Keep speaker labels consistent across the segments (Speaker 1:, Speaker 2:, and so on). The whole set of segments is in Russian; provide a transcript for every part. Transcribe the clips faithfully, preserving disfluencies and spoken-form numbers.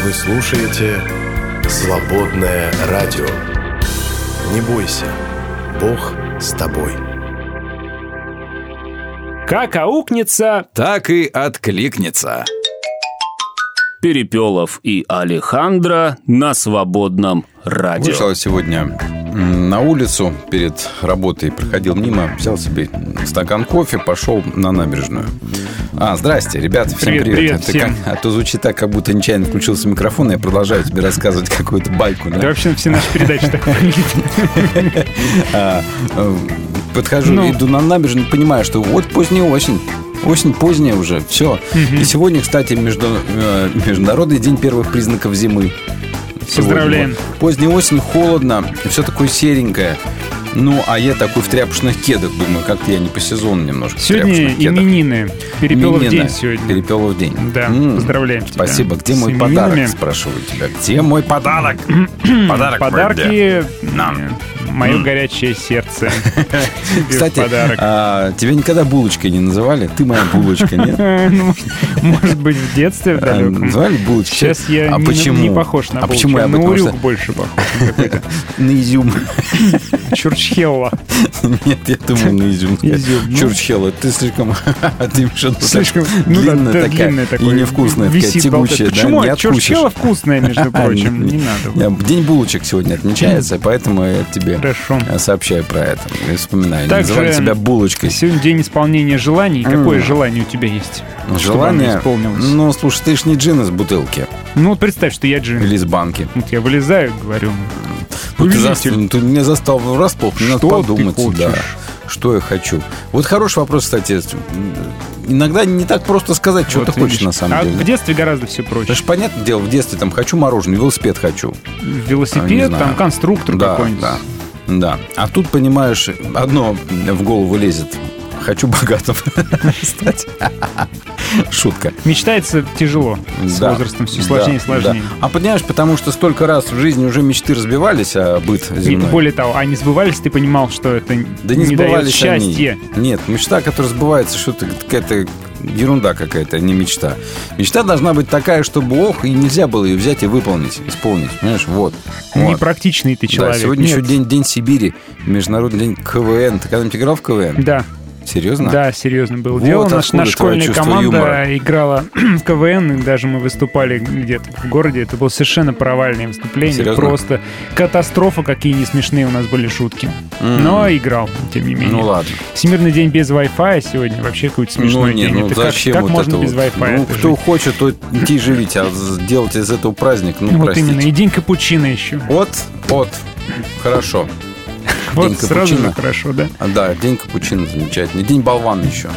Speaker 1: Вы слушаете «Свободное радио». Не бойся, Бог с тобой.
Speaker 2: Как аукнется,
Speaker 3: так и откликнется.
Speaker 4: Перепелов и Алехандро на Свободном радио.
Speaker 3: Вышел сегодня на улицу перед работой, проходил мимо, взял себе стакан кофе, пошел на набережную. А, здрасте, ребята, всем привет.
Speaker 2: Привет, привет
Speaker 3: Это
Speaker 2: всем.
Speaker 3: Как, а то звучит так, как будто нечаянно включился микрофон, и я продолжаю тебе рассказывать какую-то байку. Да,
Speaker 2: да вообще все наши передачи так выглядят.
Speaker 3: Подхожу,
Speaker 2: Ну.
Speaker 3: иду на набережную, понимаю, что вот поздняя осень. Осень поздняя уже, все. И сегодня, кстати, между, э, Международный день первых признаков зимы. Сегодня.
Speaker 2: Поздравляем.
Speaker 3: Поздняя осень, холодно, все такое серенькое. Ну, а я такой в тряпочных кедах, думаю, как-то я не по сезону немножко.
Speaker 2: Сегодня
Speaker 3: в тряпочных кедах.
Speaker 2: именины. Перепелов
Speaker 3: Именины.
Speaker 2: день сегодня.
Speaker 3: Перепелов день.
Speaker 2: Да,
Speaker 3: М,
Speaker 2: поздравляем тебя.
Speaker 3: Спасибо. Где
Speaker 2: С
Speaker 3: мой
Speaker 2: именинами.
Speaker 3: подарок, спрашиваю тебя. Где мой подарок? Подарок мой где?
Speaker 2: Подарки.
Speaker 3: Нам.
Speaker 2: Мое
Speaker 3: М.
Speaker 2: горячее сердце. Тебе в
Speaker 3: Кстати,
Speaker 2: подарок.
Speaker 3: а, тебя никогда булочкой не называли? Ты моя булочка, нет?
Speaker 2: Ну, Может быть, в детстве в
Speaker 3: А,
Speaker 2: далеком.
Speaker 3: Называли булочкой?
Speaker 2: Сейчас я
Speaker 3: А
Speaker 2: не,
Speaker 3: почему?
Speaker 2: не похож на
Speaker 3: А
Speaker 2: булочку.
Speaker 3: почему я
Speaker 2: я
Speaker 3: об
Speaker 2: на
Speaker 3: этом
Speaker 2: урюк
Speaker 3: что-
Speaker 2: больше похож. на какой-то
Speaker 3: На изюм.
Speaker 2: Чурчхелла.
Speaker 3: Нет, я думал на изюм.
Speaker 2: Изюм, ну.
Speaker 3: Чурчхелла, ты слишком... Ты имеешь в виду так
Speaker 2: Слишком ну, да,
Speaker 3: длинная
Speaker 2: да,
Speaker 3: такая
Speaker 2: длинная
Speaker 3: и
Speaker 2: такой,
Speaker 3: невкусная, такая
Speaker 2: висит,
Speaker 3: тягучая.
Speaker 2: болтает.
Speaker 3: Да,
Speaker 2: Почему?
Speaker 3: не откусишь.
Speaker 2: Чурчхелла вкусная, между прочим. Не надо.
Speaker 3: День булочек сегодня отмечается, поэтому я тебе
Speaker 2: Хорошо.
Speaker 3: сообщаю про это. И вспоминаю.
Speaker 2: Также
Speaker 3: Называли тебя булочкой.
Speaker 2: Сегодня день исполнения желаний. Какое
Speaker 3: М.
Speaker 2: желание у тебя есть? Чтобы оно
Speaker 3: Желание...
Speaker 2: исполнилось.
Speaker 3: Ну, слушай, ты ж не джин из бутылки
Speaker 2: Ну вот представь, что я джин.
Speaker 3: или из банки.
Speaker 2: Вот я вылезаю, говорю.
Speaker 3: Ну, ты, зас-
Speaker 2: повелитель.
Speaker 3: ты меня застал врасплох, мне надо
Speaker 2: Что ты
Speaker 3: подумать.
Speaker 2: хочешь?
Speaker 3: Да, что я хочу. Вот хороший вопрос, кстати. Иногда не так просто сказать, что
Speaker 2: Вот
Speaker 3: ты хочешь
Speaker 2: видишь.
Speaker 3: на самом
Speaker 2: а
Speaker 3: деле.
Speaker 2: в детстве гораздо все проще.
Speaker 3: Это же понятное дело, в детстве там хочу мороженое, велосипед хочу. Не
Speaker 2: Велосипед,
Speaker 3: знаю.
Speaker 2: там конструктор
Speaker 3: Да,
Speaker 2: какой-нибудь.
Speaker 3: да, да. А тут, понимаешь, одно в голову лезет. Хочу богатым стать. Шутка.
Speaker 2: Мечтается тяжело. С
Speaker 3: Да,
Speaker 2: возрастом все сложнее и
Speaker 3: да,
Speaker 2: сложнее.
Speaker 3: да. А понимаешь, потому что столько раз в жизни уже мечты разбивались, а быт
Speaker 2: И
Speaker 3: земной.
Speaker 2: более того, они сбывались, ты понимал, что это
Speaker 3: Да не,
Speaker 2: не дает
Speaker 3: сбывались
Speaker 2: счастья.
Speaker 3: они. Нет, мечта, которая сбывается, что-то какая-то ерунда какая-то, а не мечта. Мечта должна быть такая, чтобы ох, и нельзя было ее взять и выполнить, исполнить. Понимаешь, вот. вот.
Speaker 2: Непрактичный ты человек.
Speaker 3: Да, сегодня
Speaker 2: Нет.
Speaker 3: еще день, день Сибири, Международный день КВН. Ты когда-нибудь играл в КВН?
Speaker 2: Да,
Speaker 3: Серьезно?
Speaker 2: да, серьезно было
Speaker 3: Вот
Speaker 2: дело. Наша,
Speaker 3: откуда
Speaker 2: наша
Speaker 3: твое
Speaker 2: школьная
Speaker 3: чувство
Speaker 2: команда
Speaker 3: юмора.
Speaker 2: играла в КВН, и даже мы выступали где-то в городе. Это было совершенно провальное выступление.
Speaker 3: Серьезно?
Speaker 2: Просто катастрофа, какие не смешные у нас были шутки.
Speaker 3: М.
Speaker 2: Но играл, тем не менее.
Speaker 3: Ну ладно.
Speaker 2: Всемирный день без Wi-Fi сегодня вообще какой-то смешной
Speaker 3: ну, не,
Speaker 2: день.
Speaker 3: ну
Speaker 2: Это как-
Speaker 3: зачем
Speaker 2: как
Speaker 3: вот
Speaker 2: можно
Speaker 3: это
Speaker 2: без
Speaker 3: вот?
Speaker 2: Wi-Fi?
Speaker 3: Ну,
Speaker 2: это
Speaker 3: кто
Speaker 2: жить?
Speaker 3: хочет, то идти живите, а сделать из этого праздник, ну,
Speaker 2: Вот
Speaker 3: простите.
Speaker 2: именно. И день капучино еще.
Speaker 3: Вот, вот, хорошо.
Speaker 2: Вот
Speaker 3: День
Speaker 2: сразу же
Speaker 3: капучино.
Speaker 2: хорошо, да?
Speaker 3: А, да, день капучино замечательный. День болвана еще.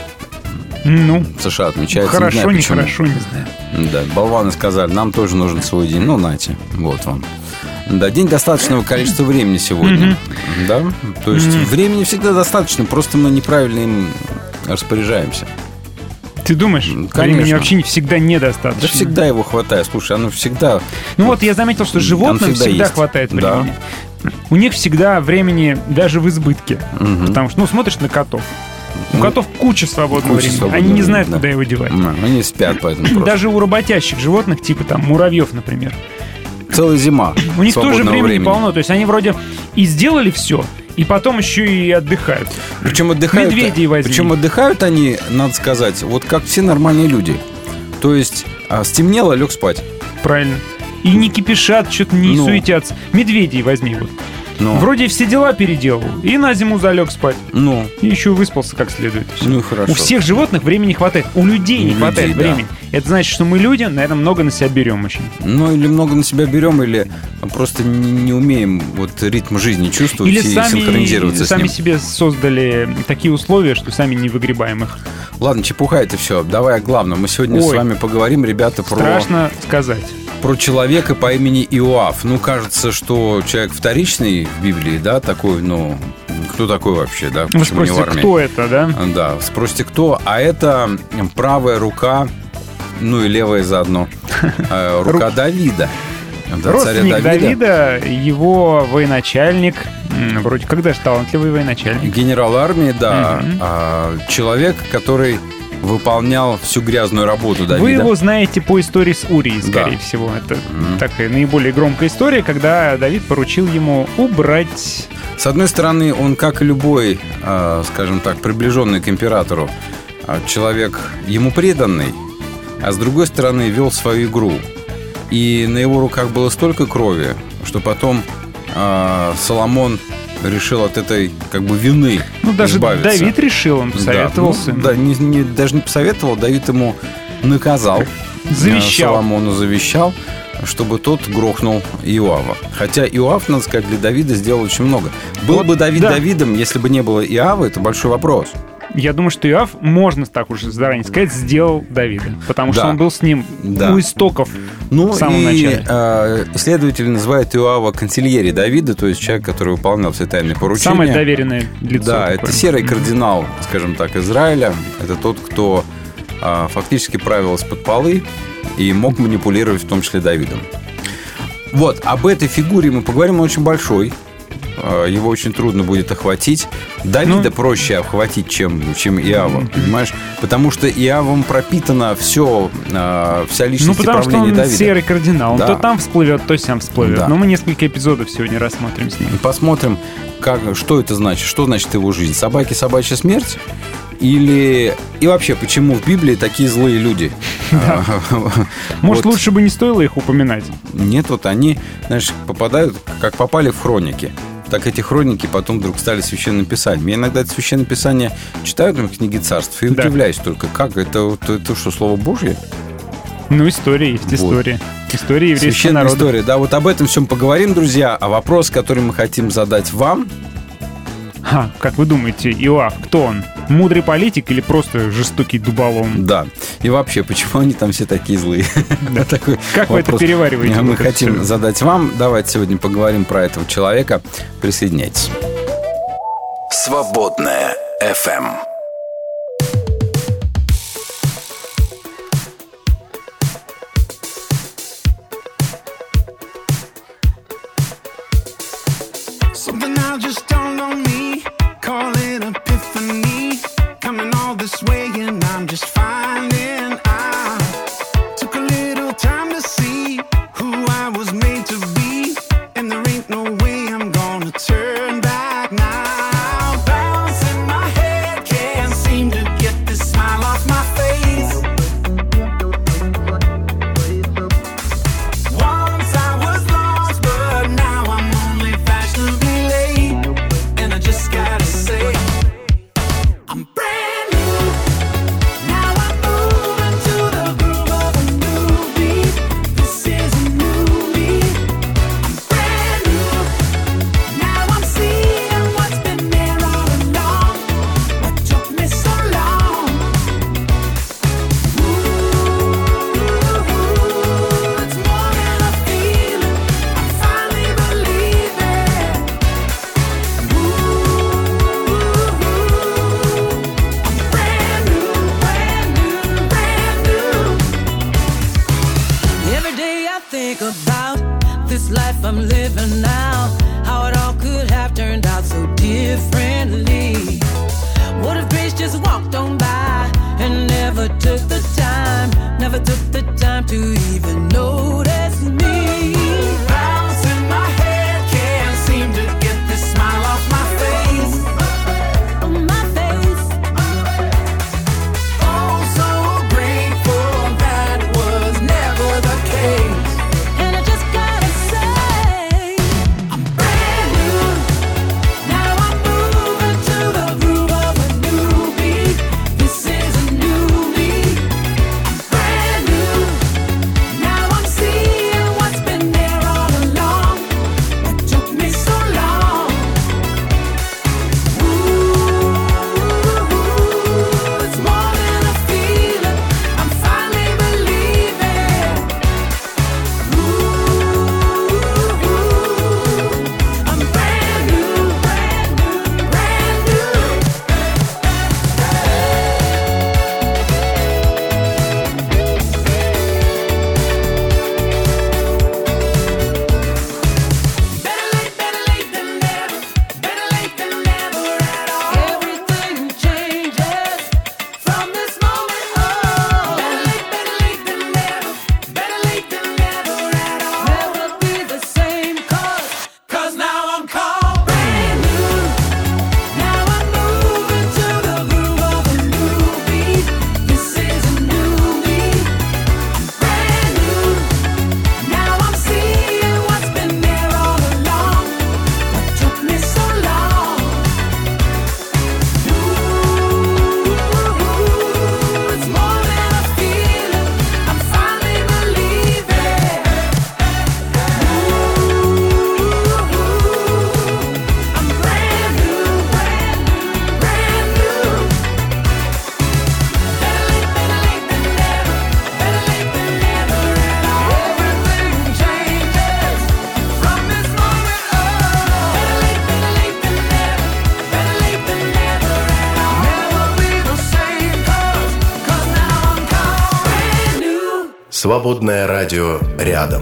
Speaker 2: Ну,
Speaker 3: В США отмечается.
Speaker 2: хорошо,
Speaker 3: не знаю, почему.
Speaker 2: нехорошо, не знаю.
Speaker 3: Да, болваны сказали, нам тоже нужен свой день. Ну, нате, вот вам. Да, день достаточного количества времени сегодня. Да, то есть времени всегда достаточно, просто мы неправильно им распоряжаемся.
Speaker 2: Ты думаешь,
Speaker 3: Конечно.
Speaker 2: времени вообще не всегда недостаточно?
Speaker 3: Да всегда его хватает. Слушай, оно всегда...
Speaker 2: Ну вот я заметил, что животным
Speaker 3: всегда
Speaker 2: всегда,
Speaker 3: есть.
Speaker 2: хватает
Speaker 3: Да.
Speaker 2: времени. У них всегда времени даже в избытке.
Speaker 3: Мгм.
Speaker 2: Потому что, ну, смотришь на котов. У
Speaker 3: Ну,
Speaker 2: котов куча свободного
Speaker 3: куча
Speaker 2: времени.
Speaker 3: свободного
Speaker 2: Они не
Speaker 3: времени,
Speaker 2: знают,
Speaker 3: да.
Speaker 2: куда его девать.
Speaker 3: М, Они спят, поэтому просто.
Speaker 2: Даже у работящих животных, типа там муравьев, например,
Speaker 3: Целая зима
Speaker 2: у них тоже
Speaker 3: свободного
Speaker 2: времени полно. То есть они вроде и сделали все, и потом еще и отдыхают.
Speaker 3: Причем отдыхают,
Speaker 2: Медведей возьми.
Speaker 3: причем отдыхают они, надо сказать, вот как все нормальные люди. То есть а, стемнело, лег спать.
Speaker 2: Правильно. И не кипишат, что-то не
Speaker 3: Ну.
Speaker 2: суетятся. Медведей возьми вот.
Speaker 3: Ну,
Speaker 2: Вроде все дела переделал, и на зиму залег спать.
Speaker 3: ну,
Speaker 2: И еще выспался как следует. и всё.
Speaker 3: ну и хорошо.
Speaker 2: У всех животных времени хватает. У людей
Speaker 3: У
Speaker 2: не
Speaker 3: людей,
Speaker 2: хватает
Speaker 3: да.
Speaker 2: времени. Это значит, что мы люди, наверное, много на себя берем очень.
Speaker 3: Ну, или много на себя берем, или просто не, не умеем вот ритм жизни чувствовать
Speaker 2: Или
Speaker 3: и
Speaker 2: сами,
Speaker 3: синхронизироваться
Speaker 2: сами
Speaker 3: с ним.
Speaker 2: себе создали такие условия, что сами не выгребаем их.
Speaker 3: Ладно, чепуха это все. Давай о главном. Мы сегодня
Speaker 2: Ой.
Speaker 3: с вами поговорим, ребята, про,
Speaker 2: Страшно сказать.
Speaker 3: про человека по имени Иоав. Ну, кажется, что человек вторичный в Библии, да, такой, ну, кто такой вообще, да?
Speaker 2: Вы
Speaker 3: Почему не в
Speaker 2: спросите,
Speaker 3: армии?
Speaker 2: кто это, да?
Speaker 3: Да, спросите, кто. А это правая рука, ну и левая заодно, э, рука
Speaker 2: Рук-
Speaker 3: Давида. Да, царя
Speaker 2: Родственник Давида, его военачальник, м, вроде как даже талантливый военачальник.
Speaker 3: Генерал армии, да.
Speaker 2: Мгм.
Speaker 3: А, человек, который выполнял всю грязную работу Давида.
Speaker 2: Вы его знаете по истории с Урией, скорее
Speaker 3: Да.
Speaker 2: всего. Это
Speaker 3: Mm-hmm.
Speaker 2: такая наиболее громкая история, когда Давид поручил ему убрать...
Speaker 3: С одной стороны, он, как и любой, э, скажем так, приближенный к императору, э, человек ему преданный, а с другой стороны, вел свою игру. И на его руках было столько крови, что потом э, Соломон решил от этой как бы вины
Speaker 2: Ну, даже
Speaker 3: избавиться.
Speaker 2: Давид решил, он посоветовался.
Speaker 3: Да, ну, да, не, не, даже не посоветовал, Давид ему наказал.
Speaker 2: Завещал.
Speaker 3: Соломону завещал, чтобы тот грохнул Иоава. Хотя Иоав, надо сказать, для Давида сделал очень много. Был
Speaker 2: Вот,
Speaker 3: бы Давид
Speaker 2: да.
Speaker 3: Давидом, если бы не было Иоава, это большой вопрос.
Speaker 2: Я думаю, что Иоав, можно так уже заранее сказать, сделал Давида. Потому что
Speaker 3: Да.
Speaker 2: он был с ним
Speaker 3: Да.
Speaker 2: у истоков
Speaker 3: Ну
Speaker 2: в самом
Speaker 3: и
Speaker 2: начале.
Speaker 3: э, исследователи называют Иоава канцельери Давида, то есть человек, который выполнял все тайные поручения.
Speaker 2: Самое доверенное лицо.
Speaker 3: Да,
Speaker 2: такое.
Speaker 3: это серый кардинал, скажем так, Израиля. Это тот, кто а, фактически правил из-под полы и мог манипулировать, в том числе Давидом. Вот, об этой фигуре мы поговорим, он очень большой. А, его очень трудно будет охватить. Давида
Speaker 2: Ну,
Speaker 3: проще охватить, чем, чем Иава, понимаешь? Потому что Иавом пропитана все, а, вся
Speaker 2: Ну,
Speaker 3: личность и
Speaker 2: потому что
Speaker 3: правление
Speaker 2: он
Speaker 3: Давида.
Speaker 2: серый кардинал. Он
Speaker 3: Да.
Speaker 2: то там всплывет, то сям всплывет.
Speaker 3: Да.
Speaker 2: Но мы несколько эпизодов сегодня рассмотрим с ним.
Speaker 3: Посмотрим, как, что это значит. Что значит его жизнь? Собаки, собачья смерть? Или... И вообще, почему в Библии такие злые люди?
Speaker 2: Да. Может,
Speaker 3: Вот.
Speaker 2: лучше бы не стоило их упоминать?
Speaker 3: Нет, вот они, знаешь, попадают, как попали в хроники. Так эти хроники потом вдруг стали священным писанием. Я иногда это священное писание читаю, там, книги царств, и
Speaker 2: Да.
Speaker 3: удивляюсь только, как это, это, это что, Слово Божье?
Speaker 2: Ну, история есть
Speaker 3: Вот.
Speaker 2: история. История еврейского
Speaker 3: Священная
Speaker 2: народа.
Speaker 3: история. Да, вот об этом всем поговорим, друзья. А вопрос, который мы хотим задать вам,
Speaker 2: Ха, как вы думаете, Иоав, кто он? Мудрый политик или просто жестокий дуболом?
Speaker 3: да. И вообще, почему они там все такие злые?
Speaker 2: Да.
Speaker 3: Такой
Speaker 2: Как вы это
Speaker 3: вопрос
Speaker 2: перевариваете?
Speaker 3: Мы
Speaker 2: вот это
Speaker 3: хотим
Speaker 2: всё?
Speaker 3: задать вам. Давайте сегодня поговорим про этого человека. Присоединяйтесь.
Speaker 1: Свободная эф эм.
Speaker 5: Something now just dawned on me. Call it epiphany. Coming all this way and I'm just finding out. Took a little time to see who I was made to be. And there ain't no way I'm gonna turn back now. Bouncing my head, can't seem to get this smile off my face. Once I was lost, but now I'm only fashionably late. And I just gotta say, I'm brand new. Now I'm moving to the groove of a new beat. This is a new me. I'm brand new. Now I'm seeing what's been there all along. What took me so long? Ooh, it's more than a feeling. I'm finally believing. Ooh, I'm brand new, brand new, brand new.
Speaker 6: Every day I think about this life I'm living now, how it all could have turned out so differently. What if grace just walked on by and never took the time, never took the time to even notice me?
Speaker 5: Bouncing my head, can't seem to get this smile off my face.
Speaker 6: On my face,
Speaker 5: Oh, so grateful that was never the case.
Speaker 6: and I just gotta say,
Speaker 5: I'm brand new. Now I'm moving to the groove of a new beat. This is a new me. I'm brand new. Now I'm seeing
Speaker 1: Свободное радио рядом.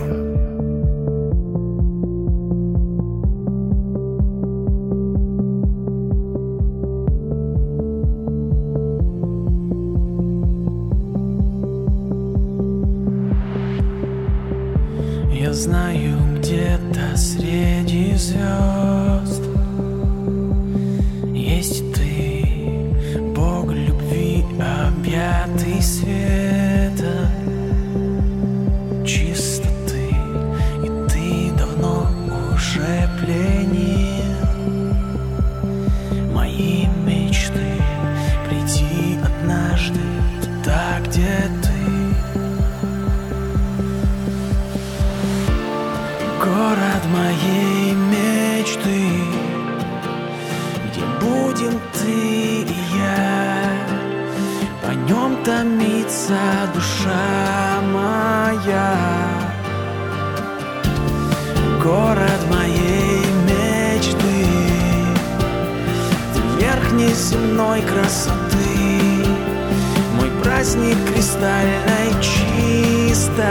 Speaker 6: Я знаю, где-то среди звезд есть ты, Бог любви, объятый света, чистоты, и ты давно уже пленил мои мечты. Приди однажды туда, где ты. Город моей мечты, где будем ты и я, по нем томится душа моя. Город моей мечты, где верхней земной красоты, мой праздник кристальной чистоты.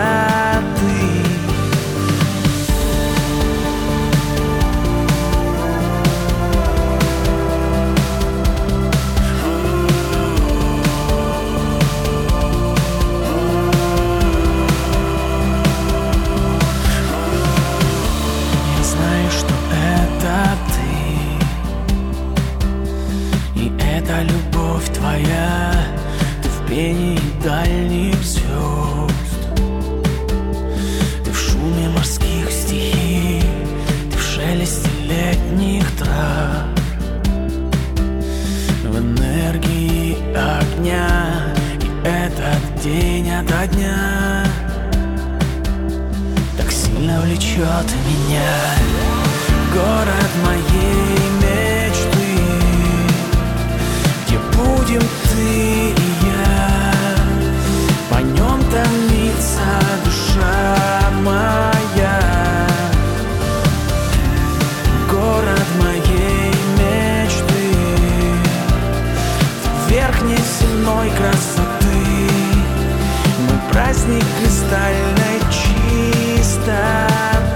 Speaker 6: Любовь твоя, ты в пении дальних звезд, ты в шуме морских стихий, ты в шелесте летних трав, в энергии огня, и этот день ото дня так сильно влечет меня. Город моей мечты, будем ты и я, по нем томится душа моя. Город моей мечты, верхней земной красоты, мой праздник кристальной чистоты.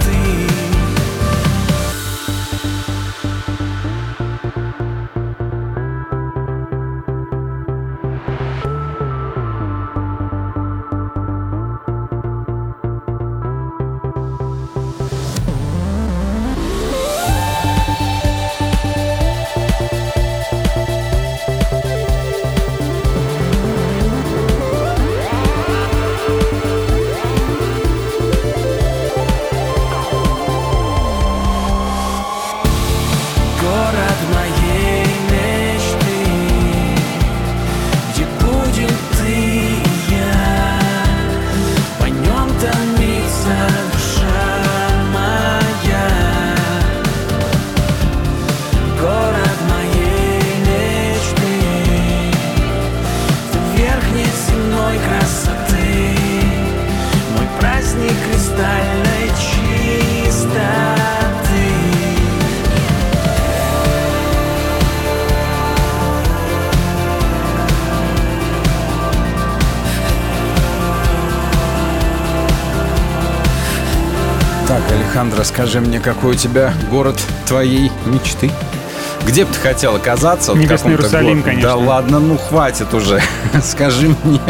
Speaker 3: Алехандро, скажи мне, какой у тебя город твоей мечты? Где бы ты хотел оказаться? Вот
Speaker 2: Небесный Иерусалим, конечно.
Speaker 3: Да ладно, ну хватит уже. Скажи мне.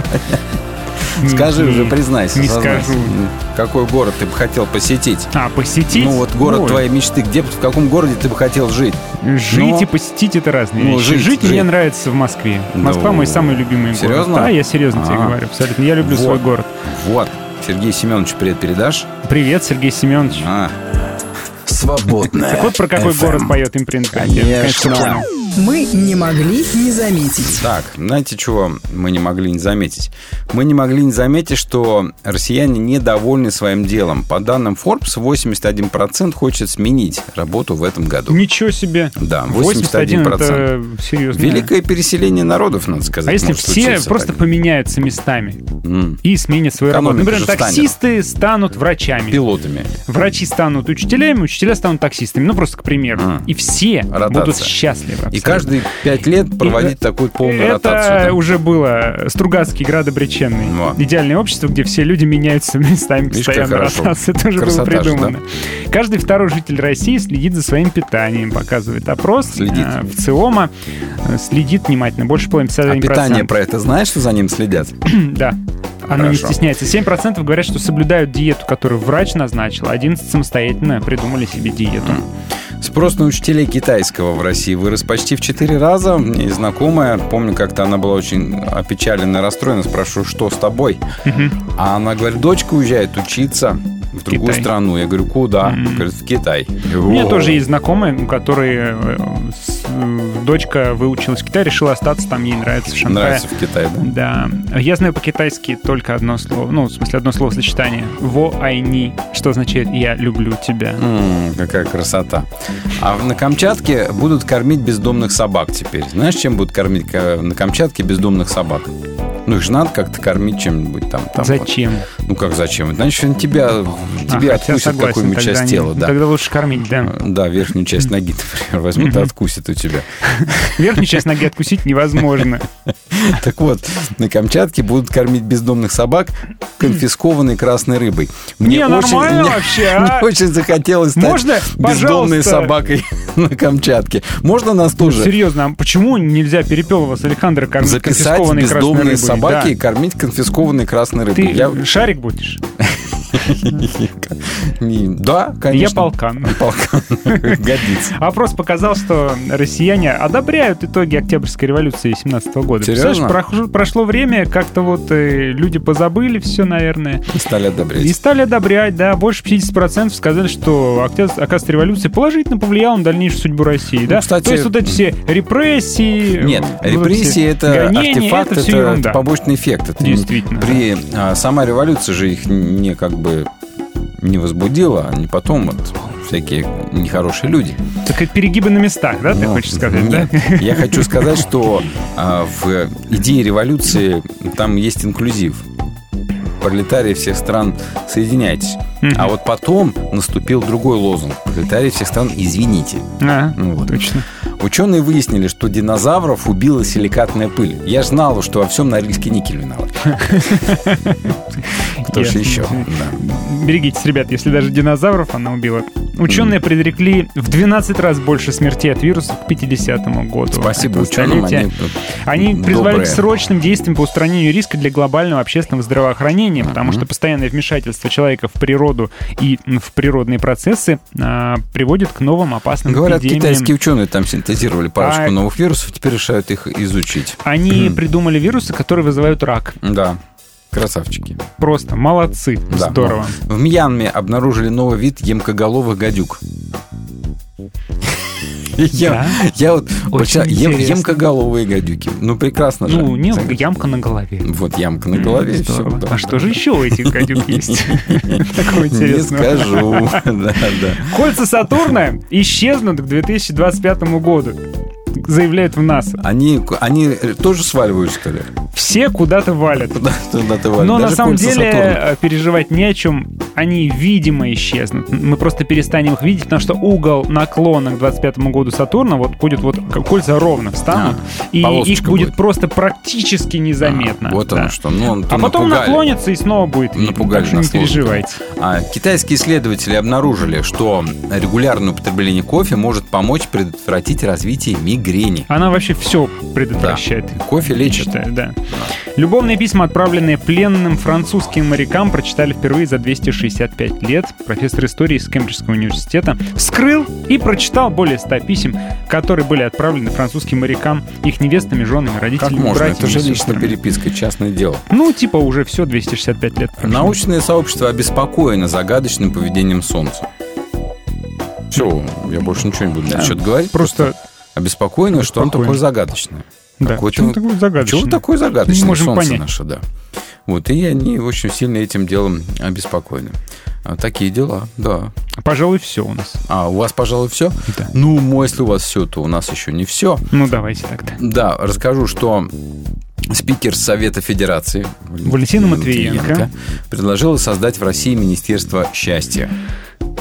Speaker 3: Скажи
Speaker 2: не,
Speaker 3: уже, признайся.
Speaker 2: Не
Speaker 3: сознайся.
Speaker 2: скажу.
Speaker 3: Какой город ты бы хотел посетить?
Speaker 2: А, посетить?
Speaker 3: Ну вот город
Speaker 2: Ой.
Speaker 3: твоей мечты. Где, в каком городе ты бы хотел жить?
Speaker 2: Жить
Speaker 3: ну,
Speaker 2: и посетить — это разные
Speaker 3: ну,
Speaker 2: вещи.
Speaker 3: Жить,
Speaker 2: жить
Speaker 3: жить
Speaker 2: мне нравится в Москве. Москва
Speaker 3: ну,
Speaker 2: мой самый любимый город.
Speaker 3: серьезно?
Speaker 2: Да, я серьезно тебе
Speaker 3: А.
Speaker 2: говорю. Абсолютно. Я люблю
Speaker 3: Вот.
Speaker 2: свой город.
Speaker 3: Вот. Сергею Семеновичу привет передашь?
Speaker 2: Привет, Сергей Семенович.
Speaker 3: А,
Speaker 1: Свободное
Speaker 2: Так вот про какой
Speaker 1: эф эм.
Speaker 2: город поет импринт. Я, конечно, понял.
Speaker 7: Мы не могли не заметить.
Speaker 3: Так, знаете, чего мы не могли не заметить? Мы не могли не заметить, что россияне недовольны своим делом. По данным Forbes, восемьдесят один процент хочет сменить работу в этом году.
Speaker 2: Ничего себе.
Speaker 3: Да, восемьдесят один процент.
Speaker 2: Это серьезно.
Speaker 3: Великое переселение народов, надо сказать.
Speaker 2: А если
Speaker 3: может
Speaker 2: все
Speaker 3: случиться
Speaker 2: просто
Speaker 3: так.
Speaker 2: поменяются местами
Speaker 3: М.
Speaker 2: и сменят свою работу?
Speaker 3: Экономика
Speaker 2: Например,
Speaker 3: же станет.
Speaker 2: таксисты станут врачами.
Speaker 3: Пилотами.
Speaker 2: Врачи станут учителями, учителя станут таксистами. Ну, просто к примеру.
Speaker 3: А.
Speaker 2: И все
Speaker 3: Ротация.
Speaker 2: будут счастливы.
Speaker 3: И
Speaker 2: абсолютно.
Speaker 3: Каждые пять лет проводить такую полную
Speaker 2: Это
Speaker 3: ротацию. да?
Speaker 2: уже было Стругацкий, Градобреченный.
Speaker 3: Во.
Speaker 2: Идеальное общество, где все люди меняются местами,
Speaker 3: Видишь, как
Speaker 2: постоянно
Speaker 3: хорошо.
Speaker 2: ротация. Это уже было
Speaker 3: Красота же,
Speaker 2: придумано. Каждый второй житель России следит за своим питанием, показывает опрос.
Speaker 3: Следит.
Speaker 2: А, В ЦИОМа э, следит внимательно. Больше половины, пятьдесят
Speaker 3: А
Speaker 2: один
Speaker 3: питание
Speaker 2: процент.
Speaker 3: про это знаешь, что за ним следят?
Speaker 2: Да. Оно не
Speaker 3: Хорошо.
Speaker 2: стесняется. семь процентов говорят, что соблюдают диету, которую врач назначил. одиннадцать самостоятельно придумали себе диету.
Speaker 3: Спрос на учителей китайского в России вырос почти в четыре раза. У меня есть знакомая, помню, как-то она была очень опечалена и расстроена. Спрашиваю, что с тобой? А она говорит, дочка уезжает учиться в другую
Speaker 2: Китай.
Speaker 3: страну. Я говорю, куда? Говорит, в Китай.
Speaker 2: У меня тоже есть знакомые, у которой э, с- э, дочка выучилась в Китае, решила остаться там, ей нравится в Шанхае.
Speaker 3: Нравится в Китае, да?
Speaker 2: Да. Я знаю по-китайски только одно слово, ну, в смысле, одно словосочетание. Во айни, что означает «я люблю тебя».
Speaker 3: М, какая красота. А на Камчатке будут кормить бездомных собак теперь. Знаешь, чем будут кормить ка- на Камчатке бездомных собак? Ну, их же надо как-то кормить чем-нибудь там. там
Speaker 2: Зачем?
Speaker 3: вот. Ну, как зачем? Значит, они тебя, тебе
Speaker 2: А, хотя
Speaker 3: откусят
Speaker 2: согласен,
Speaker 3: какую-нибудь
Speaker 2: тогда
Speaker 3: часть
Speaker 2: не-
Speaker 3: тела. Да.
Speaker 2: Тогда лучше кормить, да.
Speaker 3: Да, верхнюю часть ноги, например, возьмут и откусят у тебя.
Speaker 2: Верхнюю часть ноги откусить невозможно.
Speaker 3: Так вот, на Камчатке будут кормить бездомных собак, конфискованной красной рыбой.
Speaker 2: Не,
Speaker 3: очень-
Speaker 2: нормально
Speaker 3: мне-
Speaker 2: вообще, а?
Speaker 3: Мне очень захотелось стать
Speaker 2: Можно,
Speaker 3: бездомной
Speaker 2: пожалуйста?
Speaker 3: собакой на Камчатке. Можно нас
Speaker 2: Ну,
Speaker 3: тоже
Speaker 2: серьезно, а почему нельзя Перепелова с Александра кормить
Speaker 3: записать
Speaker 2: конфискованной красной
Speaker 3: бездомные
Speaker 2: рыбой?
Speaker 3: собаки
Speaker 2: Да.
Speaker 3: и кормить конфискованной красной рыбой?
Speaker 2: Ты
Speaker 3: Я-
Speaker 2: шарик будешь?
Speaker 3: Не- Да, конечно.
Speaker 2: Я полкан.
Speaker 3: Полкан. Годится.
Speaker 2: Опрос показал, что россияне одобряют итоги Октябрьской революции семнадцатого года.
Speaker 3: Серьезно?
Speaker 2: Представляешь, прошло, прошло время, как-то вот э, люди позабыли все, наверное,
Speaker 3: Стали
Speaker 2: и
Speaker 3: одобрять.
Speaker 2: стали одобрять, да. Больше пятьдесят процентов сказали, что Октябрь- Октябрьская революция положительно повлияла на дальнейшую судьбу России, да.
Speaker 3: кстати,
Speaker 2: То есть вот эти все репрессии...
Speaker 3: Нет,
Speaker 2: вот эти
Speaker 3: репрессии
Speaker 2: все
Speaker 3: это
Speaker 2: гонения,
Speaker 3: артефакт,
Speaker 2: это
Speaker 3: это,
Speaker 2: все ерунда.
Speaker 3: побочный эффект. Это
Speaker 2: Действительно.
Speaker 3: При а, сама революция же их не как бы не возбудила, они потом вот всякие нехорошие люди.
Speaker 2: Так это перегибы на местах, да, ты
Speaker 3: Ну,
Speaker 2: хочешь сказать,
Speaker 3: нет.
Speaker 2: да?
Speaker 3: Я хочу сказать, что а, в идее революции там есть инклюзив. Пролетарии всех стран, соединяйтесь.
Speaker 2: Мгм.
Speaker 3: А вот потом наступил другой лозунг. Пролетарии всех стран, извините.
Speaker 2: А,
Speaker 3: Ну вот.
Speaker 2: точно.
Speaker 3: Ученые выяснили, что динозавров убила силикатная пыль. Я же знал, что во всем Норильский никель виноват. Кто же
Speaker 2: Ясно.
Speaker 3: еще? Да.
Speaker 2: Берегитесь, ребят, если даже динозавров она убила. Ученые предрекли в двенадцать раз больше смертей от вируса к пятидесятому году.
Speaker 3: Спасибо
Speaker 2: этого
Speaker 3: ученым,
Speaker 2: столетия.
Speaker 3: они,
Speaker 2: Они призвали
Speaker 3: добрые.
Speaker 2: к срочным действиям по устранению риска для глобального общественного здравоохранения, потому что постоянное вмешательство человека в природу и в природные процессы а, приводит к новым опасным
Speaker 3: Говорят,
Speaker 2: эпидемиям.
Speaker 3: китайские ученые там синтезировали парочку
Speaker 2: А-
Speaker 3: новых вирусов, теперь решают их изучить.
Speaker 2: Они придумали вирусы, которые вызывают рак.
Speaker 3: Да, красавчики.
Speaker 2: Просто молодцы.
Speaker 3: Да,
Speaker 2: Здорово.
Speaker 3: но В Мьянме обнаружили новый вид емкоголовых гадюк. Я, я вот
Speaker 2: Очень
Speaker 3: вот ем,
Speaker 2: интересно.
Speaker 3: емкоголовые гадюки. Ну, прекрасно же.
Speaker 2: Ну, не ямка на голове.
Speaker 3: Вот ямка на голове, и все.
Speaker 2: Здорово. А что же еще у этих гадюк есть? Такого
Speaker 3: Не
Speaker 2: интересного.
Speaker 3: скажу. Да, да.
Speaker 2: Кольца Сатурна исчезнут к две тысячи двадцать пятому году, заявляют в НАСА.
Speaker 3: Они, они тоже сваливают, что ли?
Speaker 2: Все куда-то валят.
Speaker 3: Куда, куда-то валят.
Speaker 2: Но на
Speaker 3: Даже
Speaker 2: самом
Speaker 3: кольца
Speaker 2: деле
Speaker 3: Сатурна.
Speaker 2: э, переживать не о чем. Они, видимо, исчезнут. Мы просто перестанем их видеть, потому что угол наклона к двадцать пятому году Сатурна вот будет вот как кольца ровно встанут,
Speaker 3: А,
Speaker 2: и
Speaker 3: полосочка
Speaker 2: их будет,
Speaker 3: будет.
Speaker 2: просто практически незаметно.
Speaker 3: А, вот
Speaker 2: Да.
Speaker 3: оно что. Ну, он-
Speaker 2: А потом
Speaker 3: напугали.
Speaker 2: наклонится и снова будет видно.
Speaker 3: Напугали
Speaker 2: Так что не
Speaker 3: нас лозунгом.
Speaker 2: переживайте.
Speaker 3: А, китайские исследователи обнаружили, что регулярное употребление кофе может помочь предотвратить развитие мигрени.
Speaker 2: Она вообще все предотвращает.
Speaker 3: Кофе лечит.
Speaker 2: Считаю, да. Любовные письма, отправленные пленным французским морякам, прочитали впервые за двести шестьдесят пять лет. Профессор истории из Кембриджского университета вскрыл и прочитал более ста писем, которые были отправлены французским морякам, их невестами, женами,
Speaker 3: Как
Speaker 2: родителями,
Speaker 3: можно?
Speaker 2: братьями.
Speaker 3: Это же
Speaker 2: и
Speaker 3: личная
Speaker 2: сестрами.
Speaker 3: переписка, частное дело.
Speaker 2: Ну, типа уже все, двести шестьдесят пять лет прошло.
Speaker 3: Научное сообщество обеспокоено загадочным поведением Солнца. Все, я больше ничего не буду на этот счет говорить.
Speaker 2: Просто,
Speaker 3: Обеспокоено, что он
Speaker 2: Обеспокоен.
Speaker 3: такое загадочное.
Speaker 2: да,
Speaker 3: Какой-то-
Speaker 2: почему такое загадочное?
Speaker 3: Чего такое загадочное
Speaker 2: Не можем
Speaker 3: Солнце
Speaker 2: понять.
Speaker 3: наше, да. Вот, и они очень сильно этим делом обеспокоены. А, такие дела, да.
Speaker 2: Пожалуй, все у нас.
Speaker 3: А, у вас, пожалуй, все?
Speaker 2: Да.
Speaker 3: Ну, ну, если у вас все, то у нас еще не все.
Speaker 2: Ну, давайте тогда.
Speaker 3: Да, расскажу, что спикер Совета Федерации
Speaker 2: Валентина Матвиенко
Speaker 3: предложила создать в России Министерство счастья.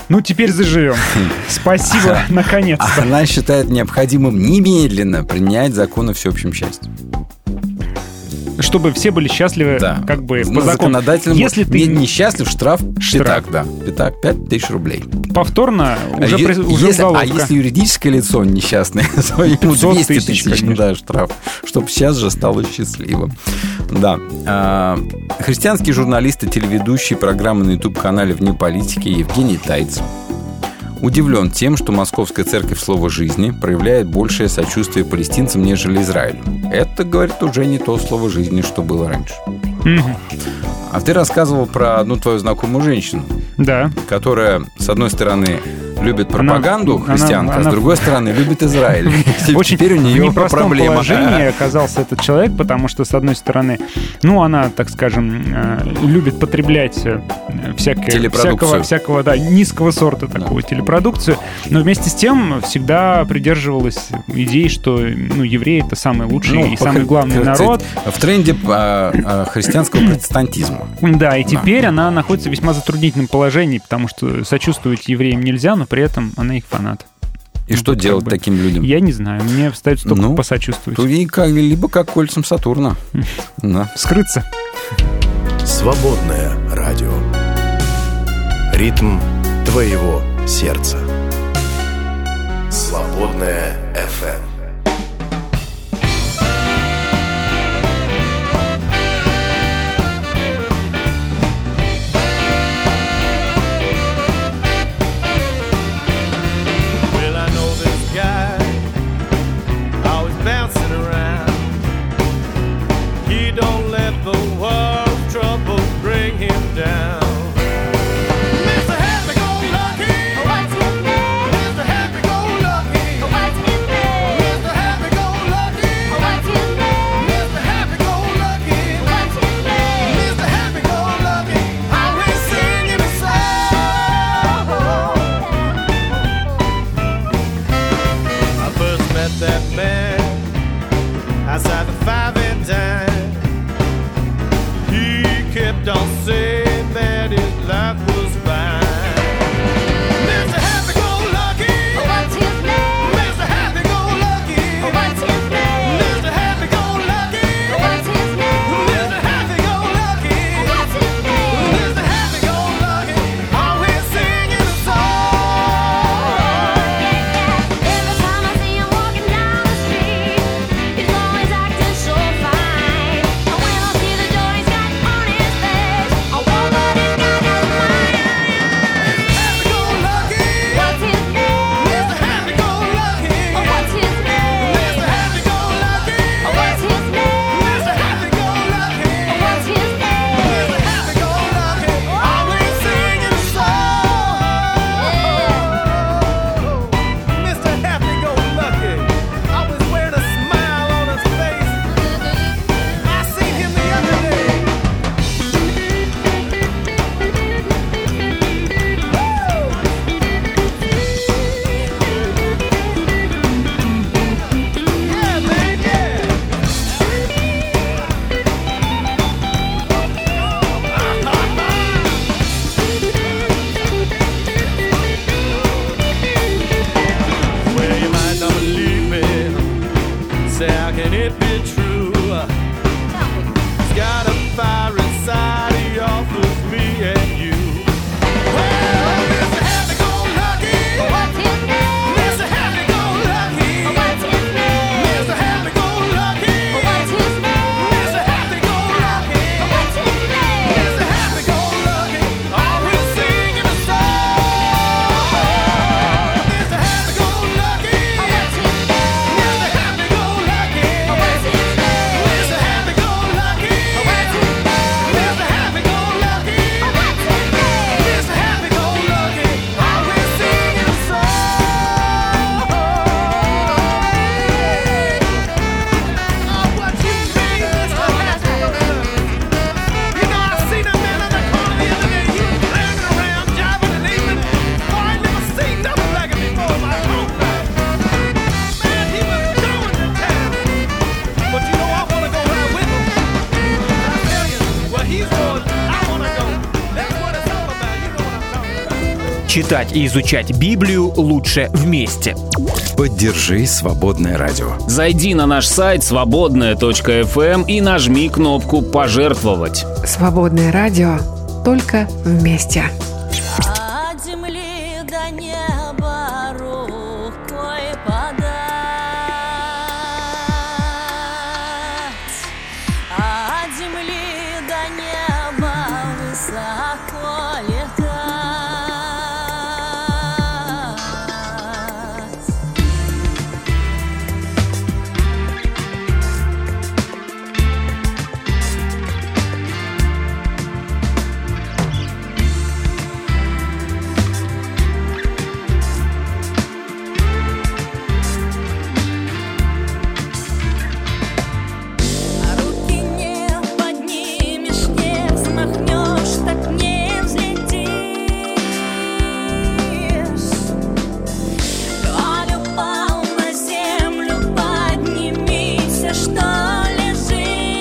Speaker 2: Ну, теперь заживем. Спасибо, наконец-то.
Speaker 3: Она считает необходимым немедленно принять закон о всеобщем счастье.
Speaker 2: Чтобы все были счастливы,
Speaker 3: Да.
Speaker 2: как бы
Speaker 3: Ну,
Speaker 2: по закону.
Speaker 3: законодательному
Speaker 2: Если ты
Speaker 3: не- несчастлив, штраф,
Speaker 2: Штраф.
Speaker 3: пятак, да. Пятак, пять тысяч рублей.
Speaker 2: повторно уже,
Speaker 3: А е-
Speaker 2: при- уже
Speaker 3: если-
Speaker 2: уголовка.
Speaker 3: а если юридическое лицо несчастное, то ему
Speaker 2: пятьсот
Speaker 3: двести
Speaker 2: тысяч,
Speaker 3: тысяч,
Speaker 2: конечно.
Speaker 3: да, штраф, чтобы сейчас же стало счастливым. Да. А, христианский журналист и телеведущий программы на YouTube-канале «Вне политики» Евгений Тайц удивлен тем, что Московская церковь Слова жизни проявляет большее сочувствие палестинцам, нежели Израилю. Это, говорит, уже не то слово жизни, что было раньше.
Speaker 2: Мгм.
Speaker 3: А ты рассказывал про одну твою знакомую женщину,
Speaker 2: Да.
Speaker 3: которая, с одной стороны, любит
Speaker 2: Она-
Speaker 3: пропаганду
Speaker 2: она-
Speaker 3: христианка, а
Speaker 2: она-
Speaker 3: с другой стороны, любит Израиль.
Speaker 2: Очень
Speaker 3: Теперь у
Speaker 2: в
Speaker 3: нее
Speaker 2: непростом
Speaker 3: проблема.
Speaker 2: положении оказался этот человек, потому что, с одной стороны, ну, она, так скажем, э, любит потреблять э, всякое,
Speaker 3: Телепродукцию.
Speaker 2: всякого, всякого, да, низкого сорта такую телепродукцию, но вместе с тем всегда придерживалась идеи, что, ну, евреи — это самый лучший
Speaker 3: Ну,
Speaker 2: и
Speaker 3: по-
Speaker 2: самый главный
Speaker 3: как
Speaker 2: народ.
Speaker 3: сказать, в тренде а, а, христианского протестантизма.
Speaker 2: Да, и теперь она находится в весьма затруднительном положении, потому что сочувствовать евреям нельзя, но при этом она их фанат.
Speaker 3: И
Speaker 2: Ну,
Speaker 3: что
Speaker 2: как
Speaker 3: делать
Speaker 2: бы.
Speaker 3: таким людям?
Speaker 2: Я не знаю, мне остается только
Speaker 3: Ну,
Speaker 2: посочувствовать.
Speaker 3: То и как, либо как кольцам Сатурна. Да.
Speaker 2: Скрыться.
Speaker 1: Свободное радио. Ритм твоего сердца. Свободное эф эм.
Speaker 8: Well, I know this guy, always bouncing around. He don't let the world's troubles bring him down. Mister Happy-Go-Lucky, what's his name? Mister Happy-Go-Lucky, what's his name?
Speaker 9: читать и изучать Библию лучше вместе.
Speaker 1: Поддержи «Свободное радио».
Speaker 4: Зайди на наш сайт свободная точка эф эм и нажми кнопку «Пожертвовать».
Speaker 10: Свободное радио. Только вместе.
Speaker 6: От земли до неба рукой подать, от земли до неба высоко летать. Руки не поднимешь, не взмахнешь, так не взлетишь. Коль упал на землю, поднимись, а что лежишь?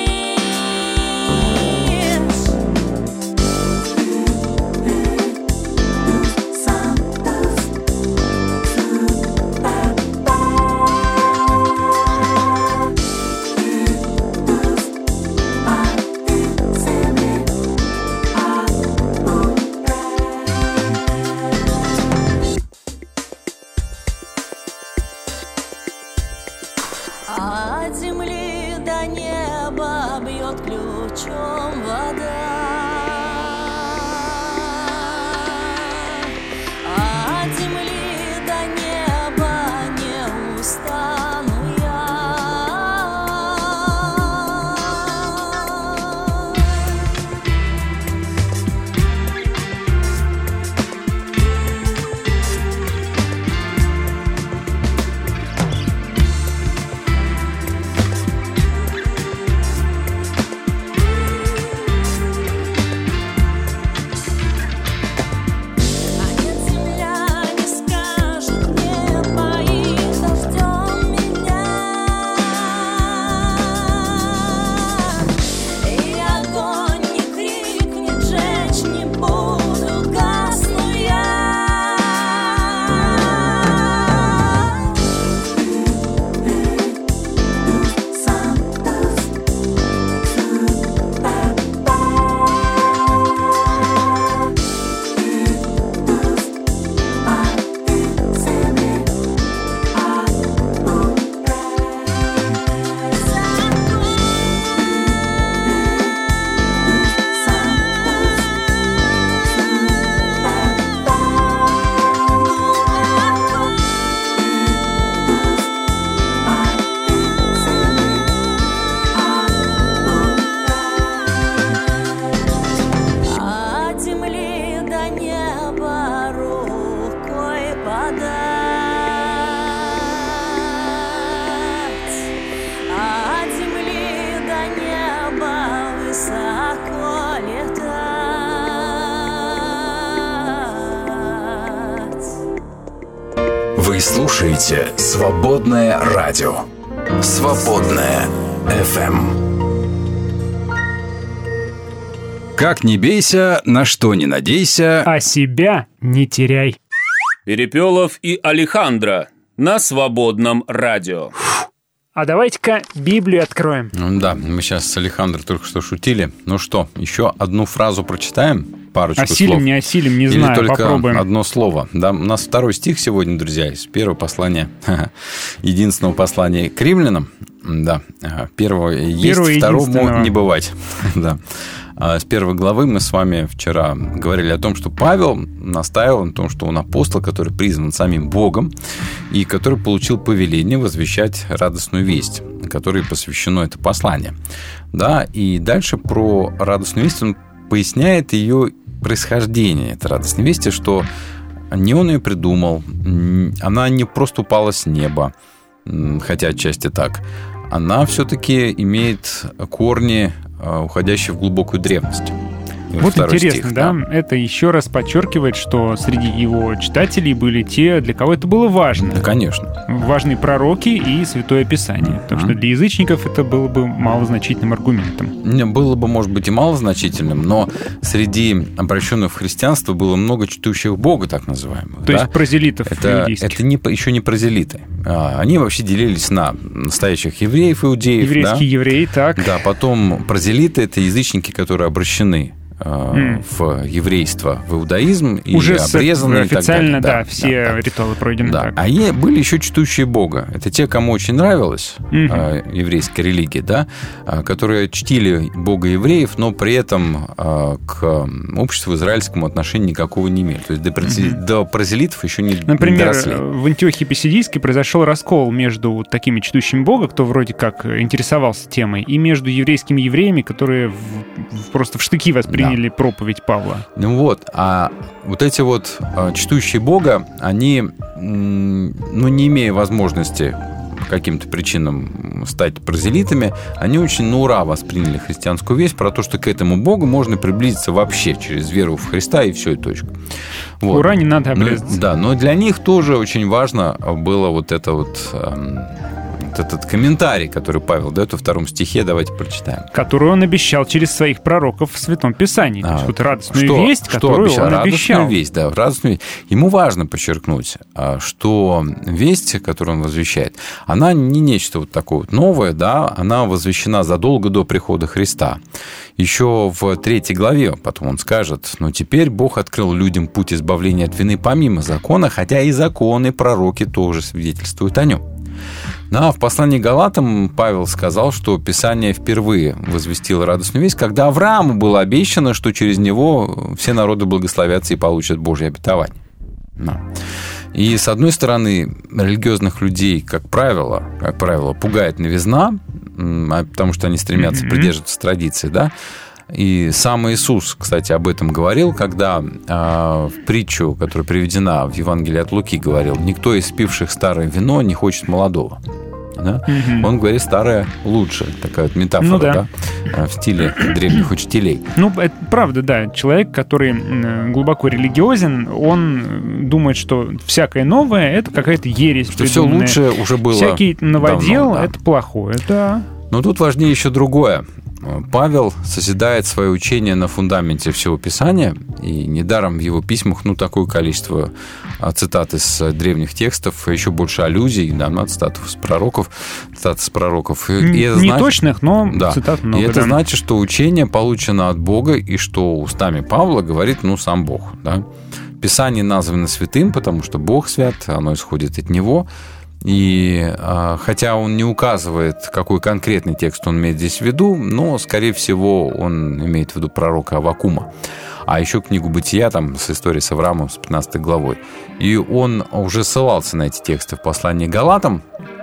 Speaker 6: От земли до неба бьет ключом вода. От земли до неба не устану я. А нет, земля не скажет, не пои дождем меня. И огонь не крикнет, жечь не буду, гасну я. От земли до неба рукой подать, от земли до неба высоко летать.
Speaker 1: Вы слушаете «Свободное радио». «Свободное эф эм». Как не бейся, на что не надейся.
Speaker 2: А себя не теряй.
Speaker 4: Перепелов и Алехандро на свободном радио.
Speaker 2: А давайте-ка Библию откроем.
Speaker 3: Ну да, мы сейчас с Алехандро только что шутили. Ну что, еще одну фразу прочитаем? Парочку
Speaker 2: Осилим,
Speaker 3: слов.
Speaker 2: не осилим, не
Speaker 3: Или
Speaker 2: знаю,
Speaker 3: только
Speaker 2: попробуем.
Speaker 3: одно слово. Да, у нас второй стих сегодня, друзья, из первого послания, единственного послания к римлянам. Да, первого есть,
Speaker 2: Первого
Speaker 3: второму
Speaker 2: единственного.
Speaker 3: не бывать. Да. А с первой главы мы с вами вчера говорили о том, что Павел настаивал на том, что он апостол, который призван самим Богом и который получил повеление возвещать радостную весть, которой посвящено это послание. Да, и дальше про радостную весть он поясняет ее происхождение, этой радостной вести, что не он ее придумал, она не просто упала с неба, хотя отчасти так. Она все-таки имеет корни, уходящие в глубокую древность.
Speaker 2: Вот
Speaker 3: второй
Speaker 2: интересно,
Speaker 3: стих,
Speaker 2: да?
Speaker 3: да.
Speaker 2: Это еще раз подчеркивает, что среди его читателей были те, для кого это было важно.
Speaker 3: Да, конечно.
Speaker 2: Важные пророки и Святое Писание. Потому что для язычников это было бы малозначительным аргументом.
Speaker 3: Не, было бы, может быть, и малозначительным, но среди обращенных в христианство было много чтущих Бога, так называемых.
Speaker 2: То
Speaker 3: да?
Speaker 2: есть прозелитов
Speaker 3: это,
Speaker 2: иудейских.
Speaker 3: это не, еще не прозелиты. А, они вообще делились на настоящих евреев, иудеев.
Speaker 2: Еврейские
Speaker 3: да?
Speaker 2: евреи, так.
Speaker 3: Да, потом прозелиты – это язычники, которые обращены
Speaker 2: Mm.
Speaker 3: в еврейство, в иудаизм и
Speaker 2: уже
Speaker 3: обрезаны
Speaker 2: с, официально,
Speaker 3: и так далее.
Speaker 2: да,
Speaker 3: Да,
Speaker 2: все
Speaker 3: да, да.
Speaker 2: ритуалы пройдены
Speaker 3: да.
Speaker 2: так.
Speaker 3: А е- были еще чтущие Бога. Это те, кому очень нравилась
Speaker 2: Mm-hmm.
Speaker 3: э, еврейская религия, да, э, которые чтили Бога евреев, но при этом э, к обществу израильскому отношения никакого не имели. То есть до, прози- mm-hmm. до прозелитов еще не,
Speaker 2: Например,
Speaker 3: не доросли.
Speaker 2: в Антиохии Писидийской произошел раскол между вот такими чтущими Бога, кто вроде как интересовался темой, и между еврейскими евреями, которые в, в, просто в штыки восприняли да. проповедь Павла.
Speaker 3: Ну вот, а вот эти вот э, чтущие Бога, они, м, ну, не имея возможности по каким-то причинам стать прозелитами, они очень на ура восприняли христианскую весть про то, что к этому Богу можно приблизиться вообще через веру в Христа и все, и точка. Вот.
Speaker 2: Ура, не надо обрезаться.
Speaker 3: Ну, да, но для них тоже очень важно было вот это вот... Эм, этот комментарий, который Павел дает во втором стихе, давайте прочитаем.
Speaker 2: Который он обещал через своих пророков в Святом Писании.
Speaker 3: А,
Speaker 2: То есть вот радостную
Speaker 3: что,
Speaker 2: весть,
Speaker 3: что
Speaker 2: которую
Speaker 3: обещал?
Speaker 2: он
Speaker 3: радостную
Speaker 2: обещал.
Speaker 3: Весть, да, радостную весть. Ему важно подчеркнуть, что весть, которую он возвещает, она не нечто вот такое вот новое, да, она возвещена задолго до прихода Христа. Еще в третьей главе потом он скажет, но теперь Бог открыл людям путь избавления от вины помимо закона, хотя и законы, пророки тоже свидетельствуют о нем. Ну, а в послании к Галатам Павел сказал, что Писание впервые возвестило радостную весть, когда Аврааму было обещано, что через него все народы благословятся и получат Божье обетование. Да. И, с одной стороны, религиозных людей, как правило, как правило, пугает новизна, потому что они стремятся mm-hmm. придерживаться традиции, да. И сам Иисус, кстати, об этом говорил, когда э, в притчу, которая приведена в Евангелии от Луки, говорил: «Никто из пивших старое вино не хочет молодого». Да? Угу. Он говорит, старое лучше. Такая вот метафора, ну, да. Да, в стиле древних учителей.
Speaker 2: Ну, это правда, да. Человек, который глубоко религиозен, он думает, что всякое новое – это какая-то ересь.
Speaker 3: Что все лучше уже было
Speaker 2: Всякий новодел
Speaker 3: давно, да.
Speaker 2: – это плохое, да.
Speaker 3: Но тут важнее еще другое. Павел созидает свое учение на фундаменте всего Писания, и недаром в его письмах ну, такое количество цитат из древних текстов, еще больше аллюзий, да, цитат из пророков, цитат из пророков. И
Speaker 2: Не
Speaker 3: это значит,
Speaker 2: точных, но
Speaker 3: да,
Speaker 2: цитат много.
Speaker 3: И это
Speaker 2: да.
Speaker 3: значит, что учение получено от Бога, и что устами Павла говорит ну, сам Бог. Да? Писание названо святым, потому что Бог свят, оно исходит от Него. И хотя он не указывает, какой конкретный текст он имеет здесь в виду, но, скорее всего, он имеет в виду пророка Аввакума. А еще книгу «Бытия» там, с историей с Авраамом, с пятнадцатой главой. И он уже ссылался на эти тексты в послании к Галатам.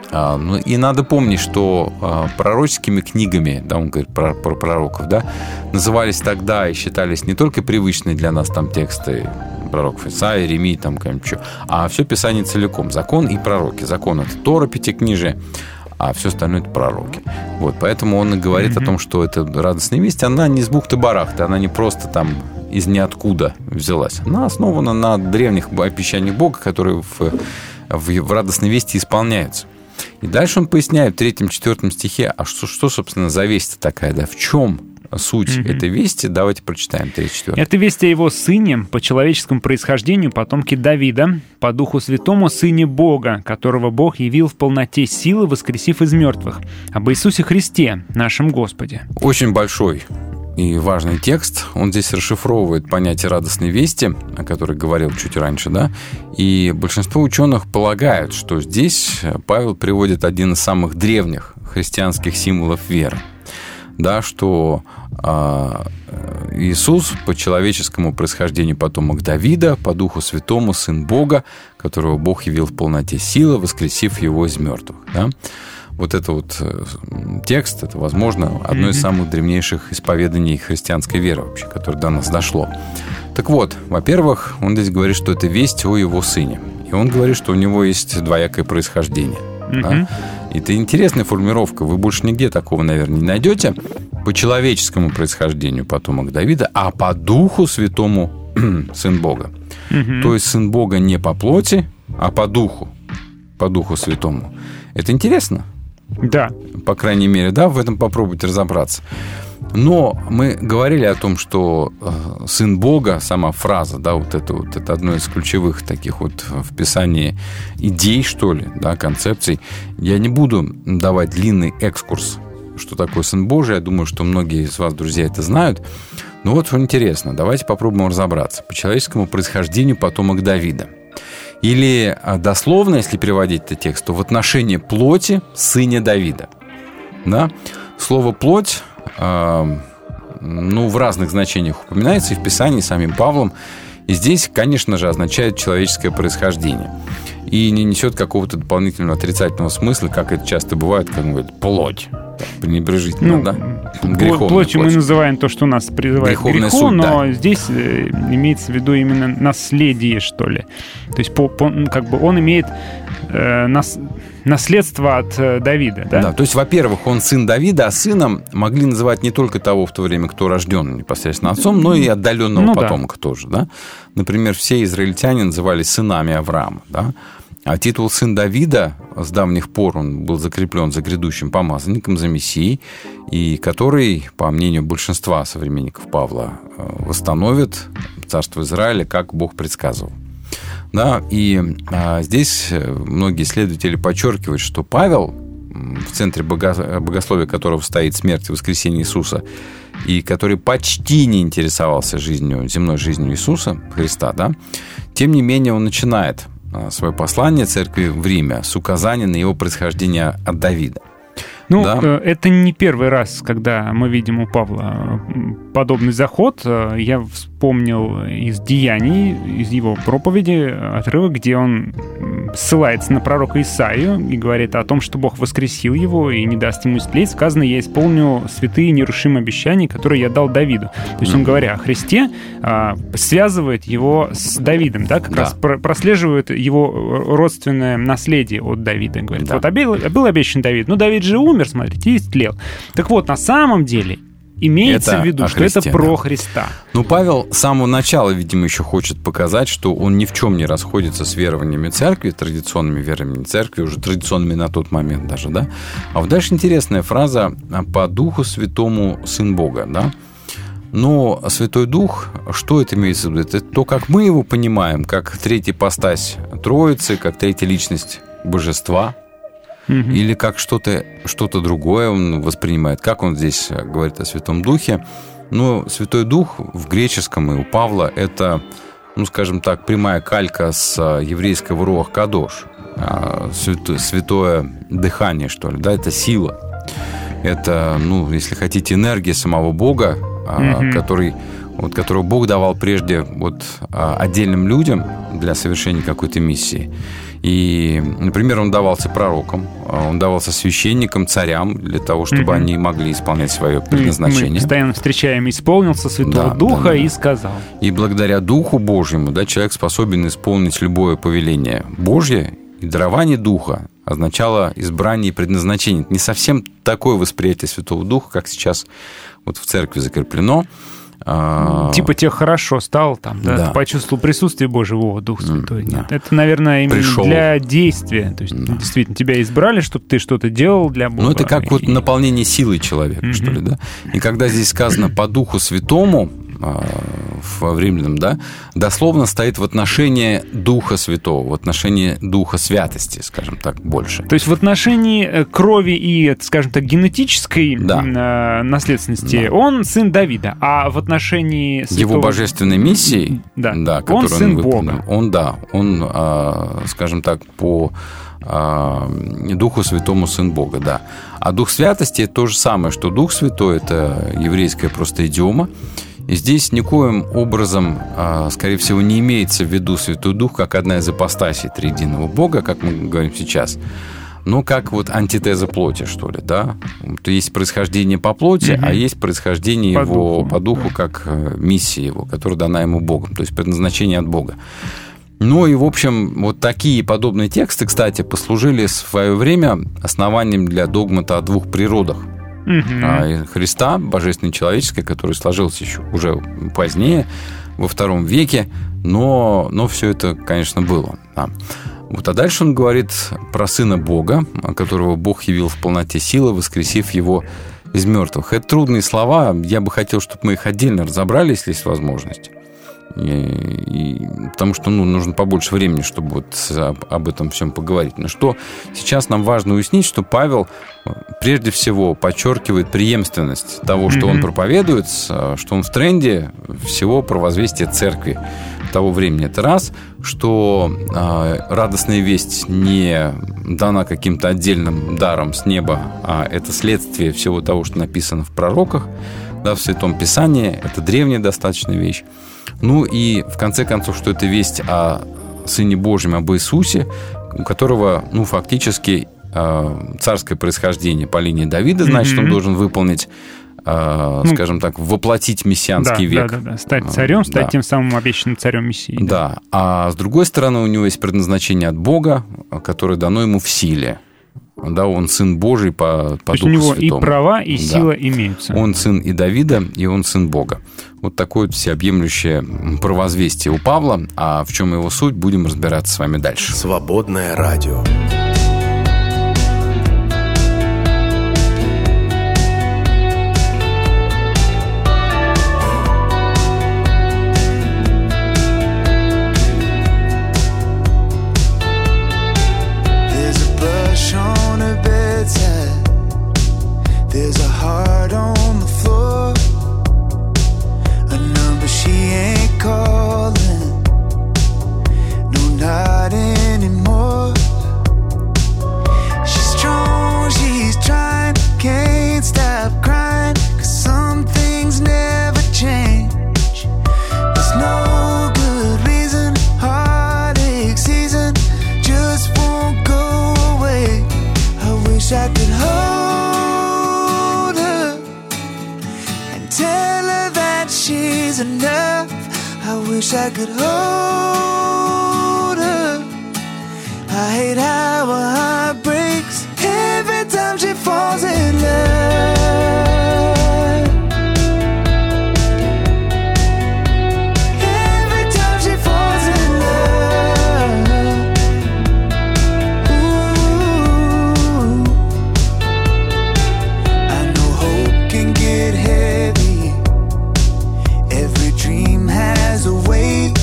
Speaker 3: И надо помнить, что пророческими книгами, да, он говорит про, про пророков, да, назывались тогда и считались не только привычные для нас там тексты пророков Исаия, Иеремии, там как-нибудь что, а все Писание целиком, закон и пророки. Закон – это Тора, Пятикнижие, а все остальное – это пророки. Вот, поэтому он и говорит mm-hmm. о том, что эта радостная весть, она не с бухты-барахты, она не просто там из ниоткуда взялась. Она основана на древних обещаниях Бога, которые в, в, в радостной вести исполняются. И дальше он поясняет в третьем-четвертом стихе, а что, что, собственно, за весть такая, да, в чем суть mm-hmm. этой вести. Давайте прочитаем третий-четвертый.
Speaker 2: Это весть о его сыне, по человеческому происхождению, потомке Давида, по Духу Святому, сыне Бога, которого Бог явил в полноте силы, воскресив из мертвых, об Иисусе Христе, нашем Господе.
Speaker 3: Очень большой и важный текст. Он здесь расшифровывает понятие радостной вести, о которой говорил чуть раньше, да, и большинство ученых полагают, что здесь Павел приводит один из самых древних христианских символов веры. Да, что э, Иисус по человеческому происхождению потомок Давида, по Духу Святому сын Бога, которого Бог явил в полноте силы, воскресив его из мертвых. Да? Вот это вот э, текст, это, возможно, одно mm-hmm. из самых древнейших исповеданий христианской веры вообще, которое до нас дошло. Так вот, во-первых, он здесь говорит, что это весть о его сыне. И он говорит, что у него есть двоякое происхождение. Mm-hmm. Да? Это интересная формулировка. Вы больше нигде такого, наверное, не найдете. По человеческому происхождению потомок Давида, а по Духу Святому сын Бога. Угу. То есть сын Бога не по плоти, а по Духу. По Духу Святому. Это интересно?
Speaker 2: Да.
Speaker 3: По крайней мере, да, в этом попробуйте разобраться. Но мы говорили о том, что э, сын Бога, сама фраза, да, вот это вот, это одно из ключевых таких вот в Писании идей, что ли, да, концепций. Я не буду давать длинный экскурс, что такое сын Божий. Я думаю, что многие из вас, друзья, это знают. Но вот что интересно, давайте попробуем разобраться. По человеческому происхождению потомок Давида. Или дословно, если переводить этот текст, то в отношении плоти сыне Давида. Да? Слово «плоть» э, ну, в разных значениях упоминается и в Писании самим Павлом. И здесь, конечно же, означает человеческое происхождение. И не несет какого-то дополнительного отрицательного смысла, как это часто бывает, как говорят, плоть. Пренебрежительно,
Speaker 2: ну,
Speaker 3: да? Греховная
Speaker 2: плотью
Speaker 3: плоть.
Speaker 2: Мы называем то, что нас призывает к греху,
Speaker 3: суть,
Speaker 2: но
Speaker 3: да.
Speaker 2: здесь э, имеется в виду именно наследие, что ли. То есть по, по, как бы он имеет э, нас, наследство от э, Давида, да?
Speaker 3: Да, то есть, во-первых, он сын Давида, а сыном могли называть не только того в то время, кто рожден непосредственно отцом, но и отдаленного
Speaker 2: ну,
Speaker 3: потомка
Speaker 2: да.
Speaker 3: тоже, да? Например, все израильтяне назывались сынами Авраама, да? А титул «сын Давида» с давних пор он был закреплен за грядущим помазанником, за Мессией, и который, по мнению большинства современников Павла, восстановит царство Израиля, как Бог предсказывал. Да, и а, здесь многие исследователи подчеркивают, что Павел, в центре бого- богословия которого стоит смерть и воскресение Иисуса, и который почти не интересовался жизнью, земной жизнью Иисуса Христа, да, тем не менее он начинает свое послание церкви в Риме с указания на его происхождение от Давида.
Speaker 2: Ну,
Speaker 3: да?
Speaker 2: это не первый раз, когда мы видим у Павла подобный заход. Я вспомнил из Деяний, из его проповеди, отрывок, где он ссылается на пророка Исаию и говорит о том, что Бог воскресил его и не даст ему истлеть. Сказано: «Я исполню святые нерушимые обещания, которые я дал Давиду». То есть он, говоря о Христе, связывает его с Давидом, да, как да. раз прослеживает его родственное наследие от Давида. Говорит, да. вот был обещан Давид, но Давид же умер, смотрите, и истлел. Так вот, на самом деле имеется
Speaker 3: это
Speaker 2: в виду, что
Speaker 3: Христе,
Speaker 2: это про
Speaker 3: да.
Speaker 2: Христа.
Speaker 3: Ну, Павел с самого начала, видимо, еще хочет показать, что он ни в чем не расходится с верованиями церкви, традиционными верованиями церкви, уже традиционными на тот момент даже, да. А вот дальше интересная фраза: «по Духу Святому сын Бога», да. Но Святой Дух, что это имеется в виду? Это то, как мы его понимаем, как третья ипостась Троицы, как третья личность Божества, mm-hmm. или как что-то, что-то другое он воспринимает. Как он здесь говорит о Святом Духе? Ну, Святой Дух в греческом и у Павла это, ну, скажем так, прямая калька с еврейского руах кадош. Святое, святое дыхание, что ли, да, это сила. Это, ну, если хотите, энергия самого Бога, mm-hmm. который, вот, которого Бог давал прежде вот, отдельным людям для совершения какой-то миссии. И, например, он давался пророкам, он давался священникам, царям, для того, чтобы mm-hmm. они могли исполнять свое предназначение.
Speaker 2: Мы постоянно встречаем «исполнился Святого да, Духа» да, да. и сказал.
Speaker 3: И благодаря Духу Божьему, да, человек способен исполнить любое повеление Божье, и дарование Духа означало избрание и предназначение. Это не совсем такое восприятие Святого Духа, как сейчас вот в церкви закреплено.
Speaker 2: Типа тебе хорошо стало там, да?
Speaker 3: да.
Speaker 2: Ты почувствовал присутствие Божьего, Дух Святой.
Speaker 3: Да.
Speaker 2: Нет, это, наверное, именно
Speaker 3: Пришел.
Speaker 2: Для действия. То есть, да. действительно, тебя избрали, чтобы ты что-то делал для Бога.
Speaker 3: Ну, это как
Speaker 2: и...
Speaker 3: вот наполнение силой человека, mm-hmm. что ли, да? И когда здесь сказано «по Духу Святому», в Римлянам, да, дословно стоит в отношении Духа Святого, в отношении Духа Святости, скажем так, больше.
Speaker 2: То есть в отношении крови и, скажем так, генетической
Speaker 3: да.
Speaker 2: наследственности
Speaker 3: да.
Speaker 2: он сын Давида, а в отношении Святого...
Speaker 3: Его божественной миссии,
Speaker 2: да.
Speaker 3: Да,
Speaker 2: он сын
Speaker 3: он выполнил,
Speaker 2: Бога.
Speaker 3: Он, да, он, скажем так, по Духу Святому сын Бога, да. А Дух Святости – это то же самое, что Дух Святой – это еврейская просто идиома. И здесь никоим образом, скорее всего, не имеется в виду Святой Дух как одна из ипостасей триединого Бога, как мы говорим сейчас, но как вот антитеза плоти, что ли, да? То есть происхождение по плоти, mm-hmm. а есть происхождение по его духу. по духу, как миссия его, которая дана ему Богом, то есть предназначение от Бога. Ну и, в общем, вот такие подобные тексты, кстати, послужили в свое время основанием для догмата о двух природах. Mm-hmm. Христа, божественной и человеческой, который сложился еще уже позднее, во втором веке, но, но все это, конечно, было. Да. Вот, а дальше он говорит про Сына Бога, которого Бог явил в полноте силы, воскресив его из мертвых. Это трудные слова, я бы хотел, чтобы мы их отдельно разобрали, если есть возможность. И, и, потому что ну, нужно побольше времени, чтобы вот об, об этом всем поговорить. Но что сейчас нам важно уяснить, что Павел прежде всего подчеркивает преемственность того, что mm-hmm. он проповедует, что он в тренде всего провозвестия церкви того времени. Это раз, что э, радостная весть не дана каким-то отдельным даром с неба, а это следствие всего того, что написано в пророках, да, в Святом Писании. Это древняя достаточно вещь. Ну и, в конце концов, что это весть о Сыне Божьем, об Иисусе, у которого, ну, фактически царское происхождение по линии Давида, значит, mm-hmm. он должен выполнить, ну, скажем так, воплотить мессианский
Speaker 2: да,
Speaker 3: век.
Speaker 2: Да, да, да. Стать царем, стать да. тем самым обещанным царем Мессии.
Speaker 3: Да. да, а с другой стороны, у него есть предназначение от Бога, которое дано ему в силе. Да, он сын Божий по, по Духу Святому. То есть у него и
Speaker 2: права, и
Speaker 3: да.
Speaker 2: сила имеются.
Speaker 3: Он сын и Давида, и он сын Бога. Вот такое вот всеобъемлющее провозвестие у Павла. А в чем его суть, будем разбираться с вами дальше.
Speaker 11: Свободное радио.
Speaker 5: There's a heart on the floor, a number she ain't calling, no, not anymore. She's strong, she's trying, can't stop crying, 'cause some things never change. There's no good reason, heartache season just won't go away. I wish I could hold she's enough. I wish I could hold her. I hate how her heart breaks every time she falls in love. Every time she falls in love. Ooh. I know hope can get heavy. Every dream has a weight.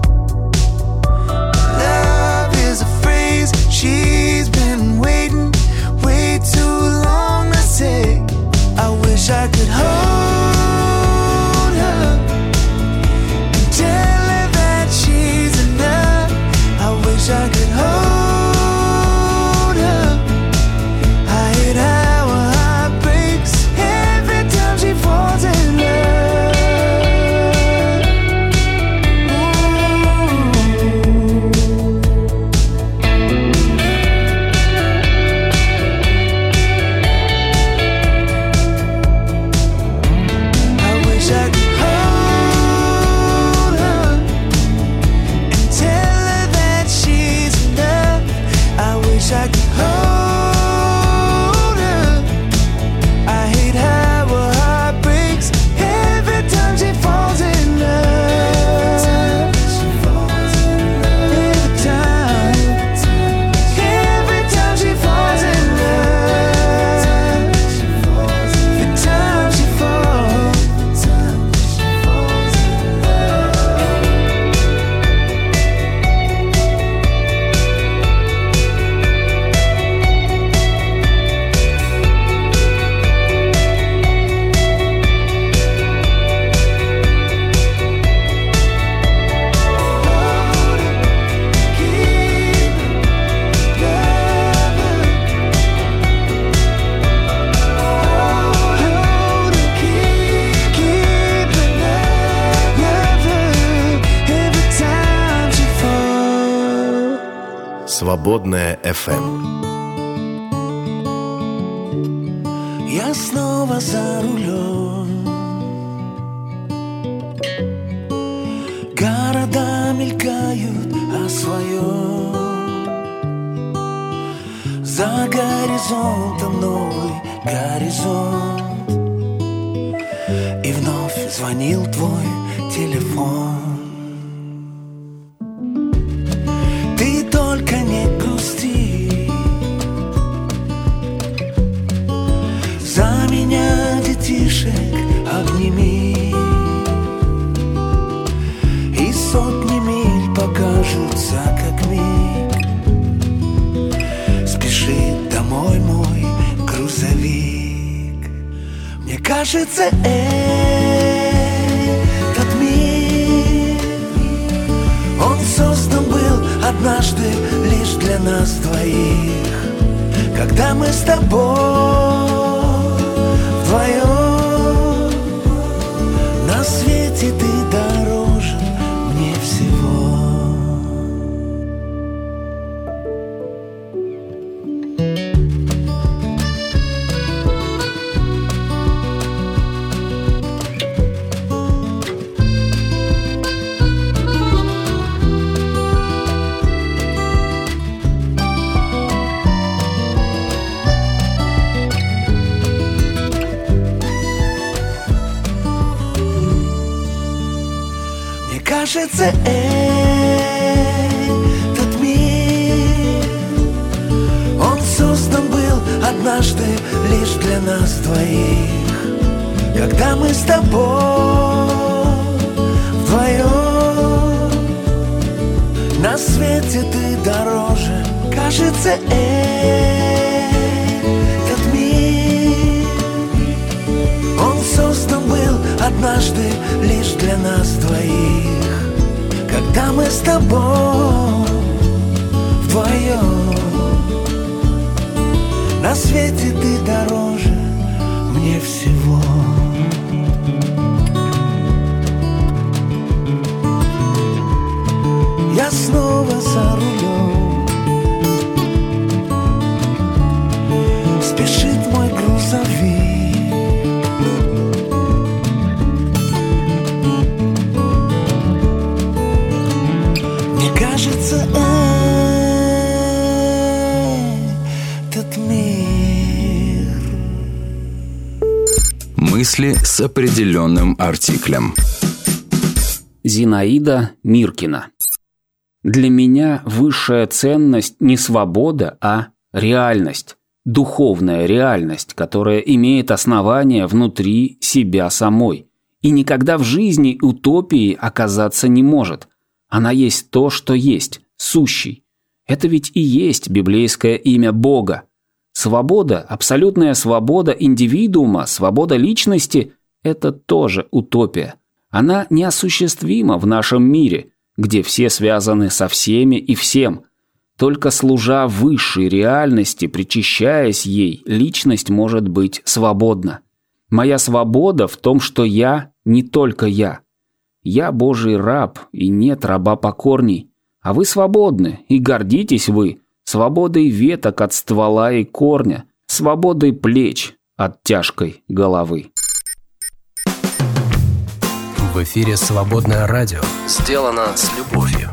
Speaker 5: Love is a phrase she's been waiting way too long to say. I wish I could hold her and tell her that she's enough. I wish I could hold her. I hate how her heart breaks every time she falls in love.
Speaker 11: Свободное эф эм.
Speaker 5: Я снова за рулем. Города мелькают, своем. За горизонтом новый горизонт, и вновь звонил твой телефон. Ты только не грусти, за меня детишек обними, и сотни миль покажутся как миг. Спешит домой мой грузовик. Мне кажется, этот мир, он создан был однажды лишь для нас двоих. Когда мы с тобой вдвоем, на свете ты дороже мне всего. Кажется, этот мир, он создан был однажды лишь для нас двоих. Когда мы с тобой вдвоем, на свете ты дороже. Кажется, этот мир, он создан был однажды лишь для нас двоих. Когда мы с тобой вдвоем, на свете ты дороже мне всего. Я снова за рулем, спешит мой грузовик. Кажется, этот мир.
Speaker 1: Мысли с определенным артиклем.
Speaker 4: Зинаида Миркина. Для меня высшая ценность не свобода, а реальность. Духовная реальность, которая имеет основание внутри себя самой. И никогда в жизни утопии оказаться не может. Она есть то, что есть, сущий. Это ведь и есть библейское имя Бога. Свобода, абсолютная свобода индивидуума, свобода личности – это тоже утопия. Она неосуществима в нашем мире, где все связаны со всеми и всем. Только служа высшей реальности, причащаясь ей, личность может быть свободна. Моя свобода в том, что я не только я. Я Божий раб, и нет раба покорней. А вы свободны, и гордитесь вы свободой веток от ствола и корня, свободой плеч от тяжкой головы.
Speaker 11: В эфире «Свободное радио». Сделано с любовью.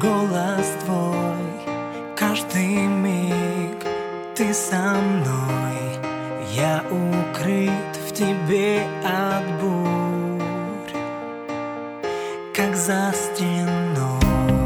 Speaker 12: голос твой, каждый миг ты со мной, я укрыт в тебе от бурь, как за стеной.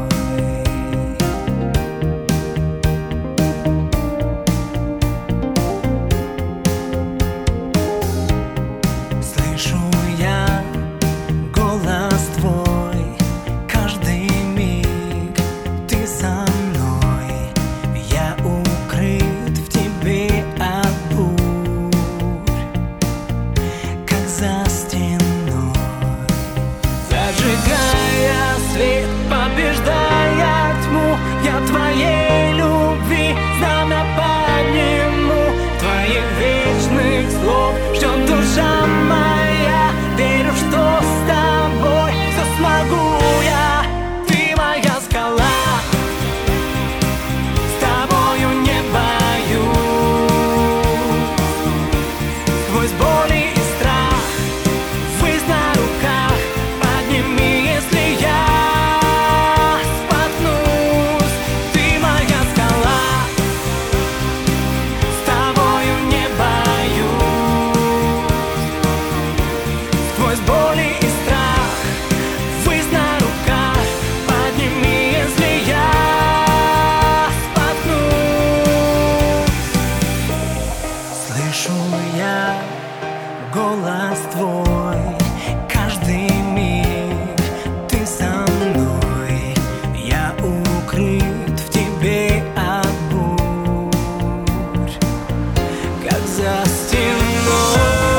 Speaker 12: Слышу я голос твой, каждый миг ты со мной, я укрыт в тебе от бурь, как за стеной. Зажигая свет, побеждая тьму, я твоей любви знамя подниму, твоих вечных слов ждет душа моя. Верю, что с тобой все смогу я. Ты моя скала, с тобою не боюсь. Сквозь боли и страх, высь на руках, подними, если я споткнусь. Ты моя скала, с тобою не боюсь. Сквозь боли и страх, высь на руках, подними, если я споткнусь. Слышу я голос твой, каждый миг ты со мной, я укрыт в тебе от бурь, как за стеной.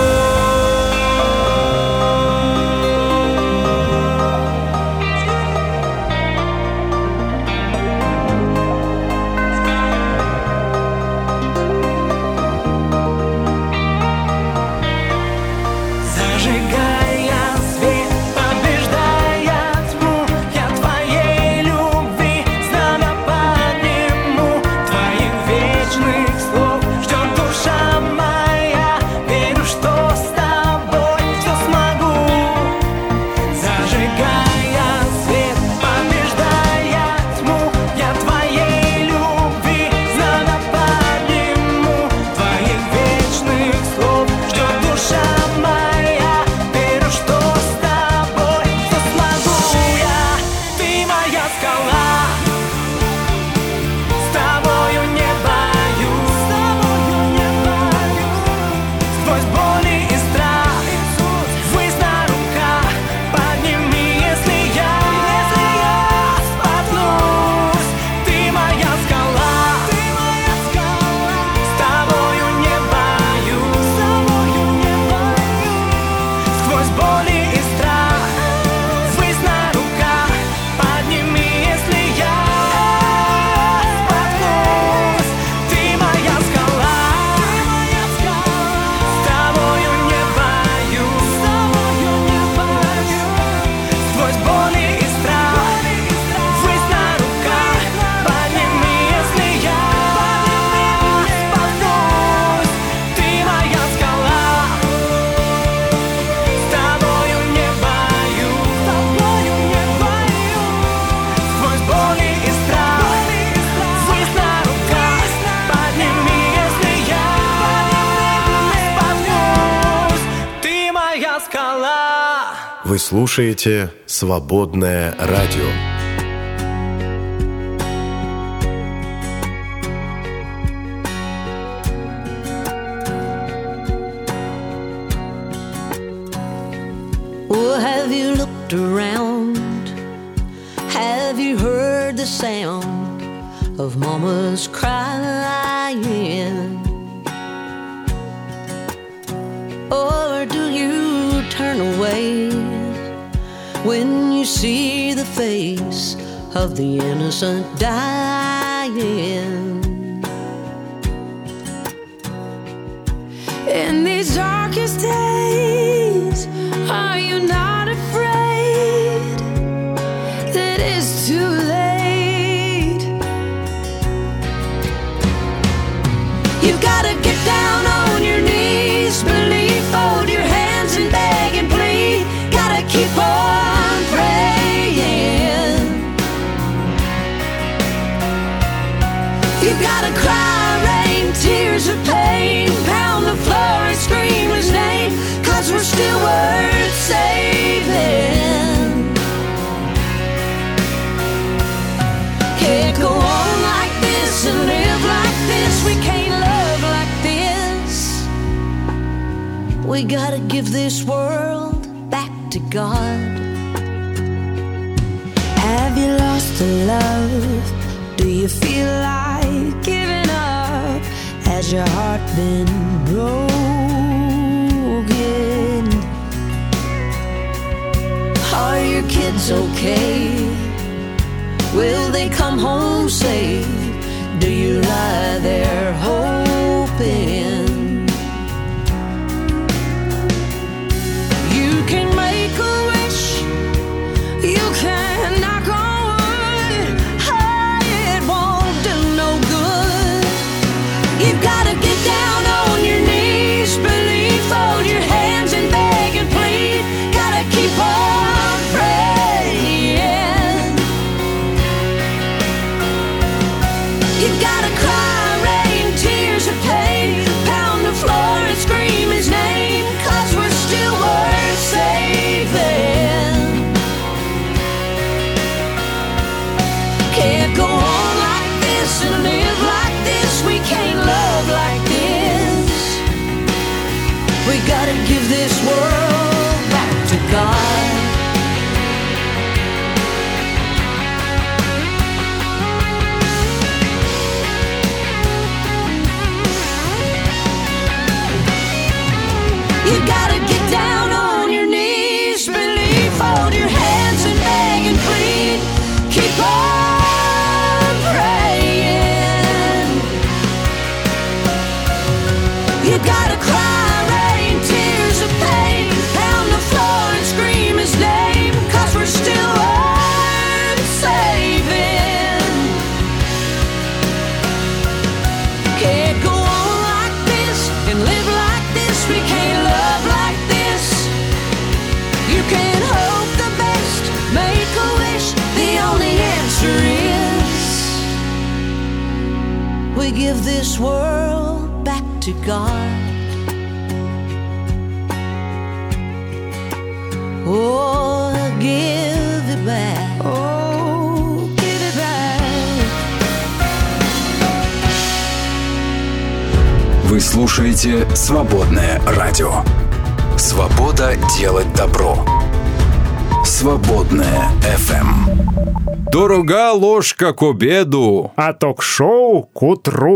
Speaker 12: Зажигая свет, побеждая тьму, я твоей любви знамя подниму, твоих вечных слов ждет душа моя. Верю, что с тобой все смогу. Зажигая свет, побеждая тьму, я твоей любви знамя подниму, твоих вечных слов ждет душа моя. Верю, что с тобой все смогу я. Ты моя скала, с тобою не боюсь. Сквозь боли и страх, высь на руках, подними, если я споткнусь. Ты моя скала, с тобою не боюсь. Сквозь боли и страх, высь на руках, подними, если я споткнусь. Ты моя скала, с тобою не боюсь. Сквозь боли и страх, высь на руках, подними, если я споткнусь. Ты моя скала, с тобою не боюсь. Сквозь боли и страх, высь на руках, подними, если я споткнусь. Ты моя скала.
Speaker 13: Вы слушаете «Свободное радио».
Speaker 6: Oh, have you looked around? Have you heard the sound of mama's crying? Or do you turn away when you see the face of the innocent dying? In these darkest days, are you not afraid that it's too late? You gotta get down on your knees, believe, fold your hands and beg and plead. Gotta keep on praying. We gotta give this world back to God. Have you lost the love? Do you feel like giving up? Has your heart been broken? Are your kids okay? Will they come home safe? Do you lie there hoping? You can make a wish, you can knock on wood, oh, it won't do no good. You've gotta get down on your knees, believe, fold your hands and beg and plead. Gotta keep on praying. You've gotta cry, rain, tears of pain, pound the floor and scream his name, 'cause we're still worth saving. Can't go on like this and live like this. We can't love like this. We gotta give this world back to God. You gotta get down on your knees, believe, fold your hands and beg and plead. Keep on praying. You gotta cry, rain, tears of pain, pound the floor and scream his name, 'cause we're still worth saving. Can't go on like this and live like this. We can't love like this. You can hope the best, make a wish. The only answer is we give this world back to God. Oh, give it back. Oh, give it back.
Speaker 1: Вы слушаете «Свободное радио». Свобода делать добро. Свободное эф эм.
Speaker 3: Дорога ложка к обеду.
Speaker 2: А ток-шоу к утру.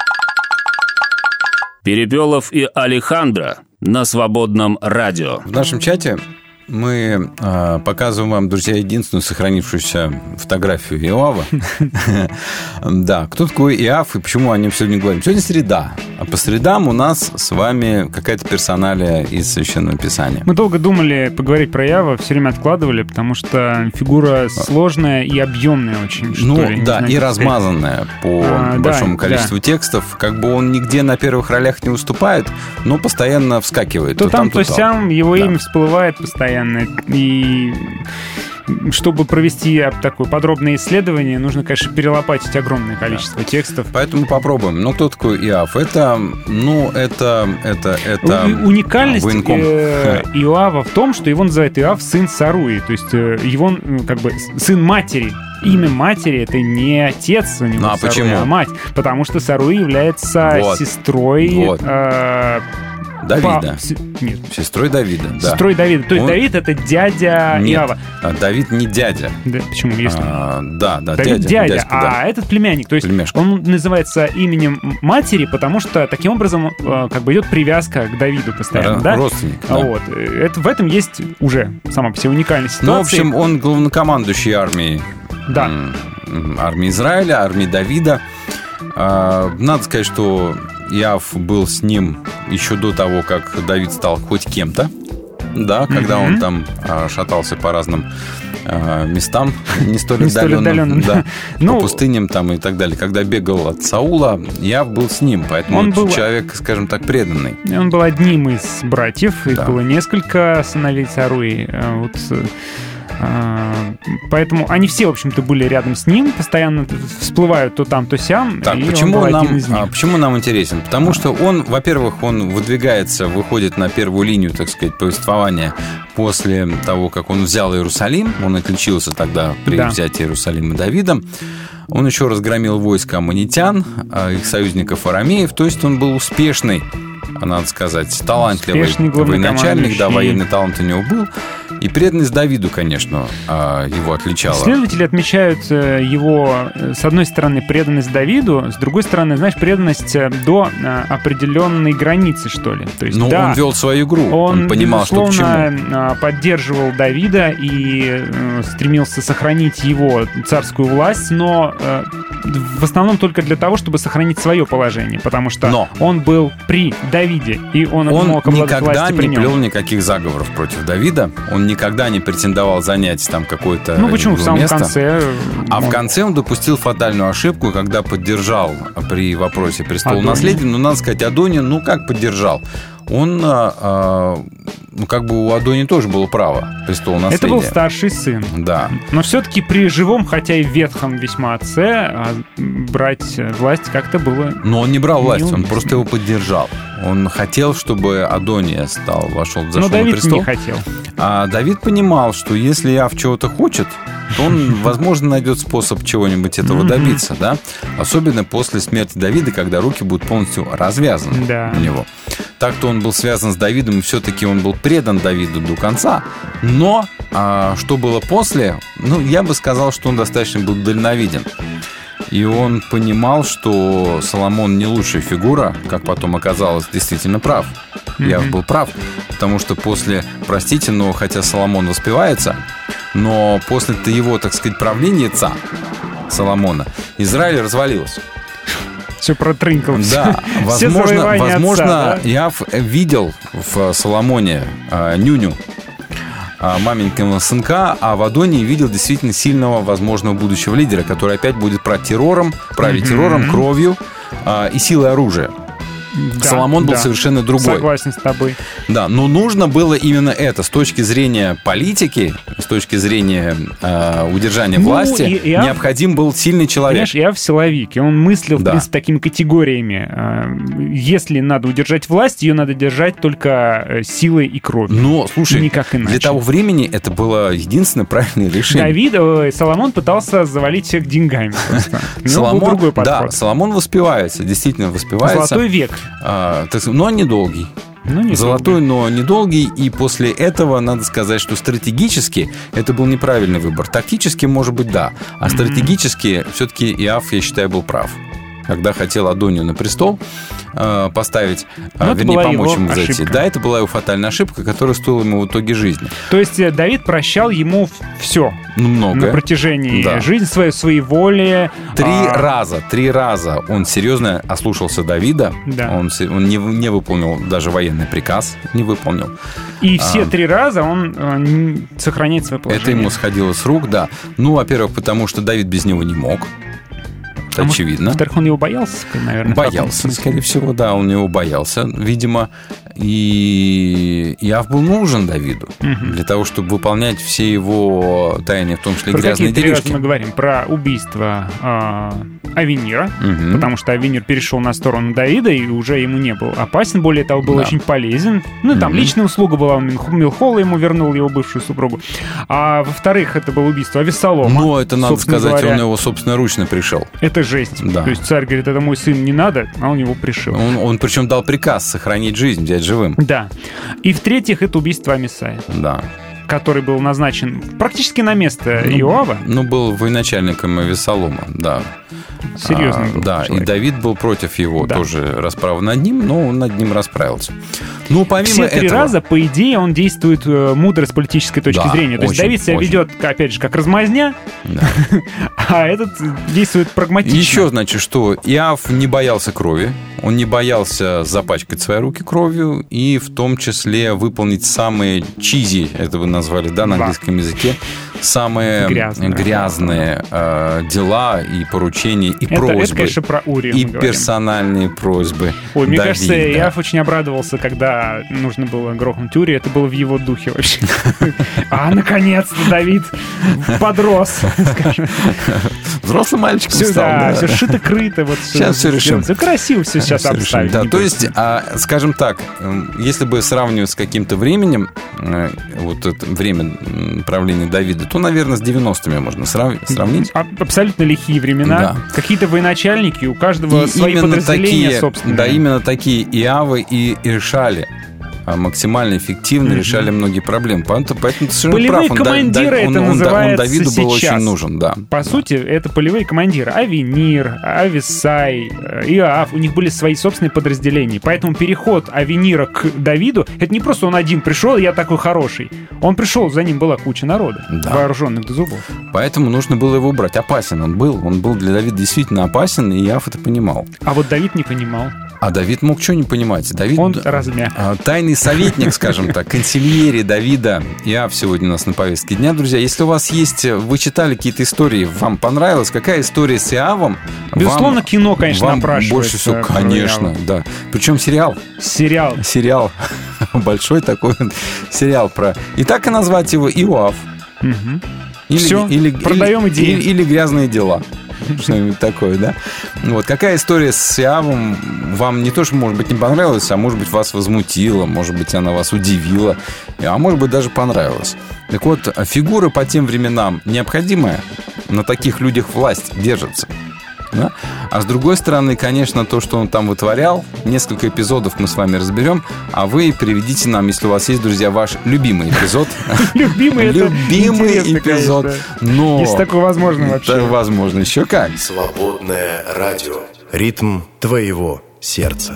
Speaker 4: Перепелов и Алехандро на Свободном радио.
Speaker 3: В нашем чате мы э, показываем вам, друзья, единственную сохранившуюся фотографию Иова. Да, кто такой Иов и почему о нем сегодня говорим? Сегодня среда, а по средам у нас с вами какая-то персоналия из Священного Писания.
Speaker 2: Мы долго думали поговорить про Иова, все время откладывали, потому что фигура сложная и объемная очень.
Speaker 3: Ну,
Speaker 2: ли,
Speaker 3: да,
Speaker 2: знаю,
Speaker 3: и размазанная по
Speaker 2: а,
Speaker 3: большому
Speaker 2: да,
Speaker 3: количеству
Speaker 2: да.
Speaker 3: текстов. Как бы он нигде на первых ролях не выступает, но постоянно вскакивает.
Speaker 2: То, то там, то,
Speaker 3: то
Speaker 2: сям, его
Speaker 3: да.
Speaker 2: имя всплывает постоянно. И чтобы провести такое подробное исследование, нужно, конечно, перелопатить огромное количество да. текстов.
Speaker 3: Поэтому попробуем. Ну, кто такой Иов? Это, ну, это, это, это...
Speaker 2: У- уникальность э- Иова в том, что его называют Иов сын Саруи. То есть э- его, как бы, сын матери. Имя матери — это не отец у него,
Speaker 3: ну, а
Speaker 2: Саруи,
Speaker 3: почему?
Speaker 2: а мать. Потому что Саруи является
Speaker 3: вот.
Speaker 2: сестрой...
Speaker 3: Вот.
Speaker 2: Э-
Speaker 3: Давида.
Speaker 2: Па... Нет.
Speaker 3: Сестрой Давида, да.
Speaker 2: Сестрой Давида. То есть
Speaker 3: Он...
Speaker 2: Давид — это дядя
Speaker 3: Нет,
Speaker 2: Иова.
Speaker 3: Давид не дядя.
Speaker 2: Да, почему? Если...
Speaker 3: А, да, да,
Speaker 2: Давид
Speaker 3: дядя.
Speaker 2: дядя,
Speaker 3: дядька,
Speaker 2: а
Speaker 3: да.
Speaker 2: этот племянник. То есть
Speaker 3: Племяшка.
Speaker 2: он называется именем матери, потому что таким образом как бы идет привязка к Давиду постоянно.
Speaker 3: Р-
Speaker 2: да?
Speaker 3: Родственник, да.
Speaker 2: Вот. Это, в этом есть уже сама по себе уникальная ситуация.
Speaker 3: Ну, в общем, он главнокомандующий армией.
Speaker 2: Да.
Speaker 3: Армии Израиля, армии Давида. Надо сказать, что Иов был с ним еще до того, как Давид стал хоть кем-то. Да, когда mm-hmm. он там шатался по разным местам, не столь
Speaker 2: не
Speaker 3: отдаленным,
Speaker 2: отдаленным
Speaker 3: да,
Speaker 2: ну,
Speaker 3: по пустыням там и так далее. Когда бегал от Саула, Иов был с ним, поэтому он был человек, скажем так, преданный.
Speaker 2: Он был одним из братьев, их
Speaker 3: да.
Speaker 2: было несколько сыновей Саруи. Вот, поэтому они все, в общем-то, были рядом с ним, постоянно всплывают то там, то сям.
Speaker 3: Так,
Speaker 2: и
Speaker 3: почему,
Speaker 2: он был
Speaker 3: нам,
Speaker 2: один из них.
Speaker 3: а, почему нам интересен? Потому что он, во-первых, он выдвигается, выходит на первую линию, так сказать, повествования после того, как он взял Иерусалим. Он отличился тогда при да. взятии Иерусалима Давидом. Он еще разгромил войско аммонитян, их союзников арамеев. То есть он был успешный надо сказать, талантливый
Speaker 2: Успешный
Speaker 3: военачальник, да,
Speaker 2: главнокомандующий.
Speaker 3: военный талант у него был. И преданность Давиду, конечно, а, его отличала.
Speaker 2: Исследователи отмечают э, его, э, с одной стороны, преданность Давиду, с другой стороны, знаешь, преданность э, до э, определенной границы, что ли. То есть,
Speaker 3: Но
Speaker 2: да,
Speaker 3: он вел свою игру, он,
Speaker 2: он
Speaker 3: понимал, что к
Speaker 2: безусловно,
Speaker 3: чему.
Speaker 2: э, поддерживал Давида и э, стремился сохранить его царскую власть, но э, в основном только для того, чтобы сохранить свое положение, потому что
Speaker 3: Но.
Speaker 2: он был при Давиде, и он,
Speaker 3: Он
Speaker 2: мог обладать
Speaker 3: никогда
Speaker 2: властью при
Speaker 3: не
Speaker 2: нем.
Speaker 3: плел никаких заговоров против Давида. Он никогда не претендовал занять там какое-то
Speaker 2: Ну почему в самом
Speaker 3: место.
Speaker 2: конце? э,
Speaker 3: А в
Speaker 2: может,
Speaker 3: конце он допустил фатальную ошибку, когда поддержал при вопросе престола
Speaker 2: Адония.
Speaker 3: наследия. Ну, надо сказать, Адония, ну как поддержал? Он, а, а, ну как бы у Адони тоже было право престола наследия.
Speaker 2: Это был старший сын.
Speaker 3: Да.
Speaker 2: Но все-таки при живом, хотя и ветхом весьма отце, а, брать власть как-то было...
Speaker 3: Но он не брал власть, он
Speaker 2: неуместно.
Speaker 3: просто его поддержал. Он хотел, чтобы Адония стал, вошел, зашел
Speaker 2: Но
Speaker 3: на
Speaker 2: Давид
Speaker 3: престол.
Speaker 2: не хотел.
Speaker 3: А Давид понимал, что если Иав чего-то хочет, то он, возможно, найдет способ чего-нибудь этого
Speaker 2: Мгм.
Speaker 3: добиться, да? Особенно после смерти Давида, когда руки будут полностью развязаны
Speaker 2: Да.
Speaker 3: у него. Так-то он был связан с Давидом, и все-таки он был предан Давиду до конца. Но а, что было после, ну, я бы сказал, что он достаточно был дальновиден. И он понимал, что Соломон не лучшая фигура, как потом оказалось, действительно прав. Я
Speaker 2: Мгм.
Speaker 3: был прав, потому что после, простите, но хотя Соломон воспевается, но после его, так сказать, правления ца Соломона, Израиль развалился.
Speaker 2: Все протрынкал.
Speaker 3: Да,
Speaker 2: Все
Speaker 3: возможно,
Speaker 2: завоевания
Speaker 3: возможно,
Speaker 2: отца, да?
Speaker 3: Иав видел в Соломоне а, нюню, а, маменькиного сынка, а в Адонии видел действительно сильного, возможного будущего лидера, который опять будет править террором, править
Speaker 2: Мгм.
Speaker 3: террором, кровью а, и силой оружия.
Speaker 2: Да,
Speaker 3: Соломон был
Speaker 2: да.
Speaker 3: совершенно другой.
Speaker 2: Согласен с тобой.
Speaker 3: Да, но нужно было именно это с точки зрения политики, с точки зрения э, удержания
Speaker 2: Ну,
Speaker 3: власти,
Speaker 2: и- и Иав-
Speaker 3: необходим был сильный человек.
Speaker 2: Понимаешь, я в силовик, и он мыслил, в
Speaker 3: Да.
Speaker 2: принципе, такими категориями. Э, Если надо удержать власть, ее надо держать только э, силой и кровью.
Speaker 3: Но, слушай,
Speaker 2: Никак иначе.
Speaker 3: для того времени это было единственное правильное решение.
Speaker 2: Давид, э, Соломон пытался завалить всех деньгами просто. У него был
Speaker 3: Соломон,
Speaker 2: другой
Speaker 3: да,
Speaker 2: подход.
Speaker 3: Соломон воспевается, действительно воспевается.
Speaker 2: Золотой век.
Speaker 3: А, так сказать, но недолгий.
Speaker 2: Ну, не
Speaker 3: Золотой, но недолгий. И после этого надо сказать, что стратегически это был неправильный выбор. Тактически, может быть, да. А стратегически все-таки Иав, я считаю, был прав. Когда хотел Адонию на престол э, поставить, э,
Speaker 2: Но это
Speaker 3: вернее,
Speaker 2: была
Speaker 3: помочь
Speaker 2: его
Speaker 3: ему зайти.
Speaker 2: ошибка.
Speaker 3: Да, это была его фатальная ошибка, которая стоила ему в итоге жизни.
Speaker 2: То есть э, Давид прощал ему все
Speaker 3: Ну, многое.
Speaker 2: на протяжении
Speaker 3: Да.
Speaker 2: жизни своей, своей воли.
Speaker 3: Три
Speaker 2: а,
Speaker 3: раза, три раза он серьезно ослушался Давида.
Speaker 2: Да.
Speaker 3: Он, се- он не, не выполнил даже военный приказ, не выполнил.
Speaker 2: И все
Speaker 3: А,
Speaker 2: три раза он э, н- сохраняет свое положение.
Speaker 3: Это ему сходило с рук, да. Ну, во-первых, потому что Давид без него не мог. Это
Speaker 2: А может,
Speaker 3: очевидно.
Speaker 2: Во-вторых, он его боялся, наверное. в каком-то
Speaker 3: Боялся,
Speaker 2: смысле.
Speaker 3: скорее всего, да, он его боялся, видимо. И Иав был нужен Давиду
Speaker 2: Мгм.
Speaker 3: для того, чтобы выполнять все его тайны, в том числе
Speaker 2: Про
Speaker 3: грязные
Speaker 2: какие три раза
Speaker 3: делишки.
Speaker 2: мы говорим? Про убийство э, Авенира,
Speaker 3: Мгм.
Speaker 2: потому что Авенир перешел на сторону Давида и уже ему не был опасен, более того, был
Speaker 3: Да.
Speaker 2: очень полезен. Ну, и там
Speaker 3: Мгм.
Speaker 2: личная услуга была, он Милх- Милхола ему вернул, его бывшую супругу. А во-вторых, это было убийство Авессалома.
Speaker 3: Но это, надо
Speaker 2: Собственно
Speaker 3: сказать,
Speaker 2: говоря,
Speaker 3: он его собственноручно пришел.
Speaker 2: Это жесть.
Speaker 3: Да.
Speaker 2: То есть царь говорит, это мой сын, не надо, а он его пришил.
Speaker 3: Он, он причем дал приказ сохранить жизнь, взять живым.
Speaker 2: Да. И в-третьих, это убийство Амисая,
Speaker 3: Да.
Speaker 2: который был назначен практически на место
Speaker 3: Ну,
Speaker 2: Иоава.
Speaker 3: Ну, был военачальником Авессалома, да.
Speaker 2: Серьезный
Speaker 3: А,
Speaker 2: был
Speaker 3: Да,
Speaker 2: человек.
Speaker 3: и Давид был против его,
Speaker 2: Да.
Speaker 3: тоже расправы над ним, но он над ним расправился. Ну, помимо
Speaker 2: Все три
Speaker 3: этого...
Speaker 2: раза, по идее, он действует э, мудро с политической точки
Speaker 3: Да,
Speaker 2: зрения. То есть
Speaker 3: очень,
Speaker 2: Давид себя
Speaker 3: очень.
Speaker 2: ведет, опять же, как размазня,
Speaker 3: Да.
Speaker 2: а этот действует прагматично.
Speaker 3: Еще, значит, что Иав не боялся крови, он не боялся запачкать свои руки кровью и в том числе выполнить самые чизи, это вы назвали, да, на
Speaker 2: Да.
Speaker 3: английском языке, самые
Speaker 2: Грязные.
Speaker 3: грязные э, дела и поручения, и
Speaker 2: Это,
Speaker 3: просьбы.
Speaker 2: это, конечно, про Урию
Speaker 3: и
Speaker 2: мы говорим.
Speaker 3: персональные просьбы
Speaker 2: Ой, мне
Speaker 3: Давида.
Speaker 2: кажется, Иав очень обрадовался, когда нужно было грохнуть Урию. Это было в его духе вообще. А, наконец-то Давид подрос, скажем.
Speaker 3: Взрослым мальчиком
Speaker 2: Все,
Speaker 3: стал.
Speaker 2: да,
Speaker 3: Да.
Speaker 2: все шито-крыто. Вот всё
Speaker 3: Сейчас все решим.
Speaker 2: Все красиво все сейчас
Speaker 3: Всё решим.
Speaker 2: обставить.
Speaker 3: Да,
Speaker 2: не
Speaker 3: то
Speaker 2: бойся.
Speaker 3: есть, а, скажем так, м, если бы сравнивать с каким-то временем, э, вот это время м, правления Давида, то, наверное, с девяностыми можно срав- сравнить.
Speaker 2: А- Абсолютно лихие времена.
Speaker 3: Да.
Speaker 2: Какие-то военачальники, у каждого
Speaker 3: И
Speaker 2: свои
Speaker 3: именно
Speaker 2: подразделения
Speaker 3: такие,
Speaker 2: собственные.
Speaker 3: да, именно такие Иавы и Иршали а, максимально эффективно
Speaker 2: Мгм.
Speaker 3: решали многие проблемы. Поэтому, поэтому ты совершенно
Speaker 2: Полевые
Speaker 3: прав. Он, да-
Speaker 2: командиры
Speaker 3: да,
Speaker 2: это
Speaker 3: он- он- он
Speaker 2: называется
Speaker 3: Давиду был
Speaker 2: сейчас.
Speaker 3: очень нужен, да.
Speaker 2: По сути, это полевые командиры. Авенир, Ависай, э, Иоав. У них были свои собственные подразделения. Поэтому переход Авенира к Давиду, это не просто он один пришел, и я такой хороший. Он пришел, за ним была куча народа,
Speaker 3: Да.
Speaker 2: вооруженных до зубов.
Speaker 3: Поэтому нужно было его убрать. Опасен он был. Он был для Давида действительно опасен, и Иав это понимал.
Speaker 2: А вот Давид не понимал.
Speaker 3: А Давид мог что не понимать? Давид...
Speaker 2: Он размяк.
Speaker 3: а, Тайный советник, скажем так, консильери Давида. Иав сегодня у нас на повестке дня. Друзья, если у вас есть... Вы читали какие-то истории, вам понравилось? Какая история с Иавом?
Speaker 2: Безусловно,
Speaker 3: вам-
Speaker 2: кино, конечно,
Speaker 3: вам
Speaker 2: напрашивается
Speaker 3: больше всего,
Speaker 2: про
Speaker 3: конечно,
Speaker 2: Иава.
Speaker 3: да. Причем сериал.
Speaker 2: Сериал.
Speaker 3: Сериал. Большой такой сериал про... И так и назвать его Иоав.
Speaker 2: Мгм.
Speaker 3: Или,
Speaker 2: Всё,
Speaker 3: или,
Speaker 2: продаем
Speaker 3: или-
Speaker 2: идею.
Speaker 3: Или, или грязные дела. Что-нибудь такое, да? Вот. Какая история с Иавом вам не то, что, может быть, не понравилась, а может быть, вас возмутила, может быть, она вас удивила, а может быть, даже понравилась. Так вот, фигура по тем временам необходимая. На таких людях власть держится. Да? А с другой стороны, конечно, то, что он там вытворял, несколько эпизодов мы с вами разберем, а вы приведите нам, если у вас есть, друзья, ваш любимый эпизод.
Speaker 2: Любимый это
Speaker 3: Любимый
Speaker 2: интересно,
Speaker 3: эпизод.
Speaker 2: конечно.
Speaker 3: Но...
Speaker 2: Если такое возможно вообще.
Speaker 3: Это возможно. Еще как.
Speaker 13: Свободное радио. Ритм твоего сердца.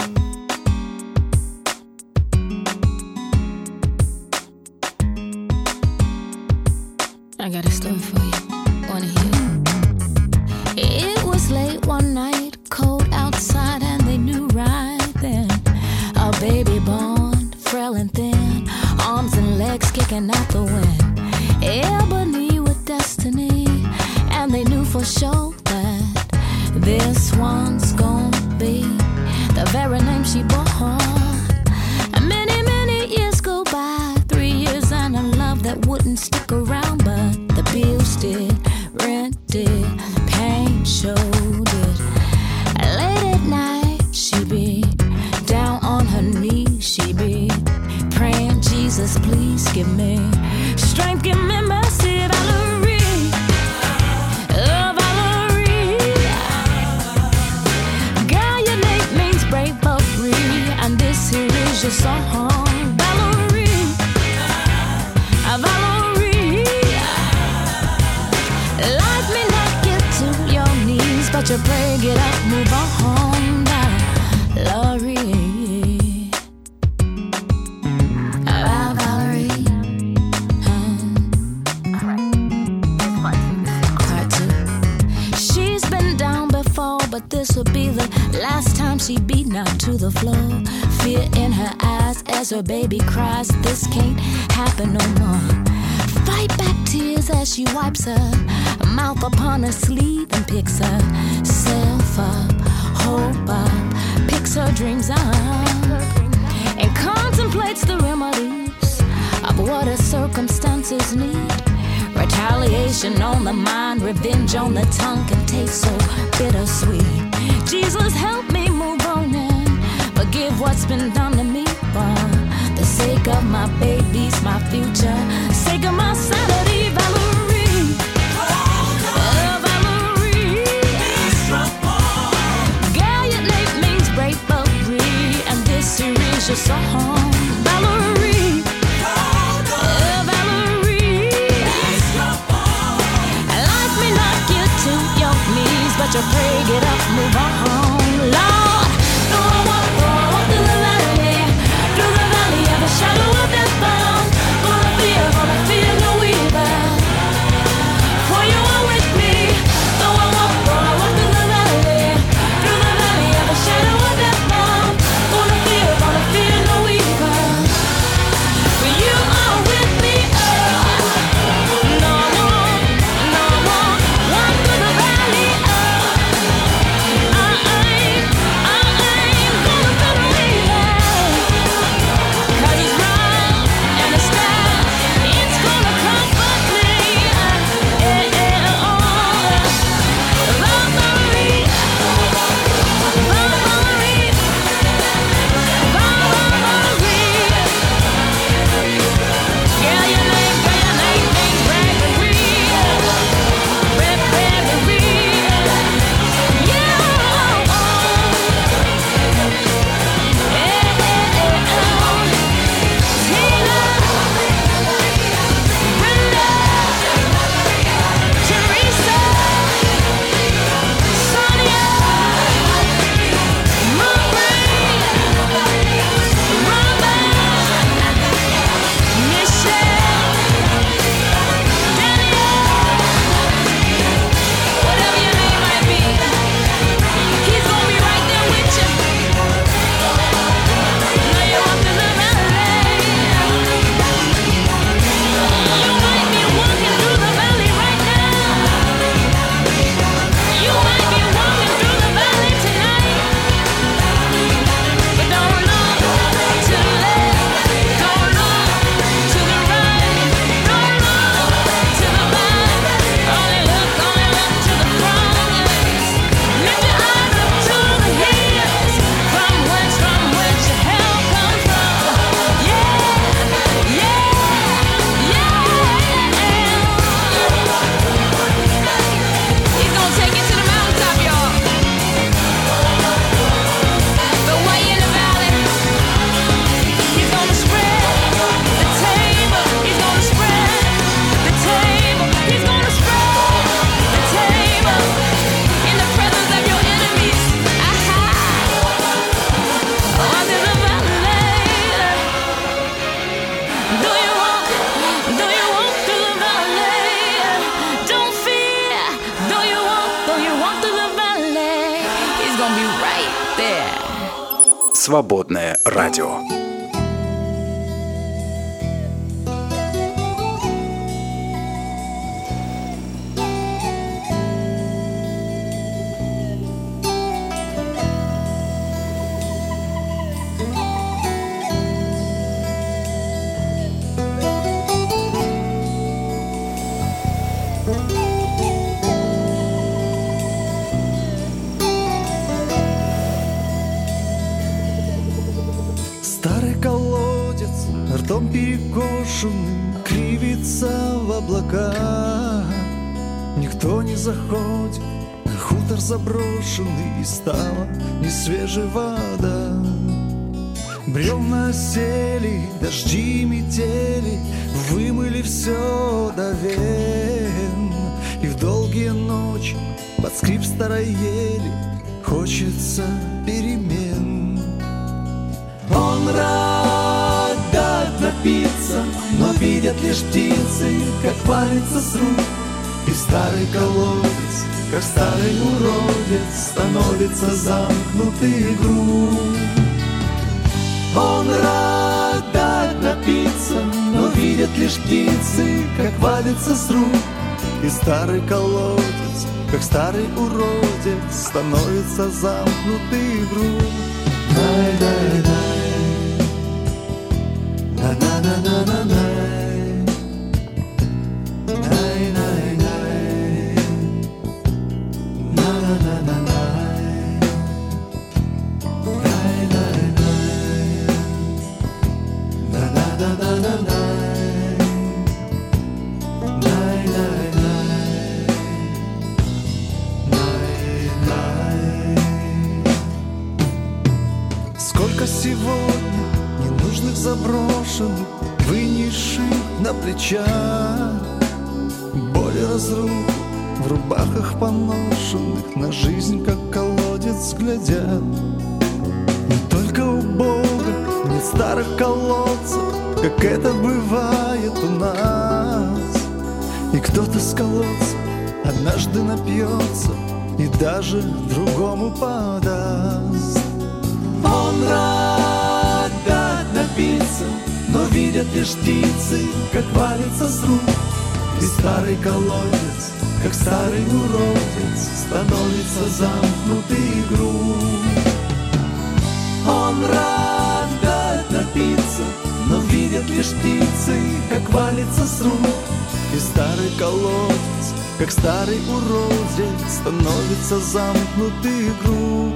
Speaker 14: I got a story for you. Wanna hear? It was late one night, cold outside, and they knew right then. A baby born, frail and thin, arms and legs kicking out the wind. Ebony with destiny, and they knew for sure that this one's gonna be the very name she bore. And many, many years go by, three years and a love that wouldn't stick around, but the bills did, rent did, pain showed it. Late at night, she be down on her knees, she be praying, Jesus, please give me strength, give me mercy, Valerie, oh Valerie. Girl, your name means bravery, and this here is your song, Valerie, uh, Valerie. Life may not get to your knees, but you pray, get up, move on, Valerie. Uh, Valerie. Part two. She's been down before, but this will be the last time she be knocked to the floor. Fear in her eyes as her baby cries, this can't happen no more. Fight back tears as she wipes her mouth upon her sleeve and picks herself up, hope up, picks her dreams up, and contemplates the remedies of what her circumstances need. Retaliation on the mind, revenge on the tongue can taste so bittersweet. Jesus, help me move on and forgive what's been done to me for the sake of my babies, my future, sake of my sanity, Valerie. Oh, Valerie. Girl, your name means bravery, and this here is your song, Valerie. Oh, Valerie. Life may not get to your knees, but you pray, get up, move on, Lord. Though I walk, though I walk through the valley, through the valley of the shadow of death, bound, gonna fear, gonna fear no evil.
Speaker 1: «Свободное радио».
Speaker 15: Старый колодец, ртом перекошенным, кривится в облака. Никто не заходит на хутор заброшенный, и стала несвежая вода. Бревна осели, дожди метели, вымыли все до вен. И в долгие ночи под скрип старой ели хочется перемен. Он рад дать напиться, но видят лишь птицы, как валится с рук. И старый колодец, как старый уродец, становится замкнутый грудь. Он рад дать напиться, но видят лишь птицы, как валится с рук. И старый колодец, как старый уродец, становится замкнутый грудь. Дай-дай-дай, на-на-на-на-на-най, най-най-най, на-на-на-на-най, най-най-най, на-на-на-на-на-най, най-най-най, най-най. Сколько сегодня ненужных заброшенных, вынесших на плечах, боль и разруха в рубахах поношенных, на жизнь как колодец глядят. Не только у Бога нет старых колодцев, как это бывает у нас. И кто-то с колодца однажды напьется и даже другому подаст. Он рад дать напиться, но видят лишь птицы, как валится с рук. И старый колодец, как старый уродец, становится замкнутый грудь. Он рад дать напиться, но видят лишь птицы, как валится с рук. И старый колодец, как старый уродец, становится замкнутый грудь.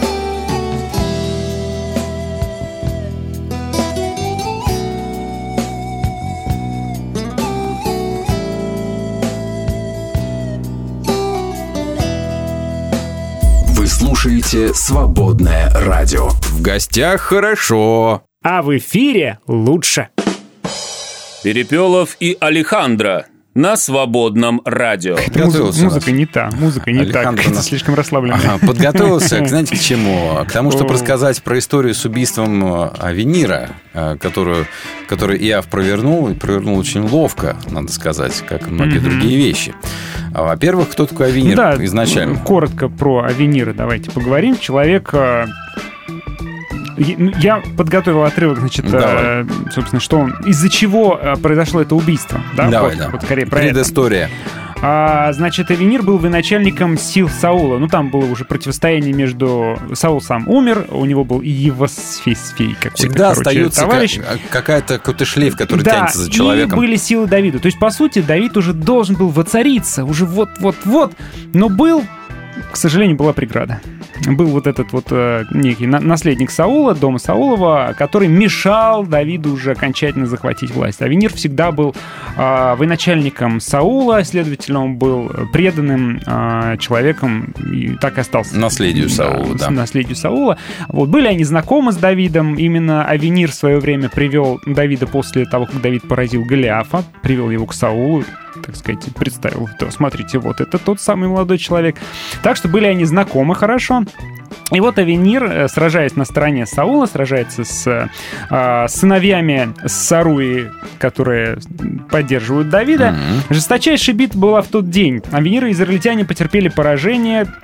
Speaker 1: Слушаете «Свободное радио».
Speaker 3: В гостях хорошо,
Speaker 2: а в эфире лучше.
Speaker 4: Перепелов и Алехандро на Свободном радио.
Speaker 2: Музыка, музыка не та, музыка не та,
Speaker 3: нас...
Speaker 2: слишком расслабленная.
Speaker 3: Ага, подготовился, знаете, к чему? К тому, чтобы рассказать про историю с убийством Авенира, которую, которую Иав провернул, и провернул очень ловко, надо сказать, как и многие mm-hmm. другие вещи. Во-первых, кто такой Авенир
Speaker 2: да,
Speaker 3: изначально?
Speaker 2: Коротко про Авенира давайте поговорим. Человек... Я подготовил отрывок, значит, э, собственно, что он, из-за чего произошло это убийство. Да?
Speaker 3: Давай,
Speaker 2: вот,
Speaker 3: да.
Speaker 2: Вот скорее про
Speaker 3: Предыстория.
Speaker 2: это. А, значит, Авенир был военачальником сил Саула. Ну, там было уже противостояние между... Саул сам умер, у него был Иевосфей какой-то,
Speaker 3: всегда
Speaker 2: короче,
Speaker 3: остается
Speaker 2: товарищ.
Speaker 3: какая-то, какой-то шлейф, который
Speaker 2: да,
Speaker 3: тянется за человеком.
Speaker 2: И были силы Давида. То есть, по сути, Давид уже должен был воцариться, уже вот-вот-вот. Но был, к сожалению, была преграда. Был вот этот вот э, некий на- наследник Саула, дома Саулова, который мешал Давиду уже окончательно захватить власть. Авенир всегда был э, военачальником Саула, следовательно, он был преданным э, человеком и так и остался.
Speaker 3: Наследию Саула, да.
Speaker 2: Наследию Саула. Вот. Были они знакомы с Давидом. Именно Авенир в свое время привел Давида после того, как Давид поразил Голиафа, привел его к Саулу, так сказать, представил, то, смотрите, вот это тот самый молодой человек. Так что были они знакомы хорошо. И вот Авенир, сражаясь на стороне Саула, сражается с э, сыновьями Саруи, которые поддерживают Давида. Mm-hmm. Жесточайшая битва была в тот день. Авенир и израильтяне потерпели поражение.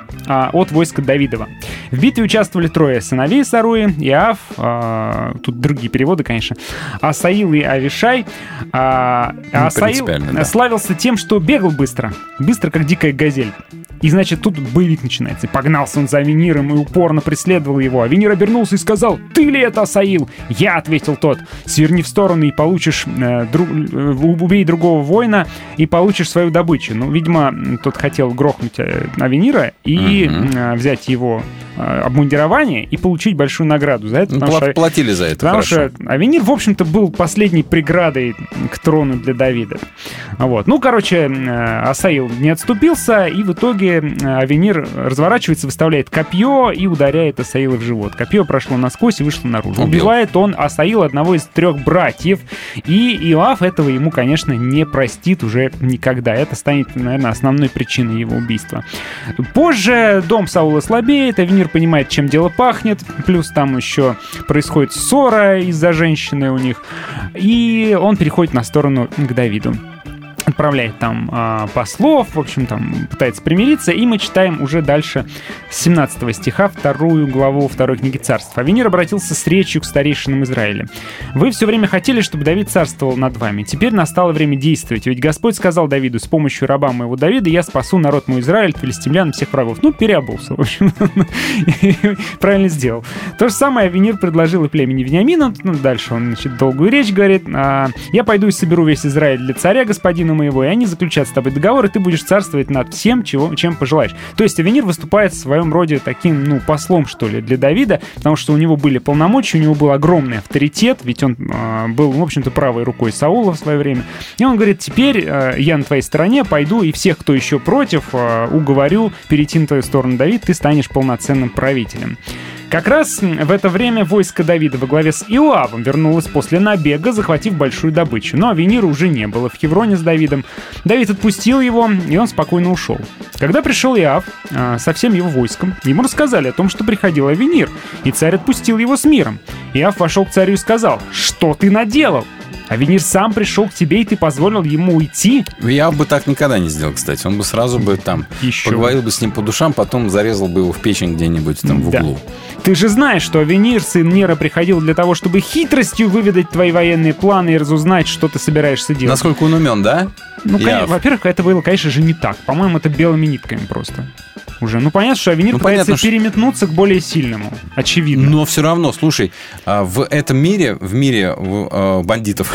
Speaker 2: а, от войска Давидова. В битве участвовали трое сыновей Саруи, Иав, а, тут другие переводы, конечно, Асаил и Авишай. А,
Speaker 3: Ну,
Speaker 2: Асаил
Speaker 3: принципиально, да.
Speaker 2: славился тем, что бегал быстро, быстро, как дикая газель. И, значит, тут боевик начинается. И погнался он за Авениром и упорно преследовал его. Авенир обернулся и сказал: «Ты ли это, Асаил?» «Я», — ответил тот. «Сверни в сторону и получишь... Э, друг, э, убей другого воина и получишь свою добычу». Ну, видимо, тот хотел грохнуть э, Авенира и э, взять его э, обмундирование и получить большую награду за это.
Speaker 3: Ну,
Speaker 2: потому
Speaker 3: пла-
Speaker 2: что-
Speaker 3: платили за это,
Speaker 2: Потому
Speaker 3: хорошо.
Speaker 2: что Авенир, в общем-то, был последней преградой к трону для Давида. Вот. Ну, короче, э, Асаил не отступился, и в итоге Авенир разворачивается, выставляет копье и ударяет Асаила в живот. Копье прошло насквозь и вышло наружу.
Speaker 3: Убил.
Speaker 2: Убивает он Асаила, одного из трех братьев, и Иоав этого ему, конечно, не простит уже никогда. Это станет, наверное, основной причиной его убийства. Позже дом Саула слабеет, Авенир понимает, чем дело пахнет, плюс там еще происходит ссора из-за женщины у них, и он переходит на сторону к Давиду. Отправляет там а, послов, в общем, там пытается примириться, и мы читаем уже дальше с семнадцатого стиха вторую главу второй книги Царств. Авенир обратился с речью к старейшинам Израиля. «Вы все время хотели, чтобы Давид царствовал над вами. Теперь настало время действовать. Ведь Господь сказал Давиду: с помощью раба моего Давида я спасу народ мой Израиль от филистимлян и всех врагов». Ну, переобулся, в общем. Правильно сделал. То же самое Авенир предложил и племени Вениамина. Ну, дальше он, значит, долгую речь говорит. А, «Я пойду и соберу весь Израиль для царя господина моего, и они заключат с тобой договор, и ты будешь царствовать над всем, чего, чем пожелаешь». То есть Авенир выступает в своем роде таким, ну, послом, что ли, для Давида, потому что у него были полномочия, у него был огромный авторитет, ведь он э, был, в общем-то, правой рукой Саула в свое время. И он говорит: теперь э, я на твоей стороне, пойду и всех, кто еще против, э, уговорю перейти на твою сторону, Давид, ты станешь полноценным правителем. Как раз в это время войско Давида во главе с Иоавом вернулось после набега, захватив большую добычу. Но Авенира уже не было в Хевроне с Давидом. Давид отпустил его, и он спокойно ушел. Когда пришел Иоав э, со всем его войском, ему рассказали о том, что приходил Авенир, и царь отпустил его с миром. Иоав вошел к царю и сказал: «Что ты наделал? Авенир сам пришел к тебе, и ты позволил ему уйти?»
Speaker 3: Я бы так никогда не сделал, кстати. Он бы сразу бы там
Speaker 2: Еще.
Speaker 3: поговорил бы с ним по душам, потом зарезал бы его в печень где-нибудь там в
Speaker 2: Да.
Speaker 3: углу.
Speaker 2: Ты же знаешь, что Авенир, сын Нера, приходил для того, чтобы хитростью выведать твои военные планы и разузнать, что ты собираешься делать.
Speaker 3: Насколько он умен, да?
Speaker 2: Ну,
Speaker 3: Я-
Speaker 2: конечно, во-первых, это было, конечно же, не так. По-моему, это белыми нитками просто. Уже. Ну, понятно, что Авенир
Speaker 3: Ну,
Speaker 2: пытается
Speaker 3: понятно, что-
Speaker 2: переметнуться к более сильному. Очевидно.
Speaker 3: Но все равно, слушай, а, в этом мире, в мире в, а, бандитов,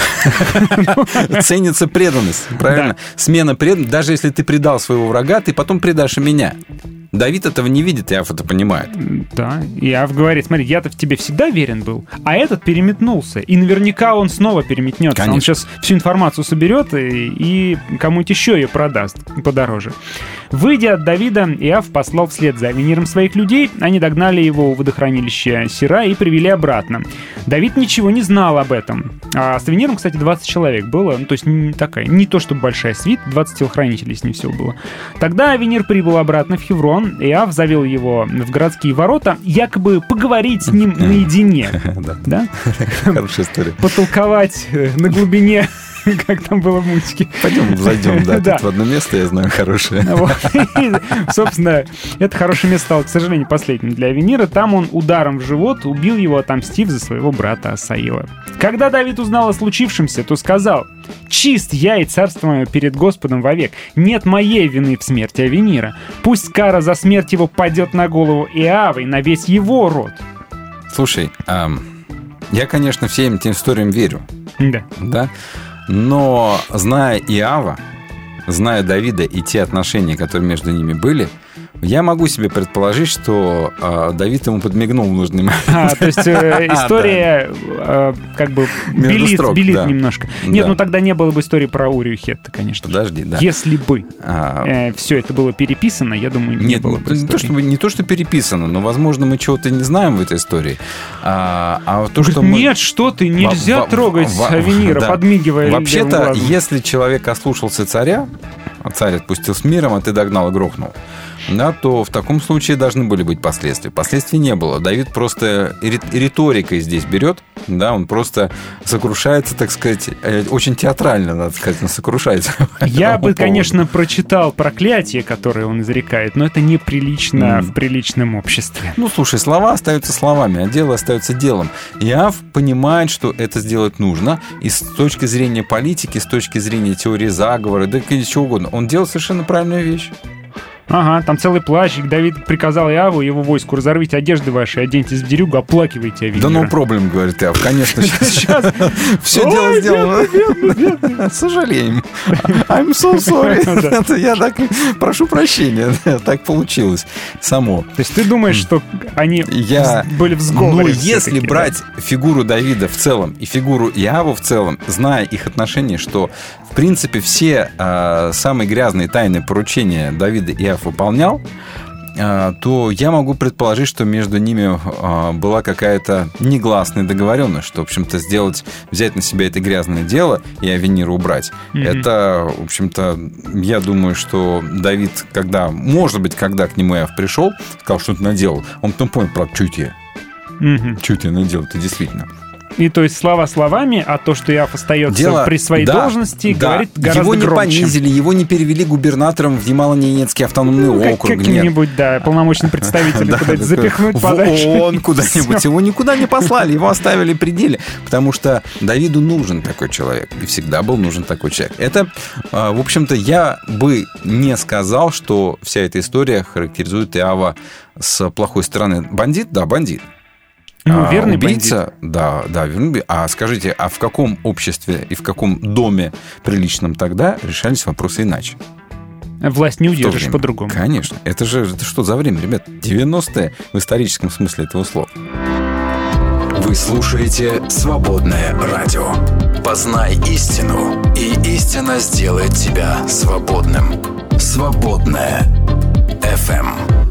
Speaker 3: ценится преданность, правильно? Смена преданности. Даже если ты предал своего врага, ты потом предашь и меня. Давид этого не видит, Иоав это понимает.
Speaker 2: Да, Иоав говорит: смотри, я-то в тебе всегда верен был, а этот переметнулся, и наверняка он снова переметнется.
Speaker 3: Конечно.
Speaker 2: Он сейчас всю информацию соберет и, и кому-нибудь еще ее продаст подороже. Выйдя от Давида, Иоав послал вслед за Авениром своих людей. Они догнали его у водохранилища Сира и привели обратно. Давид ничего не знал об этом. А с Авениром, кстати, двадцать человек было. Ну, то есть не такая, не то чтобы большая свита, двадцать телохранителей с ним всего было. Тогда Авенир прибыл обратно в Хеврон. Иоав завел его в городские ворота, якобы поговорить с ним наедине. Да?
Speaker 3: Хорошая история.
Speaker 2: Потолковать э, на глубине, как там было в мультике.
Speaker 3: Пойдем зайдем, да,
Speaker 2: Да.
Speaker 3: тут в одно место, я знаю, хорошее.
Speaker 2: Вот. И, собственно, это хорошее место стало, к сожалению, последним для Авенира. Там он ударом в живот убил его, отомстив за своего брата Асаила. Когда Давид узнал о случившемся, то сказал: «Чист я и царство мое перед Господом вовек. Нет моей вины в смерти Авенира. Пусть кара за смерть его падет на голову Иоава и на весь его род».
Speaker 3: Слушай, ам, я, конечно, всем этим историям верю.
Speaker 2: Да.
Speaker 3: Да? Но зная Иоава, зная Давида и те отношения, которые между ними были, я могу себе предположить, что э, Давид ему подмигнул в нужный момент.
Speaker 2: А, то есть э, история э, как бы
Speaker 3: Между
Speaker 2: белит,
Speaker 3: строк,
Speaker 2: белит
Speaker 3: да.
Speaker 2: немножко. Нет,
Speaker 3: Да.
Speaker 2: ну тогда не было бы истории про Урию Хетта, конечно.
Speaker 3: Подожди, да.
Speaker 2: Если бы
Speaker 3: А,
Speaker 2: э, все это было переписано, я думаю, не
Speaker 3: Нет,
Speaker 2: было
Speaker 3: ну,
Speaker 2: бы
Speaker 3: не, то,
Speaker 2: истории.
Speaker 3: что, не то, что переписано, но, возможно, мы чего-то не знаем в этой истории. А, а то,
Speaker 2: Говорит,
Speaker 3: что мы...
Speaker 2: нет, что ты, нельзя
Speaker 3: Во- во-
Speaker 2: трогать
Speaker 3: во-
Speaker 2: Авенира,
Speaker 3: да.
Speaker 2: подмигивая левым
Speaker 3: Вообще-то,
Speaker 2: глазом.
Speaker 3: если человек ослушался царя, а царь отпустил с миром, а ты догнал и грохнул, да, то в таком случае должны были быть последствия. Последствий не было. Давид просто риторикой здесь берет, да, он просто сокрушается, так сказать, очень театрально, надо сказать, он сокрушается.
Speaker 2: Я бы, конечно, прочитал проклятие, которое он изрекает, но это неприлично mm. в приличном обществе.
Speaker 3: Ну, слушай, слова остаются словами, а дело остается делом. Иов понимает, что это сделать нужно, и с точки зрения политики, с точки зрения теории заговора, да чего угодно, он делает совершенно правильную вещь.
Speaker 2: Ага, там целый плащ. Давид приказал Иаву и его войску: разорвите одежды ваши, оденьте в дерюгу, оплакивайте Авигера.
Speaker 3: Да no problem, говорит Иав, конечно, сейчас все дело сделано. Сожалеем. I'm so sorry. Я так прошу прощения. Так получилось само.
Speaker 2: То есть ты думаешь, что они были в сговоре?
Speaker 3: Ну, если брать фигуру Давида в целом и фигуру Иава в целом, зная их отношения, что в принципе все самые грязные тайные поручения Давида Иав выполнял, то я могу предположить, что между ними была какая-то негласная договоренность, что, в общем-то, сделать, взять на себя это грязное дело и Авенира убрать. Mm-hmm. Это, в общем-то, я думаю, что Давид, когда, может быть, когда к нему Иав пришел, сказал, что ты наделал, он потом понял, правда, что тебе? Mm-hmm. Что ты наделал? Ты действительно...
Speaker 2: И то есть слова словами, а то, что Иов остается Дело, при своей да, должности, да. говорит гораздо
Speaker 3: его не
Speaker 2: громче.
Speaker 3: Понизили, его не перевели губернатором в Ямало-Ненецкий автономный ну, округ.
Speaker 2: Каким-нибудь, да, полномочным представителем куда-нибудь запихнуть подальше.
Speaker 3: Он куда-нибудь. Его никуда не послали, его оставили при деле. Потому что Давиду нужен такой человек. И всегда был нужен такой человек. Это, в общем-то, я бы не сказал, что вся эта история характеризует Иова с плохой стороны. Бандит? Да, бандит.
Speaker 2: Ну, верный
Speaker 3: а убийца,
Speaker 2: бандит.
Speaker 3: Да, да, верный. А скажите, а в каком обществе и в каком доме приличном тогда решались вопросы иначе?
Speaker 2: Власть не удержишь по-другому.
Speaker 3: Конечно. Это же это что за время, ребят? девяностые в историческом смысле этого слова.
Speaker 11: Вы слушаете «Свободное радио». Познай истину, и истина сделает тебя свободным. «Свободное эф эм».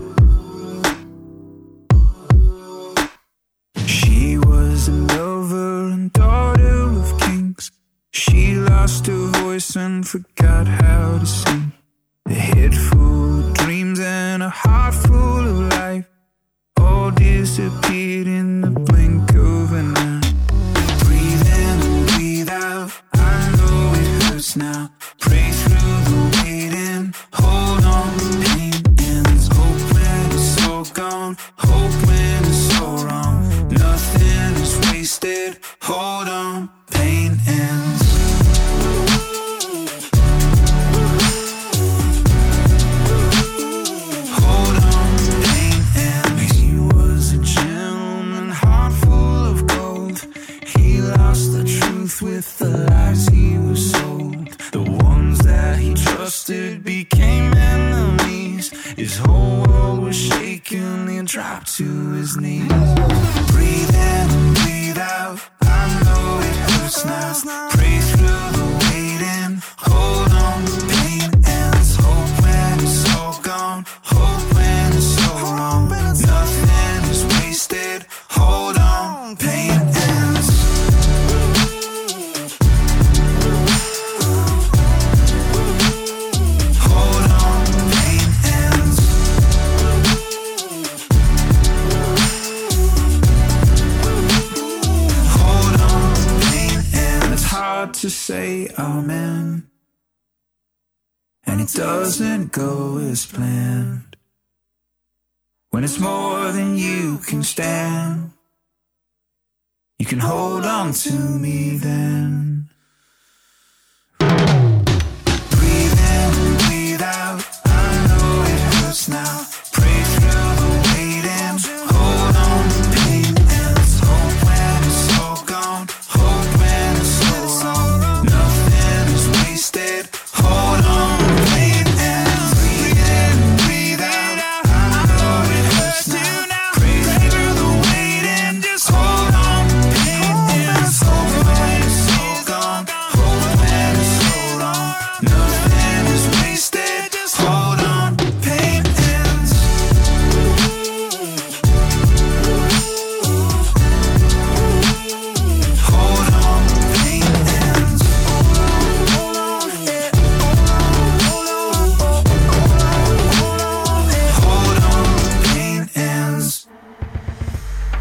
Speaker 16: She was a lover and daughter of kings. She lost her voice and forgot how to sing. A head full of dreams and a heart full of life all disappeared in the blink of an eye. Breathe in and breathe out, I know it hurts now. Pray through the waiting, hold on, pain ends. Hope when it's all gone, hope when it's all wrong. Nothing is wasted, hold on, pain ends. Hold on, pain ends. He was a gentleman, heart full of gold. He lost the truth with the lies he was sold. The ones that he trusted became enemies. His whole world was shaken, he dropped to his knees. Breathe in and breathe out, I know it hurts now. Pray through the waiting, hold on, pain ends. Hope when it's all gone, hope when it's all wrong. Nothing is wasted, hold on, pain ends. Hold on, pain ends. Hold on, pain ends. It's hard to say amen, and it doesn't go as planned. When it's more than you can stand, you can hold on to me then. Breathe in and breathe out, I know it hurts now. Pray through the waiting, hold on, pain ends. Hope when it's all gone, hope when it's all wrong. Nothing is wasted, hold on, pain ends. Breathe in and breathe out, I know it hurts now. Pray through the waiting, just hold on, pain ends. Hope when it's all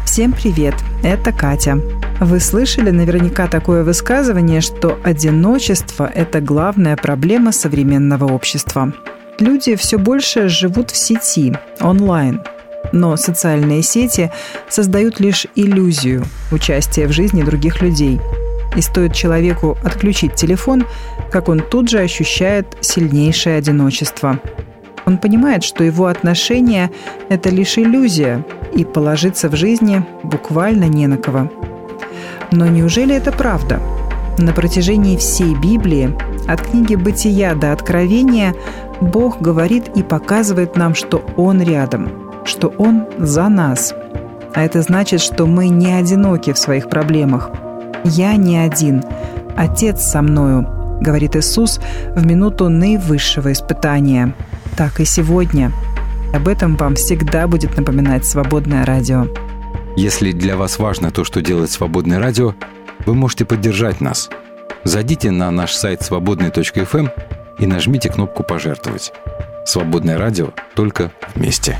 Speaker 17: Всем привет, это Катя. Вы слышали наверняка такое высказывание, что одиночество – это главная проблема современного общества. Люди все больше живут в сети, онлайн. Но социальные сети создают лишь иллюзию участия в жизни других людей. И стоит человеку отключить телефон, как он тут же ощущает сильнейшее одиночество. Он понимает, что его отношения – это лишь иллюзия, и положиться в жизни буквально не на кого. Но неужели это правда? На протяжении всей Библии, от книги «Бытия» до «Откровения», Бог говорит и показывает нам, что Он рядом, что Он за нас. А это значит, что мы не одиноки в своих проблемах. «Я не один. Отец со мною», — говорит Иисус в минуту наивысшего испытания. Так и сегодня. Об этом вам всегда будет напоминать «Свободное радио».
Speaker 3: Если для вас важно то, что делает «Свободное радио», вы можете поддержать нас. Зайдите на наш сайт свободный точка эф эм и нажмите кнопку «Пожертвовать». «Свободное радио» только вместе.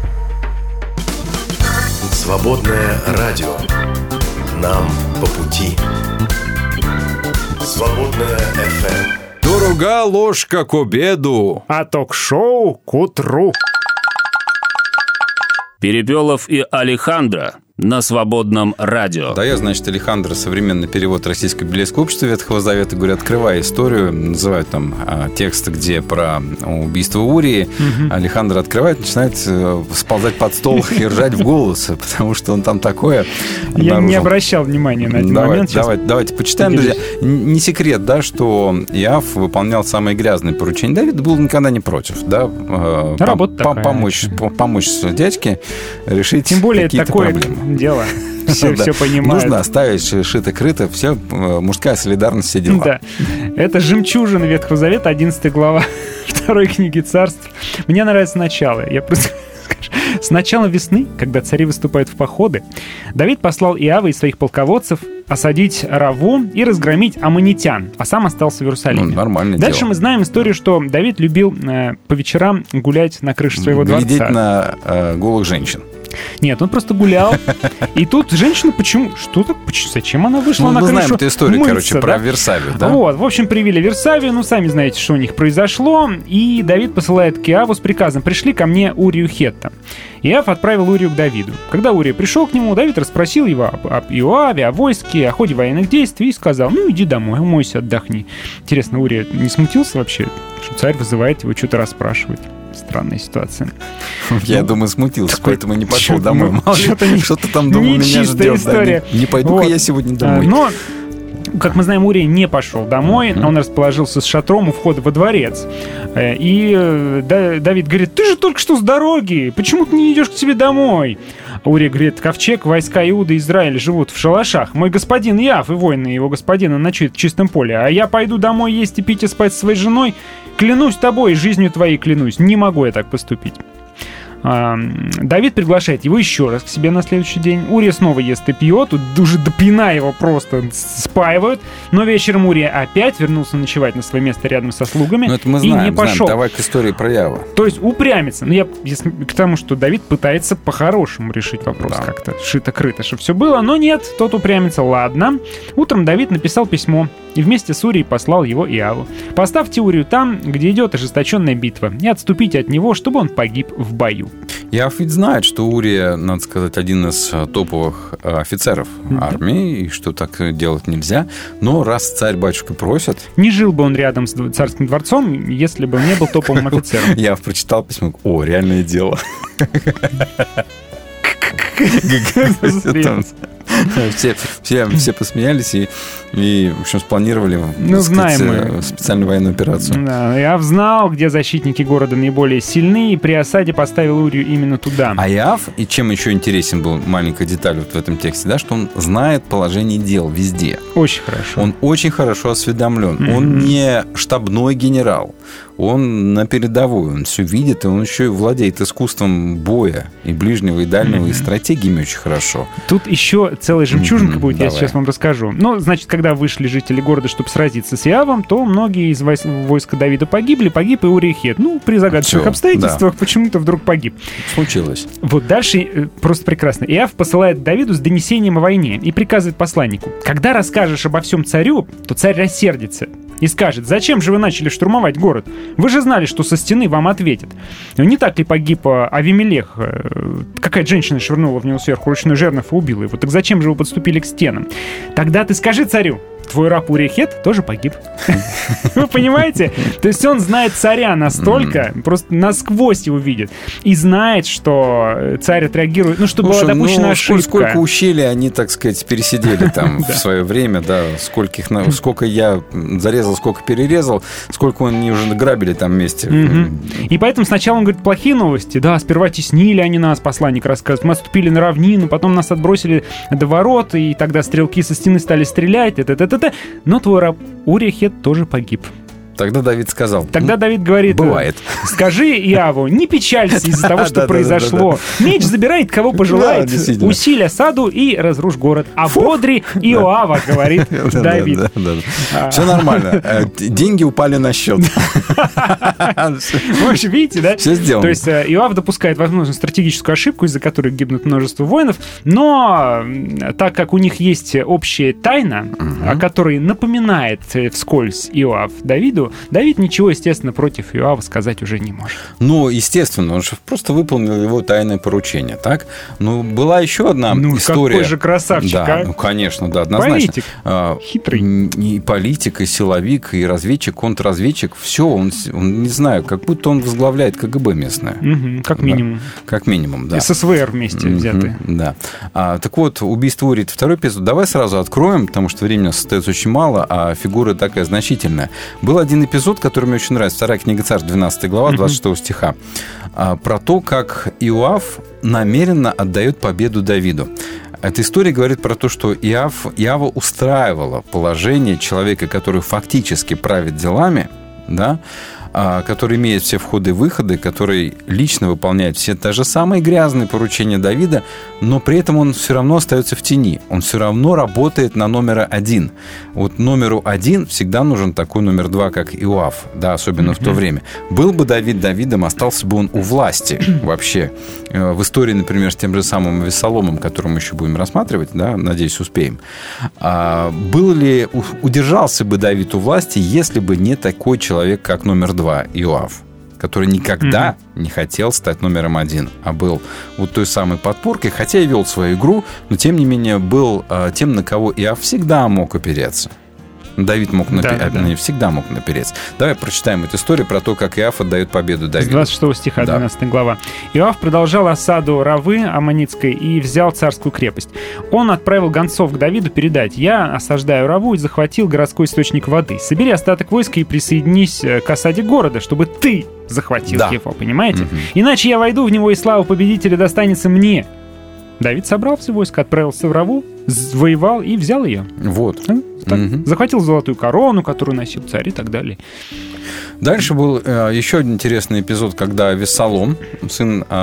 Speaker 13: Свободное радио. Нам по пути. Свободное эф эм.
Speaker 1: Дорога ложка к обеду,
Speaker 2: а ток-шоу к утру.
Speaker 4: Перепелов и Алехандро на Свободном радио.
Speaker 3: Да, я, значит, Алехандро, современный перевод Российского библейского общества Ветхого Завета, говорю, открывая историю, называют там а, текст, где про убийство Урии. Угу. Алехандро открывает, начинает э, сползать под стол и ржать в голос, потому что он там такое
Speaker 2: Я
Speaker 3: обнаружил.
Speaker 2: не обращал внимания на один
Speaker 3: давайте,
Speaker 2: момент.
Speaker 3: Давайте, давайте почитаем, друзья. Не секрет, да, что Иав выполнял самые грязные поручения. Давид был никогда не против, да, э,
Speaker 2: Работа
Speaker 3: пом-
Speaker 2: такая.
Speaker 3: помочь, помочь дядьке решить
Speaker 2: Тем более
Speaker 3: какие-то
Speaker 2: такое
Speaker 3: проблемы.
Speaker 2: Дело. Все,
Speaker 3: Да.
Speaker 2: все понимают.
Speaker 3: Нужно оставить шито-крыто, все, мужская солидарность, все дела.
Speaker 2: Да. Это жемчужина Ветхого Завета, одиннадцатая глава второй книги Царств. Мне нравится начало. Я просто скажу. С начала весны, когда цари выступают в походы, Давид послал Иава и своих полководцев осадить Раву и разгромить аммонитян, а сам остался в Иерусалиме.
Speaker 3: Ну, нормальное
Speaker 2: Дальше
Speaker 3: дело.
Speaker 2: мы знаем историю, что Давид любил э, по вечерам гулять на крыше своего
Speaker 3: Глядеть
Speaker 2: дворца.
Speaker 3: на э, голых женщин.
Speaker 2: Нет, он просто гулял. И тут женщина почему... Что так? Почему? Зачем она вышла
Speaker 3: Ну,
Speaker 2: на
Speaker 3: мы
Speaker 2: крышу
Speaker 3: знаем эту историю,
Speaker 2: мыться,
Speaker 3: короче,
Speaker 2: да?
Speaker 3: про Версавию, да?
Speaker 2: Вот, в общем, привели Версавию. Ну, сами знаете, что у них произошло. И Давид посылает к Иаву с приказом: «Пришли ко мне Урию Хетта». Иав отправил Урию к Давиду. Когда Урия пришел к нему, Давид расспросил его об, об Иоаве, о войске, о ходе военных действий и сказал: ну, иди домой, умойся, отдохни. Интересно, Урия не смутился вообще, что царь вызывает его, что-то расспрашивать? Странная ситуация.
Speaker 3: Я
Speaker 2: Ну,
Speaker 3: думаю, смутился,
Speaker 2: такой,
Speaker 3: поэтому не пошел
Speaker 2: чё-то,
Speaker 3: домой.
Speaker 2: ну,
Speaker 3: Мало ли,
Speaker 2: что-то не-
Speaker 3: что-то там дома меня
Speaker 2: нечистая
Speaker 3: ждет. да,
Speaker 2: история.
Speaker 3: Не не пойду-ка
Speaker 2: Вот.
Speaker 3: я сегодня
Speaker 2: А,
Speaker 3: домой.
Speaker 2: Но, как мы знаем, Урия не пошел домой.
Speaker 3: Мгм.
Speaker 2: Он расположился с шатром у входа во дворец. Э, И э, Да- Давид говорит: ты же только что с дороги, почему ты не идешь к себе домой? А Урия говорит: ковчег, войска Иуда и Израиля живут в шалашах. Мой господин Иав и воины его господина ночуют в чистом поле. А я пойду домой есть и пить и спать со своей женой. Клянусь тобой, жизнью твоей клянусь. Не могу я так поступить. А, Давид приглашает его еще раз к себе на следующий день. Урия снова ест и пьет. Тут уже до пьяна его просто спаивают. Но вечером Урия опять вернулся ночевать на свое место рядом со слугами.
Speaker 3: Ну, это мы
Speaker 2: и
Speaker 3: знаем,
Speaker 2: не
Speaker 3: знаем.
Speaker 2: пошел.
Speaker 3: Давай к истории про Иава.
Speaker 2: То есть упрямится. Ну, я если, к тому, что Давид пытается по-хорошему решить вопрос
Speaker 3: Да.
Speaker 2: как-то шито-крыто, чтобы все было. Но нет, тот упрямится. Ладно. Утром Давид написал письмо и вместе с Урией послал его Иаву. Поставьте Урию там, где идет ожесточенная битва, и отступите от него, чтобы он погиб в бою.
Speaker 3: Иав ведь знает, что Урия, надо сказать, один из э, топовых э, офицеров армии, и что так делать нельзя. Но раз царь-батюшка просит...
Speaker 2: Не жил бы он рядом с дв- царским дворцом, если бы он не был топовым офицером.
Speaker 3: Иав прочитал письмо. О, реальное дело. Там Все, все, все посмеялись и, и, в общем, спланировали
Speaker 2: Ну,
Speaker 3: так сказать,
Speaker 2: знаем мы.
Speaker 3: специальную военную операцию.
Speaker 2: Да, Иав знал, где защитники города наиболее сильны, и при осаде поставил Урию именно туда.
Speaker 3: А Иав, и чем еще интересен был маленькая деталь вот в этом тексте, да, что он знает положение дел везде.
Speaker 2: Очень хорошо.
Speaker 3: Он очень хорошо осведомлен.
Speaker 2: Mm-hmm.
Speaker 3: Он не штабной генерал. Он на передовой. Он все видит, и он еще и владеет искусством боя и ближнего, и дальнего, mm-hmm. и стратегиями очень хорошо.
Speaker 2: Тут еще целая жемчужинка будет,
Speaker 3: Давай.
Speaker 2: я сейчас вам расскажу. Ну, значит, когда вышли жители города, чтобы сразиться с Иавом, то многие из войс- войска Давида погибли, погиб и Урия Хет. Ну, при загадочных
Speaker 3: Всё,
Speaker 2: обстоятельствах почему-то вдруг погиб.
Speaker 3: Случилось.
Speaker 2: Вот дальше э, просто прекрасно. Иав посылает Давиду с донесением о войне и приказывает посланнику: когда расскажешь обо всем царю, то царь рассердится и скажет: зачем же вы начали штурмовать город? Вы же знали, что со стены вам ответят. Не так ли погиб э, Авимелех? Э, Какая-то женщина швырнула в него сверху ручной жернов и убила его. Так зачем же вы подступили к стенам? Тогда ты скажи царю: твой раб Урия Хет тоже погиб. Вы понимаете? То есть он знает царя настолько, просто насквозь его видит, и знает, что царь отреагирует, ну, что была
Speaker 3: Слушай,
Speaker 2: допущена
Speaker 3: ну,
Speaker 2: ошибка.
Speaker 3: Сколько ущелий они, так сказать, пересидели там в свое время, да, сколько, их, на- сколько я зарезал, сколько перерезал, сколько они уже грабили там вместе.
Speaker 2: Мгм. И поэтому сначала он говорит: плохие новости. Да, сперва теснили они нас, посланник рассказывает. Мы отступили на равнину, потом нас отбросили до ворот, и тогда стрелки со стены стали стрелять. Т-т-т-т-т. Но твой раб Урия Хет тоже погиб.
Speaker 3: Тогда Давид сказал:
Speaker 2: Тогда Давид говорит:
Speaker 3: бывает.
Speaker 2: Скажи Иаву, не печалься из-за того, что
Speaker 3: Да-да-да-да-да.
Speaker 2: произошло. Меч забирает, кого
Speaker 3: Да,
Speaker 2: пожелает.
Speaker 3: действительно.
Speaker 2: Усиль осаду и разрушь город. Ободри Иоава, говорит Давид.
Speaker 3: Все нормально. Э, Деньги упали на счет.
Speaker 2: В общем, видите, да?
Speaker 3: Все сделано.
Speaker 2: То есть э, Иоав допускает, возможно, стратегическую ошибку, из-за которой гибнут множество воинов, но м, так как у них есть общая тайна, о которой напоминает э, вскользь Иоав Давиду, Давид ничего, естественно, против Иоава сказать уже не может.
Speaker 3: Ну, естественно, он же просто выполнил его тайное поручение, так? Ну, была еще одна
Speaker 2: Ну,
Speaker 3: история.
Speaker 2: какой же красавчик,
Speaker 3: да,
Speaker 2: а?
Speaker 3: ну, конечно, да, однозначно.
Speaker 2: Политик.
Speaker 3: А,
Speaker 2: Хитрый.
Speaker 3: И политик, и силовик, и разведчик, контрразведчик. Все, он, он, не знаю, как будто он возглавляет КГБ местное.
Speaker 2: Мгм, как
Speaker 3: Да,
Speaker 2: минимум.
Speaker 3: как минимум, да.
Speaker 2: ССВР вместе
Speaker 3: Мгм,
Speaker 2: взятые.
Speaker 3: Да. А, так вот, убийство Урии — это второй эпизод. Давай сразу откроем, потому что времени у нас остается очень мало, а фигура такая значительная. Был один эпизод, который мне очень нравится. Вторая книга Царств, двенадцатая глава, двадцать шестого стиха. А, про то, как Иоав намеренно отдает победу Давиду. Эта история говорит про то, что Иав, Иава устраивало положение человека, который фактически правит делами, да, а, который имеет все входы и выходы, который лично выполняет все те же самые грязные поручения Давида, но при этом он все равно остается в тени. Он все равно работает на номера один. Вот номеру один всегда нужен такой номер два, как Иоав, да, особенно в то время. Был бы Давид Давидом, остался бы он у власти вообще. Э, В истории, например, с тем же самым Авессаломом, который мы еще будем рассматривать, да, надеюсь, успеем. А, был ли, у- удержался бы Давид у власти, если бы не такой человек, как номер два, Иоав, который никогда не хотел стать номером один, а был вот той самой подпоркой, хотя и вел свою игру, но тем не менее был а, тем, на кого Иоав всегда мог опереться. Давид мог напе-
Speaker 2: Да, да, да.
Speaker 3: всегда мог напереться. Давай прочитаем эту историю про то, как Иоав отдает победу
Speaker 2: С
Speaker 3: Давиду.
Speaker 2: двадцать шестого стиха,
Speaker 3: Да.
Speaker 2: двенадцатая глава. Иоав продолжал осаду Равы Аммонитской и взял царскую крепость. Он отправил гонцов к Давиду передать: «Я осаждаю Раву и захватил городской источник воды. Собери остаток войска и присоединись э, к осаде города, чтобы ты захватил
Speaker 3: Да.
Speaker 2: его, понимаете?
Speaker 3: Мгм.
Speaker 2: Иначе я войду в него, и слава победителя достанется мне». Давид собрал все войско, отправился в Раву, з- воевал и взял ее.
Speaker 3: Вот.
Speaker 2: Так,
Speaker 3: Мгм.
Speaker 2: захватил золотую корону, которую носил царь, и так далее.
Speaker 3: Дальше был э, еще один интересный эпизод, когда Авессалом, сын, э,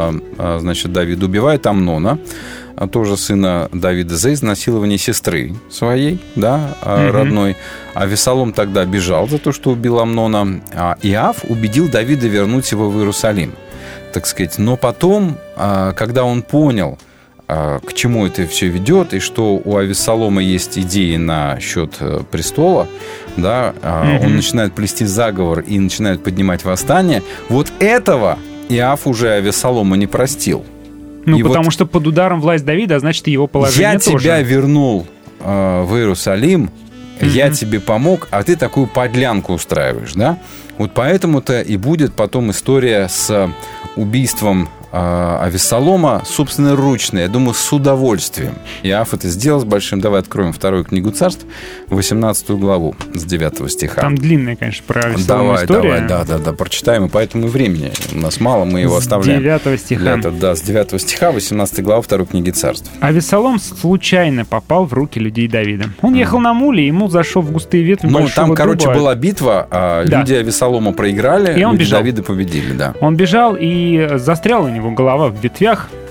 Speaker 3: э, значит, Давида, убивает Амнона, а тоже сына Давида, за изнасилование сестры своей, да, э,
Speaker 2: Мгм.
Speaker 3: родной. А Авессалом тогда бежал за то, что убил Амнона. А Иоав убедил Давида вернуть его в Иерусалим, так сказать. Но потом, э, когда он понял, э, к чему это все ведет, и что у Авессалома есть идеи насчет э, престола, да, э,
Speaker 2: Мгм.
Speaker 3: он начинает плести заговор и начинает поднимать восстание. Вот этого Иоав уже Авессалома не простил.
Speaker 2: Ну,
Speaker 3: И
Speaker 2: потому
Speaker 3: вот
Speaker 2: что под ударом власть Давида, а значит, и его положение
Speaker 3: я
Speaker 2: тоже.
Speaker 3: тебя вернул э, в Иерусалим, я
Speaker 2: Мгм.
Speaker 3: тебе помог, а ты такую подлянку устраиваешь, да? Вот поэтому-то и будет потом история с убийством э, Авессалома собственноручно, я думаю, с удовольствием. Иоав это сделал с большим... Давай откроем вторую книгу Царств, восемнадцатую главу с девятого стиха.
Speaker 2: Там длинная, конечно, про Авессалома
Speaker 3: Давай,
Speaker 2: история.
Speaker 3: давай, да, да, да, прочитаем, и поэтому и времени у нас мало, мы его
Speaker 2: С
Speaker 3: оставляем.
Speaker 2: девятого стиха.
Speaker 3: Для этого, да, с девятого стиха, восемнадцатая глава второй книги Царств.
Speaker 2: Авессалом случайно попал в руки людей Давида. Он ехал на муле, ему зашел в густые ветви
Speaker 3: Ну,
Speaker 2: большого
Speaker 3: там, короче,
Speaker 2: дуба.
Speaker 3: была битва, а
Speaker 2: Да.
Speaker 3: люди Авессалома проиграли,
Speaker 2: И он
Speaker 3: люди
Speaker 2: бежал.
Speaker 3: Давида победили, да.
Speaker 2: Он бежал, и застряла у него голова в ветвях.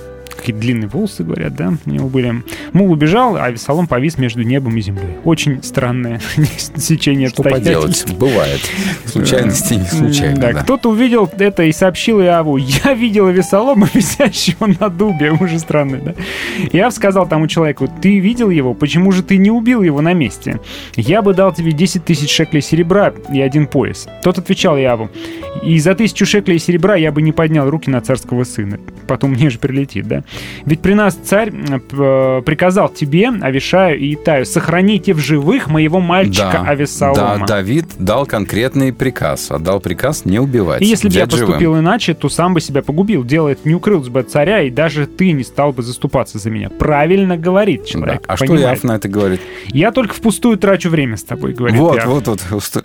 Speaker 2: какие-то длинные волосы, говорят, да, у него были. Мул убежал, а Авессалом повис между небом и землей. Очень странное сечение обстоятельств.
Speaker 3: Что поделать, бывает. Случайности не случайно,
Speaker 2: да.
Speaker 3: да.
Speaker 2: Кто-то увидел это и сообщил Иаву: я видел Авессалома, висящего на дубе. Уже странно, да? Иав сказал тому человеку: ты видел его? Почему же ты не убил его на месте? Я бы дал тебе десять тысяч шеклей серебра и один пояс. Тот отвечал Иаву: и за тысячу шеклей серебра я бы не поднял руки на царского сына. Потом мне же прилетит, да? Ведь при нас царь приказал тебе, Авишаю и Итаю: сохраните в живых моего мальчика
Speaker 3: да,
Speaker 2: Авессалома.
Speaker 3: Да, Давид дал конкретный приказ. Отдал приказ не убивать.
Speaker 2: И если бы я
Speaker 3: живым.
Speaker 2: поступил иначе, то сам бы себя погубил. Дело это не укрылось бы от царя, и даже ты не стал бы заступаться за меня. Правильно говорит человек.
Speaker 3: Да. А
Speaker 2: понимает.
Speaker 3: что Иав на это говорит?
Speaker 2: Я только впустую трачу время с тобой, говорит
Speaker 3: Вот,
Speaker 2: Иав.
Speaker 3: вот, вот.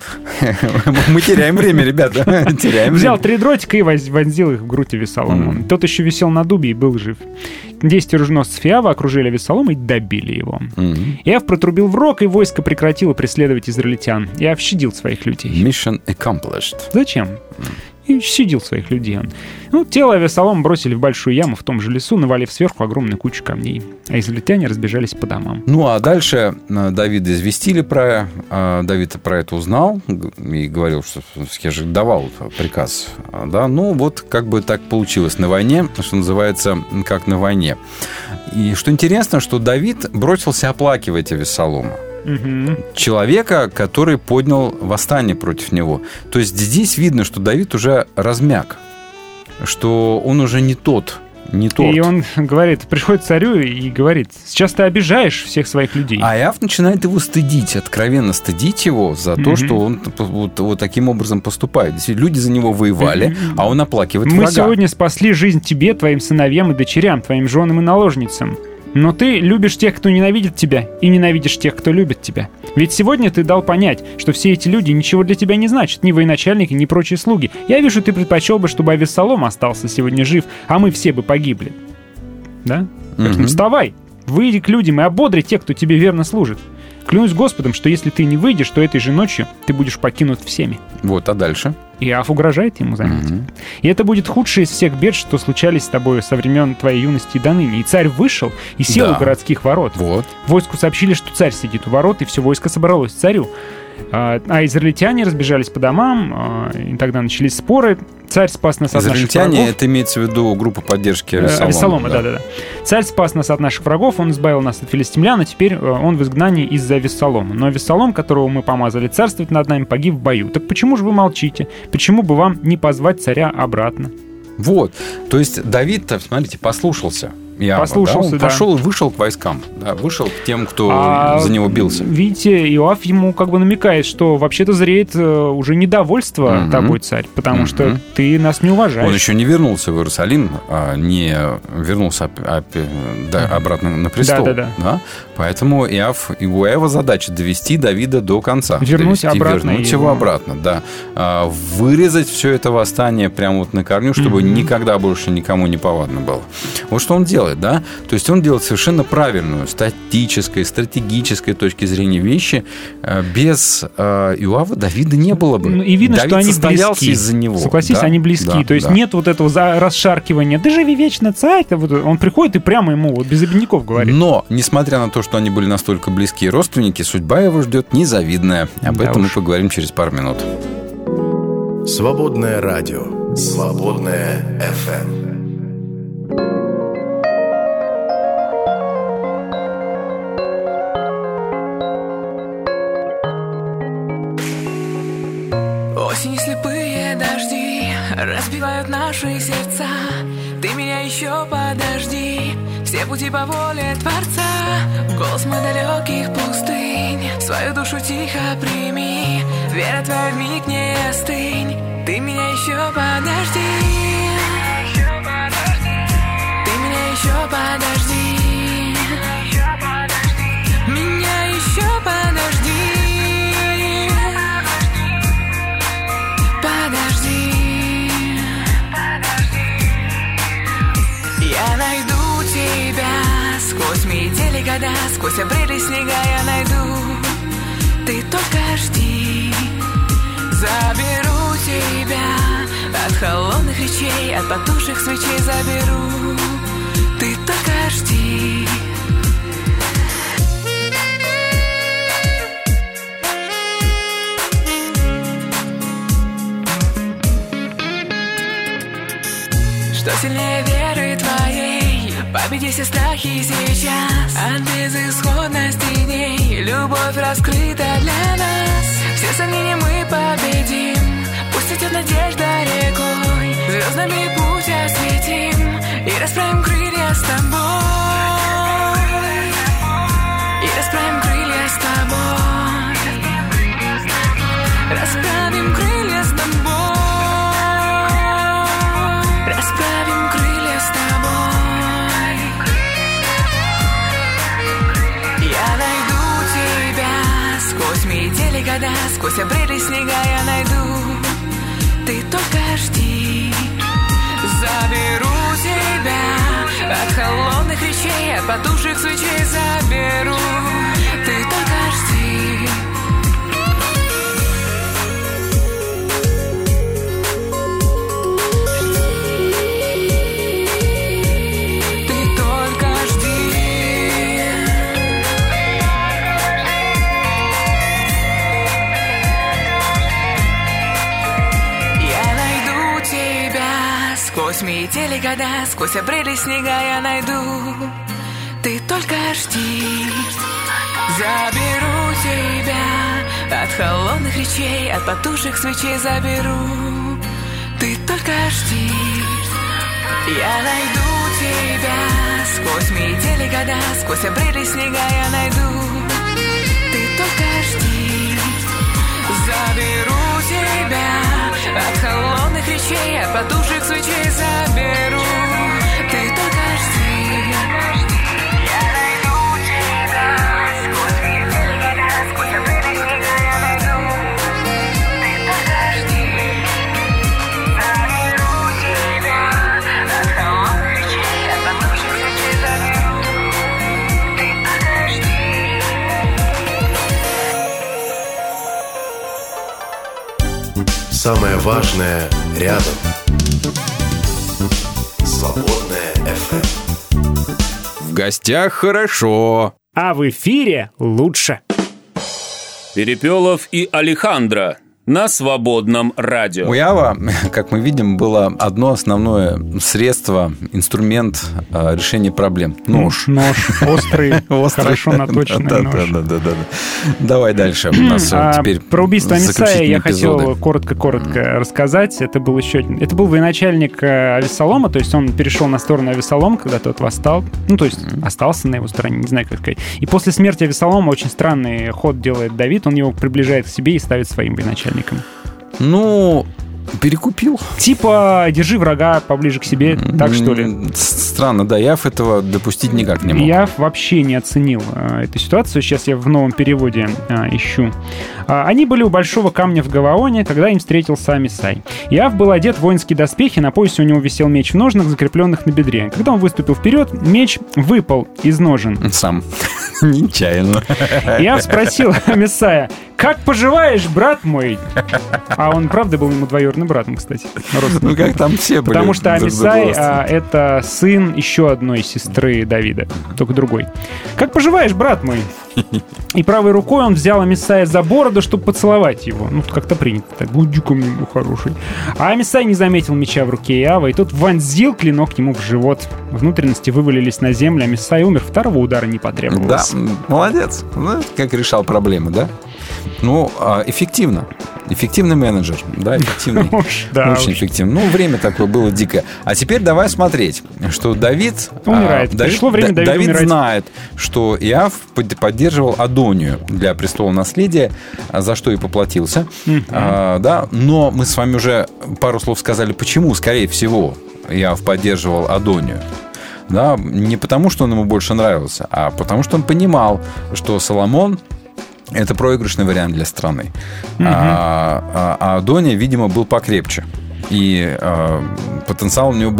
Speaker 3: Мы теряем время, ребята. Теряем
Speaker 2: Взял
Speaker 3: время.
Speaker 2: три дротика и вонзил их в грудь Авессалома. Mm. Тот еще висел на дубе и был жив. Десять оруженосцев Иава окружили Авессалома и добили его. Mm-hmm. Иав протрубил в рог, и войско прекратило преследовать израильтян. Иав щадил своих людей.
Speaker 3: Mission accomplished.
Speaker 2: Зачем? И щадил своих людей. Ну, тело Авессалома бросили в большую яму в том же лесу, навалив сверху огромную кучу камней. А израильтяне разбежались по домам.
Speaker 3: Ну, а дальше Давида известили про... Давид про это узнал и говорил, что я же давал приказ. Да? Ну, вот как бы так получилось на войне, что называется, как на войне. И что интересно, что Давид бросился оплакивать Авессалома. Угу. Человека, который поднял восстание против него. То есть здесь видно, что Давид уже размяк, что он уже не тот, не тот.
Speaker 2: И он говорит, приходит к царю и говорит: сейчас ты обижаешь всех своих людей.
Speaker 3: А Иав начинает его стыдить, откровенно стыдить его за то, угу. что он вот, вот таким образом поступает. Люди за него воевали, угу. а он оплакивает
Speaker 2: Мы
Speaker 3: врага.
Speaker 2: сегодня спасли жизнь тебе, твоим сыновьям и дочерям, твоим женам и наложницам. Но ты любишь тех, кто ненавидит тебя, и ненавидишь тех, кто любит тебя. Ведь сегодня ты дал понять, что все эти люди ничего для тебя не значат, ни военачальники, ни прочие слуги. Я вижу, ты предпочел бы, чтобы Авессалом остался сегодня жив, а мы все бы погибли. Да? Поэтому вставай, выйди к людям и ободри тех, кто тебе верно служит. Клянусь Господом, что если ты не выйдешь, то этой же ночью ты будешь покинут всеми.
Speaker 3: Вот, а дальше?
Speaker 2: Иав угрожает ему, заметьте.
Speaker 3: Mm-hmm.
Speaker 2: И это будет худшее из всех бед, что случались с тобой со времен твоей юности и до ныне. И царь вышел и сел
Speaker 3: да.
Speaker 2: у городских ворот.
Speaker 3: Вот.
Speaker 2: Войску сообщили, что царь сидит у ворот, и все войско собралось к царю. А, а израильтяне разбежались по домам, а, и тогда начались споры. Царь спас нас от наших врагов.
Speaker 3: Израильтяне, это имеется в виду группа поддержки Авессалома.
Speaker 2: Авессалома, да. да, да, да. Царь спас нас от наших врагов, он избавил нас от филистимлян, а теперь он в изгнании из-за Авессалома. Но Авессалом, которого мы помазали царствовать над нами, погиб в бою. Так почему же вы молчите? Почему бы вам не позвать царя обратно?
Speaker 3: Вот. То есть Давид-то, смотрите, послушался. Иава,
Speaker 2: послушался,
Speaker 3: да? Он
Speaker 2: да.
Speaker 3: пошел и вышел к войскам. Да, вышел к тем, кто
Speaker 2: а,
Speaker 3: за него бился.
Speaker 2: Видите, Иоав ему как бы намекает, что вообще-то зреет уже недовольство
Speaker 3: угу.
Speaker 2: тобой, царь, потому
Speaker 3: угу.
Speaker 2: что ты нас не уважаешь.
Speaker 3: Он еще не вернулся в Иерусалим, а не вернулся да, обратно на престол.
Speaker 2: Да, да, да.
Speaker 3: Да? Поэтому Иав, его Иава задача довести Давида до конца.
Speaker 2: Вернуть
Speaker 3: довести,
Speaker 2: обратно.
Speaker 3: Вернуть
Speaker 2: его.
Speaker 3: его обратно, да. А, вырезать все это восстание прямо вот на корню, чтобы угу. никогда больше никому не повадно было. Вот что он делает, да? То есть он делает совершенно правильную, статической, стратегической точки зрения вещи. Без э, Иоава Давида не было бы.
Speaker 2: И видно,
Speaker 3: Давид
Speaker 2: что они
Speaker 3: состоялся
Speaker 2: близки.
Speaker 3: из-за него.
Speaker 2: Согласись,
Speaker 3: да?
Speaker 2: они близки.
Speaker 3: Да,
Speaker 2: То есть
Speaker 3: да.
Speaker 2: нет вот этого расшаркивания. Да живи вечно, царь. Он приходит и прямо ему вот без обиняков говорит.
Speaker 3: Но, несмотря на то, что они были настолько близкие родственники, судьба его ждет незавидная. Об да этом уж. мы поговорим через пару минут.
Speaker 13: Свободное радио. Свободное эф эм.
Speaker 12: Осень и слепые дожди разбивают наши сердца. Ты меня еще подожди, все пути по воле Творца. Голос мой далеких пустынь, свою душу тихо прими. Вера твоя вмиг не остынь, ты меня еще подожди. Ты меня еще подожди. Меня еще подожди. Я найду тебя сквозь метели года, сквозь апрели снега я найду. Ты только жди, заберу тебя от холодных речей, от потухших свечей заберу. Ты только жди. Что сильнее веры твоей, победи все страхи сейчас. От безысходности дней любовь раскрыта для нас. Все сомнения мы победим, пусть идет надежда рекой. Звездами путь осветим и расправим крылья с тобой. И расправим крылья с тобой. Расправим крылья с тобой. Расправим крылья с тобой. Я найду тебя сквозь метели года, сквозь обрели снега я найду. Ты только жди. Заберу тебя от холодных речей, от потухших свечей заберу. Ты только жди. Сквозь метели года, сквозь обрели снега я найду. Ты только жди. Заберу тебя от холодных речей, от потухших свечей заберу. Ты только жди. Я найду тебя сквозь метели года, сквозь обрели снега я найду. Ты только жди. Заберу тебя от холодных речей, от потухших свечей заберу. Ты только жди. Я найду тебя сквозь метели года, сквозь обрели снега я найду. Ты только жди. Заберу тебя от холодных речей, от потухших свечей заберу. Ты только жди.
Speaker 13: Самое важное рядом. Свободная эф эм.
Speaker 1: В гостях хорошо.
Speaker 2: А в эфире лучше.
Speaker 4: Перепелов и Алехандро на Свободном радио.
Speaker 3: У Иова, как мы видим, было одно основное средство, инструмент а, решения проблем. Нож.
Speaker 2: Нож. Острый, хорошо наточенный
Speaker 3: да,
Speaker 2: нож.
Speaker 3: Да, да, да, да. Давай дальше. У нас
Speaker 2: а,
Speaker 3: теперь
Speaker 2: про убийство Амисая я хотел
Speaker 3: эпизоды.
Speaker 2: коротко-коротко mm. рассказать. Это был еще один. Это был военачальник Авессалома, то есть он перешел на сторону Авессалома, когда тот восстал. Ну, то есть mm. остался на его стороне, не знаю, как сказать. И после смерти Авессалома очень странный ход делает Давид. Он его приближает к себе и ставит своим военачальником.
Speaker 3: Ну, перекупил.
Speaker 2: Типа, держи врага поближе к себе, так что ли?
Speaker 3: Странно, да, Иов этого допустить никак не мог.
Speaker 2: Иов вообще не оценил а, эту ситуацию. Сейчас я в новом переводе а, ищу. А, они были у большого камня в Гаваоне, когда им встретился Амисай. Иов был одет в воинские доспехи, на поясе у него висел меч в ножнах, закрепленных на бедре. Когда он выступил вперед, меч выпал из ножен.
Speaker 3: Сам. Нечаянно.
Speaker 2: Иов спросил Амисая: «Как поживаешь, брат мой?» А он, правда, был ему двоюродным братом, кстати.
Speaker 3: Ну, как там все были.
Speaker 2: Потому что Амисай а, — это сын еще одной сестры Давида, только другой. «Как поживаешь, брат мой?» И правой рукой он взял Амисая за бороду, чтобы поцеловать его. Ну, как-то принято так. Будь-ка мне хороший. А Амисай не заметил меча в руке Иова, и тот вонзил клинок ему в живот. Внутренности вывалились на землю, Амисай умер. Второго удара не потребовалось.
Speaker 3: Да, молодец. Ну, как решал проблемы, да? Ну, эффективно. Эффективный менеджер, да, эффективный.
Speaker 2: Да,
Speaker 3: очень эффективный. Ну, время такое было дикое. А теперь давай смотреть, что Давид...
Speaker 2: Умирает.
Speaker 3: Давид,
Speaker 2: Пришло время Давида
Speaker 3: Давид
Speaker 2: умирать.
Speaker 3: знает, что Иов поддерживал Адонию для престола наследия, за что и поплатился.
Speaker 2: Mm-hmm.
Speaker 3: А, да, но мы с вами уже пару слов сказали, почему, скорее всего, Иов поддерживал Адонию. Да, не потому, что он ему больше нравился, а потому, что он понимал, что Соломон — это проигрышный вариант для страны. Mm-hmm. А, а, а Адония, видимо, был покрепче. И а, потенциал у него был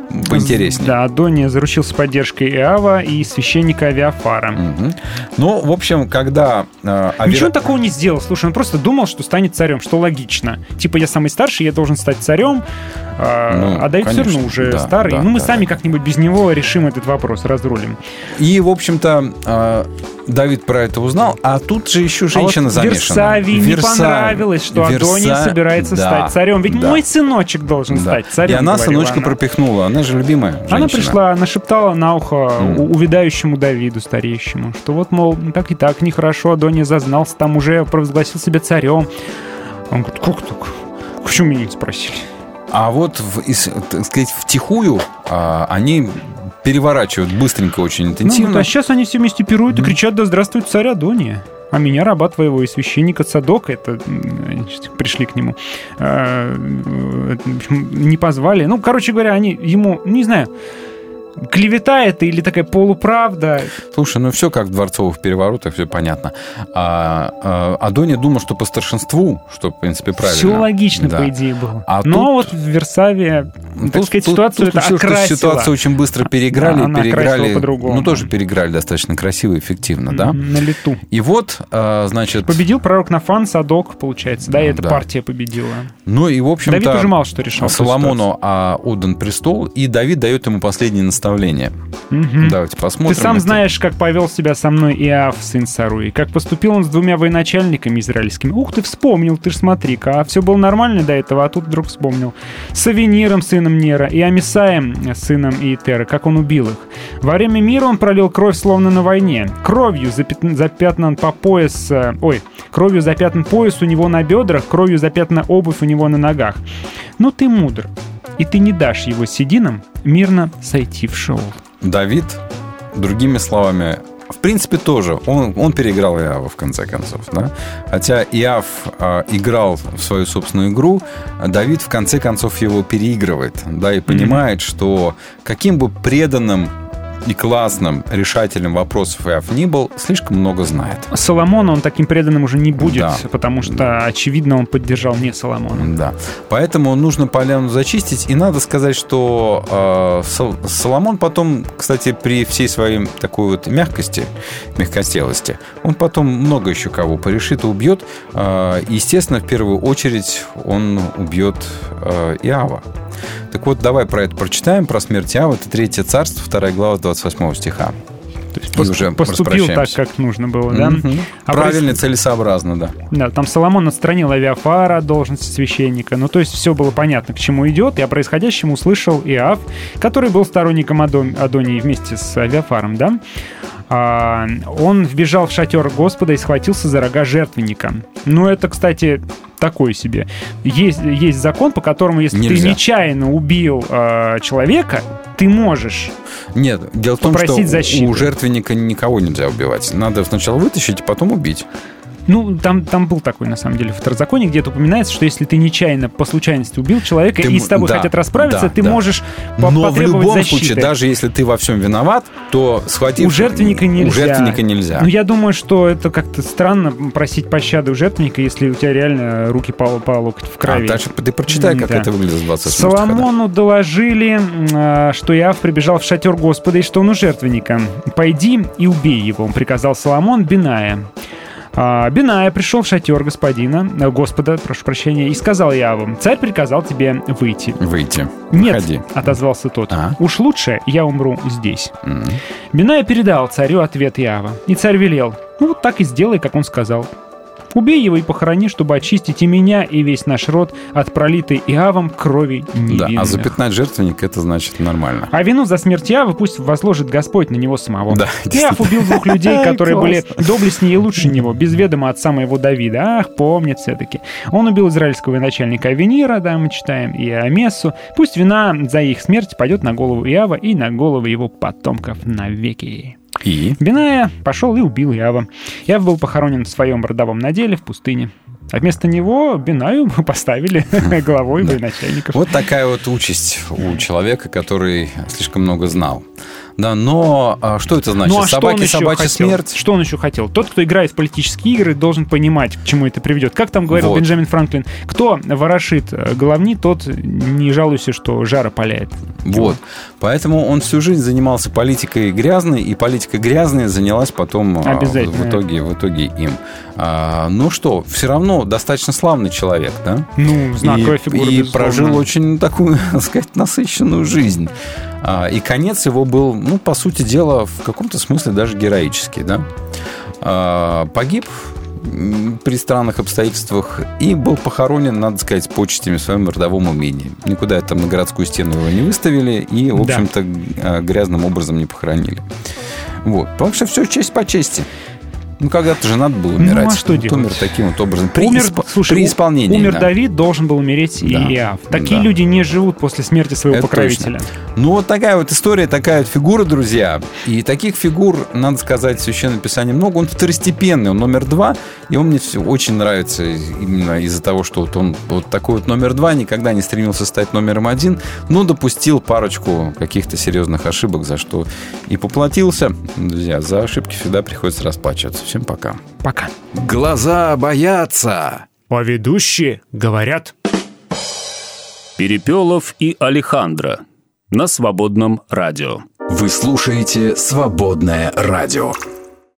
Speaker 3: поинтереснее.
Speaker 2: Да, Адония заручился поддержкой Иава и священника Авиафара.
Speaker 3: Угу. Ну, в общем, когда... Э, Авера...
Speaker 2: Ничего он такого не сделал. Слушай, он просто думал, что станет царем, что логично. Типа, я самый старший, я должен стать царем, а,
Speaker 3: ну,
Speaker 2: а Давид все равно уже
Speaker 3: да,
Speaker 2: старый.
Speaker 3: Да,
Speaker 2: ну, мы
Speaker 3: да,
Speaker 2: сами
Speaker 3: да.
Speaker 2: как-нибудь без него решим этот вопрос, разрулим.
Speaker 3: И, в общем-то, э, Давид про это узнал, а тут же еще женщина
Speaker 2: а вот
Speaker 3: замешана.
Speaker 2: Версавии не понравилось, что
Speaker 3: Верса...
Speaker 2: Адония собирается
Speaker 3: да,
Speaker 2: стать царем. Ведь
Speaker 3: да.
Speaker 2: мой сыночек должен
Speaker 3: да.
Speaker 2: стать царем.
Speaker 3: И она сыночка
Speaker 2: она.
Speaker 3: пропихнула. Она же любимая женщина.
Speaker 2: Она пришла, нашептала на ухо mm. увядающему Давиду, стареющему, что вот, мол, так и так нехорошо, Адония зазнался, там уже провозгласил себя царем. Он говорит, как так? Почему меня не спросили?
Speaker 3: А вот, в, из, так сказать, втихую а, они переворачивают быстренько, очень интенсивно.
Speaker 2: Ну, а сейчас они все вместе пируют и кричат: да здравствует царь Адония. А меня, раба твоего и священника Цадока, это значит, пришли к нему, не позвали. Ну, короче говоря, они ему, не знаю, клевета это или такая полуправда.
Speaker 3: Слушай, ну все как в дворцовых переворотах, все понятно. А, а, Адония думал, что по старшинству, что, в принципе, правильно.
Speaker 2: Все логично, да. по идее, было. А Но тут... вот в Версаве, так тут, сказать, тут, ситуацию тут, это тут окрасило.
Speaker 3: Ситуацию очень быстро переиграли.
Speaker 2: Да,
Speaker 3: переиграли
Speaker 2: по-другому.
Speaker 3: Ну, тоже переиграли достаточно красиво и эффективно, да?
Speaker 2: На лету.
Speaker 3: И вот, а, значит...
Speaker 2: Победил пророк Нафан, Садок, получается, да, и эта
Speaker 3: да.
Speaker 2: партия победила.
Speaker 3: Ну, и, в общем-то...
Speaker 2: Давид уже мало что решал.
Speaker 3: Соломону отдан престол, и Давид дает ему последнее наставление.
Speaker 2: Угу.
Speaker 3: Давайте посмотрим.
Speaker 2: Ты сам
Speaker 3: это.
Speaker 2: знаешь, как повел себя со мной Иав, сын Саруи, как поступил он с двумя военачальниками израильскими. Ух ты, вспомнил, ты ж смотри-ка, а все было нормально до этого, а тут вдруг вспомнил. С Авениром, сыном Нера, и Амисаем, сыном Иетера, как он убил их. Во время мира он пролил кровь, словно на войне. Кровью запятнан, запятнан по пояс... Ой, кровью запятнан пояс у него на бедрах, кровью запятнана обувь у него на ногах. Но ты мудр, и ты не дашь его сединам мирно сойти в Шеол.
Speaker 3: Давид, другими словами, в принципе, тоже. Он, он переиграл Иава, в конце концов. Да? Хотя Иав э, играл в свою собственную игру, Давид, в конце концов, его переигрывает. Да, и понимает, mm-hmm. что каким бы преданным и классным решателем вопросов Иав ни был, слишком много знает.
Speaker 2: Соломона он таким преданным уже не будет,
Speaker 3: да.
Speaker 2: потому что, очевидно, он поддержал не Соломона.
Speaker 3: Да. Поэтому нужно поляну зачистить. И надо сказать, что э, Соломон потом, кстати, при всей своей такой вот мягкости, мягкостелости, он потом много еще кого порешит и убьет. Э, естественно, в первую очередь он убьет э, Иава. Так вот, давай про это прочитаем, про смерть Иава. Это Третье царство, вторая глава, двадцать восьмого стиха.
Speaker 2: То есть пос- уже поступил так, как нужно было, да?
Speaker 3: Mm-hmm.
Speaker 2: А
Speaker 3: правильно,
Speaker 2: про...
Speaker 3: целесообразно, да.
Speaker 2: Да, там Соломон отстранил Авиафара от должности священника. Ну, то есть все было понятно, к чему идет. И о происходящем услышал Иав, который был сторонником Адон... Адонии вместе с Авиафаром, да? А, он вбежал в шатер Господа и схватился за рога жертвенника. Ну, это, кстати, такое себе. Есть, есть закон, по которому, если Нельзя. ты нечаянно убил э, человека, ты можешь
Speaker 3: Нет, дело в том, что
Speaker 2: защиты.
Speaker 3: у жертвенника никого нельзя убивать. Надо сначала вытащить, а потом убить.
Speaker 2: Ну, там, там был такой, на самом деле, в второзаконии, где-то упоминается, что если ты нечаянно по случайности убил человека, ты, и с тобой да, хотят расправиться,
Speaker 3: да,
Speaker 2: ты
Speaker 3: да.
Speaker 2: можешь
Speaker 3: по-
Speaker 2: Но
Speaker 3: потребовать
Speaker 2: в любом
Speaker 3: защиты. случае, даже если ты во всем виноват, то схватив...
Speaker 2: У жертвенника нельзя.
Speaker 3: У жертвенника нельзя.
Speaker 2: Ну, я думаю, что это как-то странно просить пощады у жертвенника, если у тебя реально руки по, по локоть в крови.
Speaker 3: А дальше ты прочитай, как да. это выглядит с двадцать
Speaker 2: Соломону доложили, что Иав прибежал в шатер Господа и что он у жертвенника. «Пойди и убей его», — он приказал Соломон Беная. А, Беная пришел в шатер господина, Господа, прошу прощения, и сказал Иаву: «Царь приказал тебе выйти».
Speaker 3: «Выйти.
Speaker 2: «Нет»,
Speaker 3: Выходи.
Speaker 2: — отозвался тот,
Speaker 3: а?
Speaker 2: «уж лучше я умру здесь».
Speaker 3: Mm-hmm.
Speaker 2: Беная передал царю ответ Иава, и царь велел: «Ну вот так и сделай, как он сказал. Убей его и похорони, чтобы очистить и меня, и весь наш род от пролитой Иавом крови невинных».
Speaker 3: Да, а запятнать жертвенник — это значит нормально.
Speaker 2: А вину за смерть Иава пусть возложит Господь на него самого.
Speaker 3: Да,
Speaker 2: Иав убил двух людей, которые были доблестнее и лучше него, без ведома отца моего Давида. Ах, помнит все-таки. Он убил израильского военачальника Авенира, да, мы читаем, и Амесу. Пусть вина за их смерть пойдет на голову Иава и на головы его потомков навеки.
Speaker 3: И?
Speaker 2: Беная пошел и убил Иава. Иав был похоронен в своем родовом наделе в пустыне. А вместо него Бенаю поставили главой военачальников.
Speaker 3: Вот такая вот участь у человека, который слишком много знал. Да, но а, что это значит?
Speaker 2: Ну, а
Speaker 3: Собаки,
Speaker 2: что
Speaker 3: собачья
Speaker 2: хотел?
Speaker 3: смерть?
Speaker 2: Что он еще хотел? Тот, кто играет в политические игры, должен понимать, к чему это приведет. Как там говорил
Speaker 3: Вот.
Speaker 2: Бенджамин Франклин, кто ворошит головни, тот не жалуйся, что жара паляет.
Speaker 3: Вот. Поэтому он всю жизнь занимался политикой грязной, и политика грязная занялась потом а,
Speaker 2: Обязательно.
Speaker 3: в итоге, в итоге им. А, ну что, все равно достаточно славный человек, да?
Speaker 2: Ну, знаковая
Speaker 3: и,
Speaker 2: фигура,
Speaker 3: И
Speaker 2: безусловно.
Speaker 3: прожил очень такую, так сказать, насыщенную жизнь. А, и конец его был, ну, по сути дела, в каком-то смысле даже героический, да? А, погиб при странных обстоятельствах и был похоронен, надо сказать, с почестями в своем родовом имении. Никуда там на городскую стену его не выставили и, в общем-то, да. грязным образом не похоронили. Вот. Потому что все честь по чести. Ну, когда-то же надо было умирать.
Speaker 2: Ну, а что
Speaker 3: вот
Speaker 2: делать?
Speaker 3: Умер таким вот образом. При,
Speaker 2: умер,
Speaker 3: исп...
Speaker 2: слушай,
Speaker 3: при исполнении.
Speaker 2: Умер
Speaker 3: да.
Speaker 2: Давид, должен был умереть и
Speaker 3: Да.
Speaker 2: Иав. Такие
Speaker 3: Да.
Speaker 2: люди не живут после смерти своего
Speaker 3: Это
Speaker 2: покровителя.
Speaker 3: точно. Ну, вот такая вот история, такая вот фигура, друзья. И таких фигур, надо сказать, в Священном Писании много. Он второстепенный, он номер два. И он мне все очень нравится именно из-за того, что вот он вот такой вот номер два, никогда не стремился стать номером один, но допустил парочку каких-то серьезных ошибок, за что и поплатился. Друзья, за ошибки всегда приходится расплачиваться. Всем пока.
Speaker 2: Пока.
Speaker 1: Глаза боятся.
Speaker 9: А ведущие говорят.
Speaker 4: Перепелов и Алехандро на Свободном радио.
Speaker 1: Вы слушаете «Свободное радио».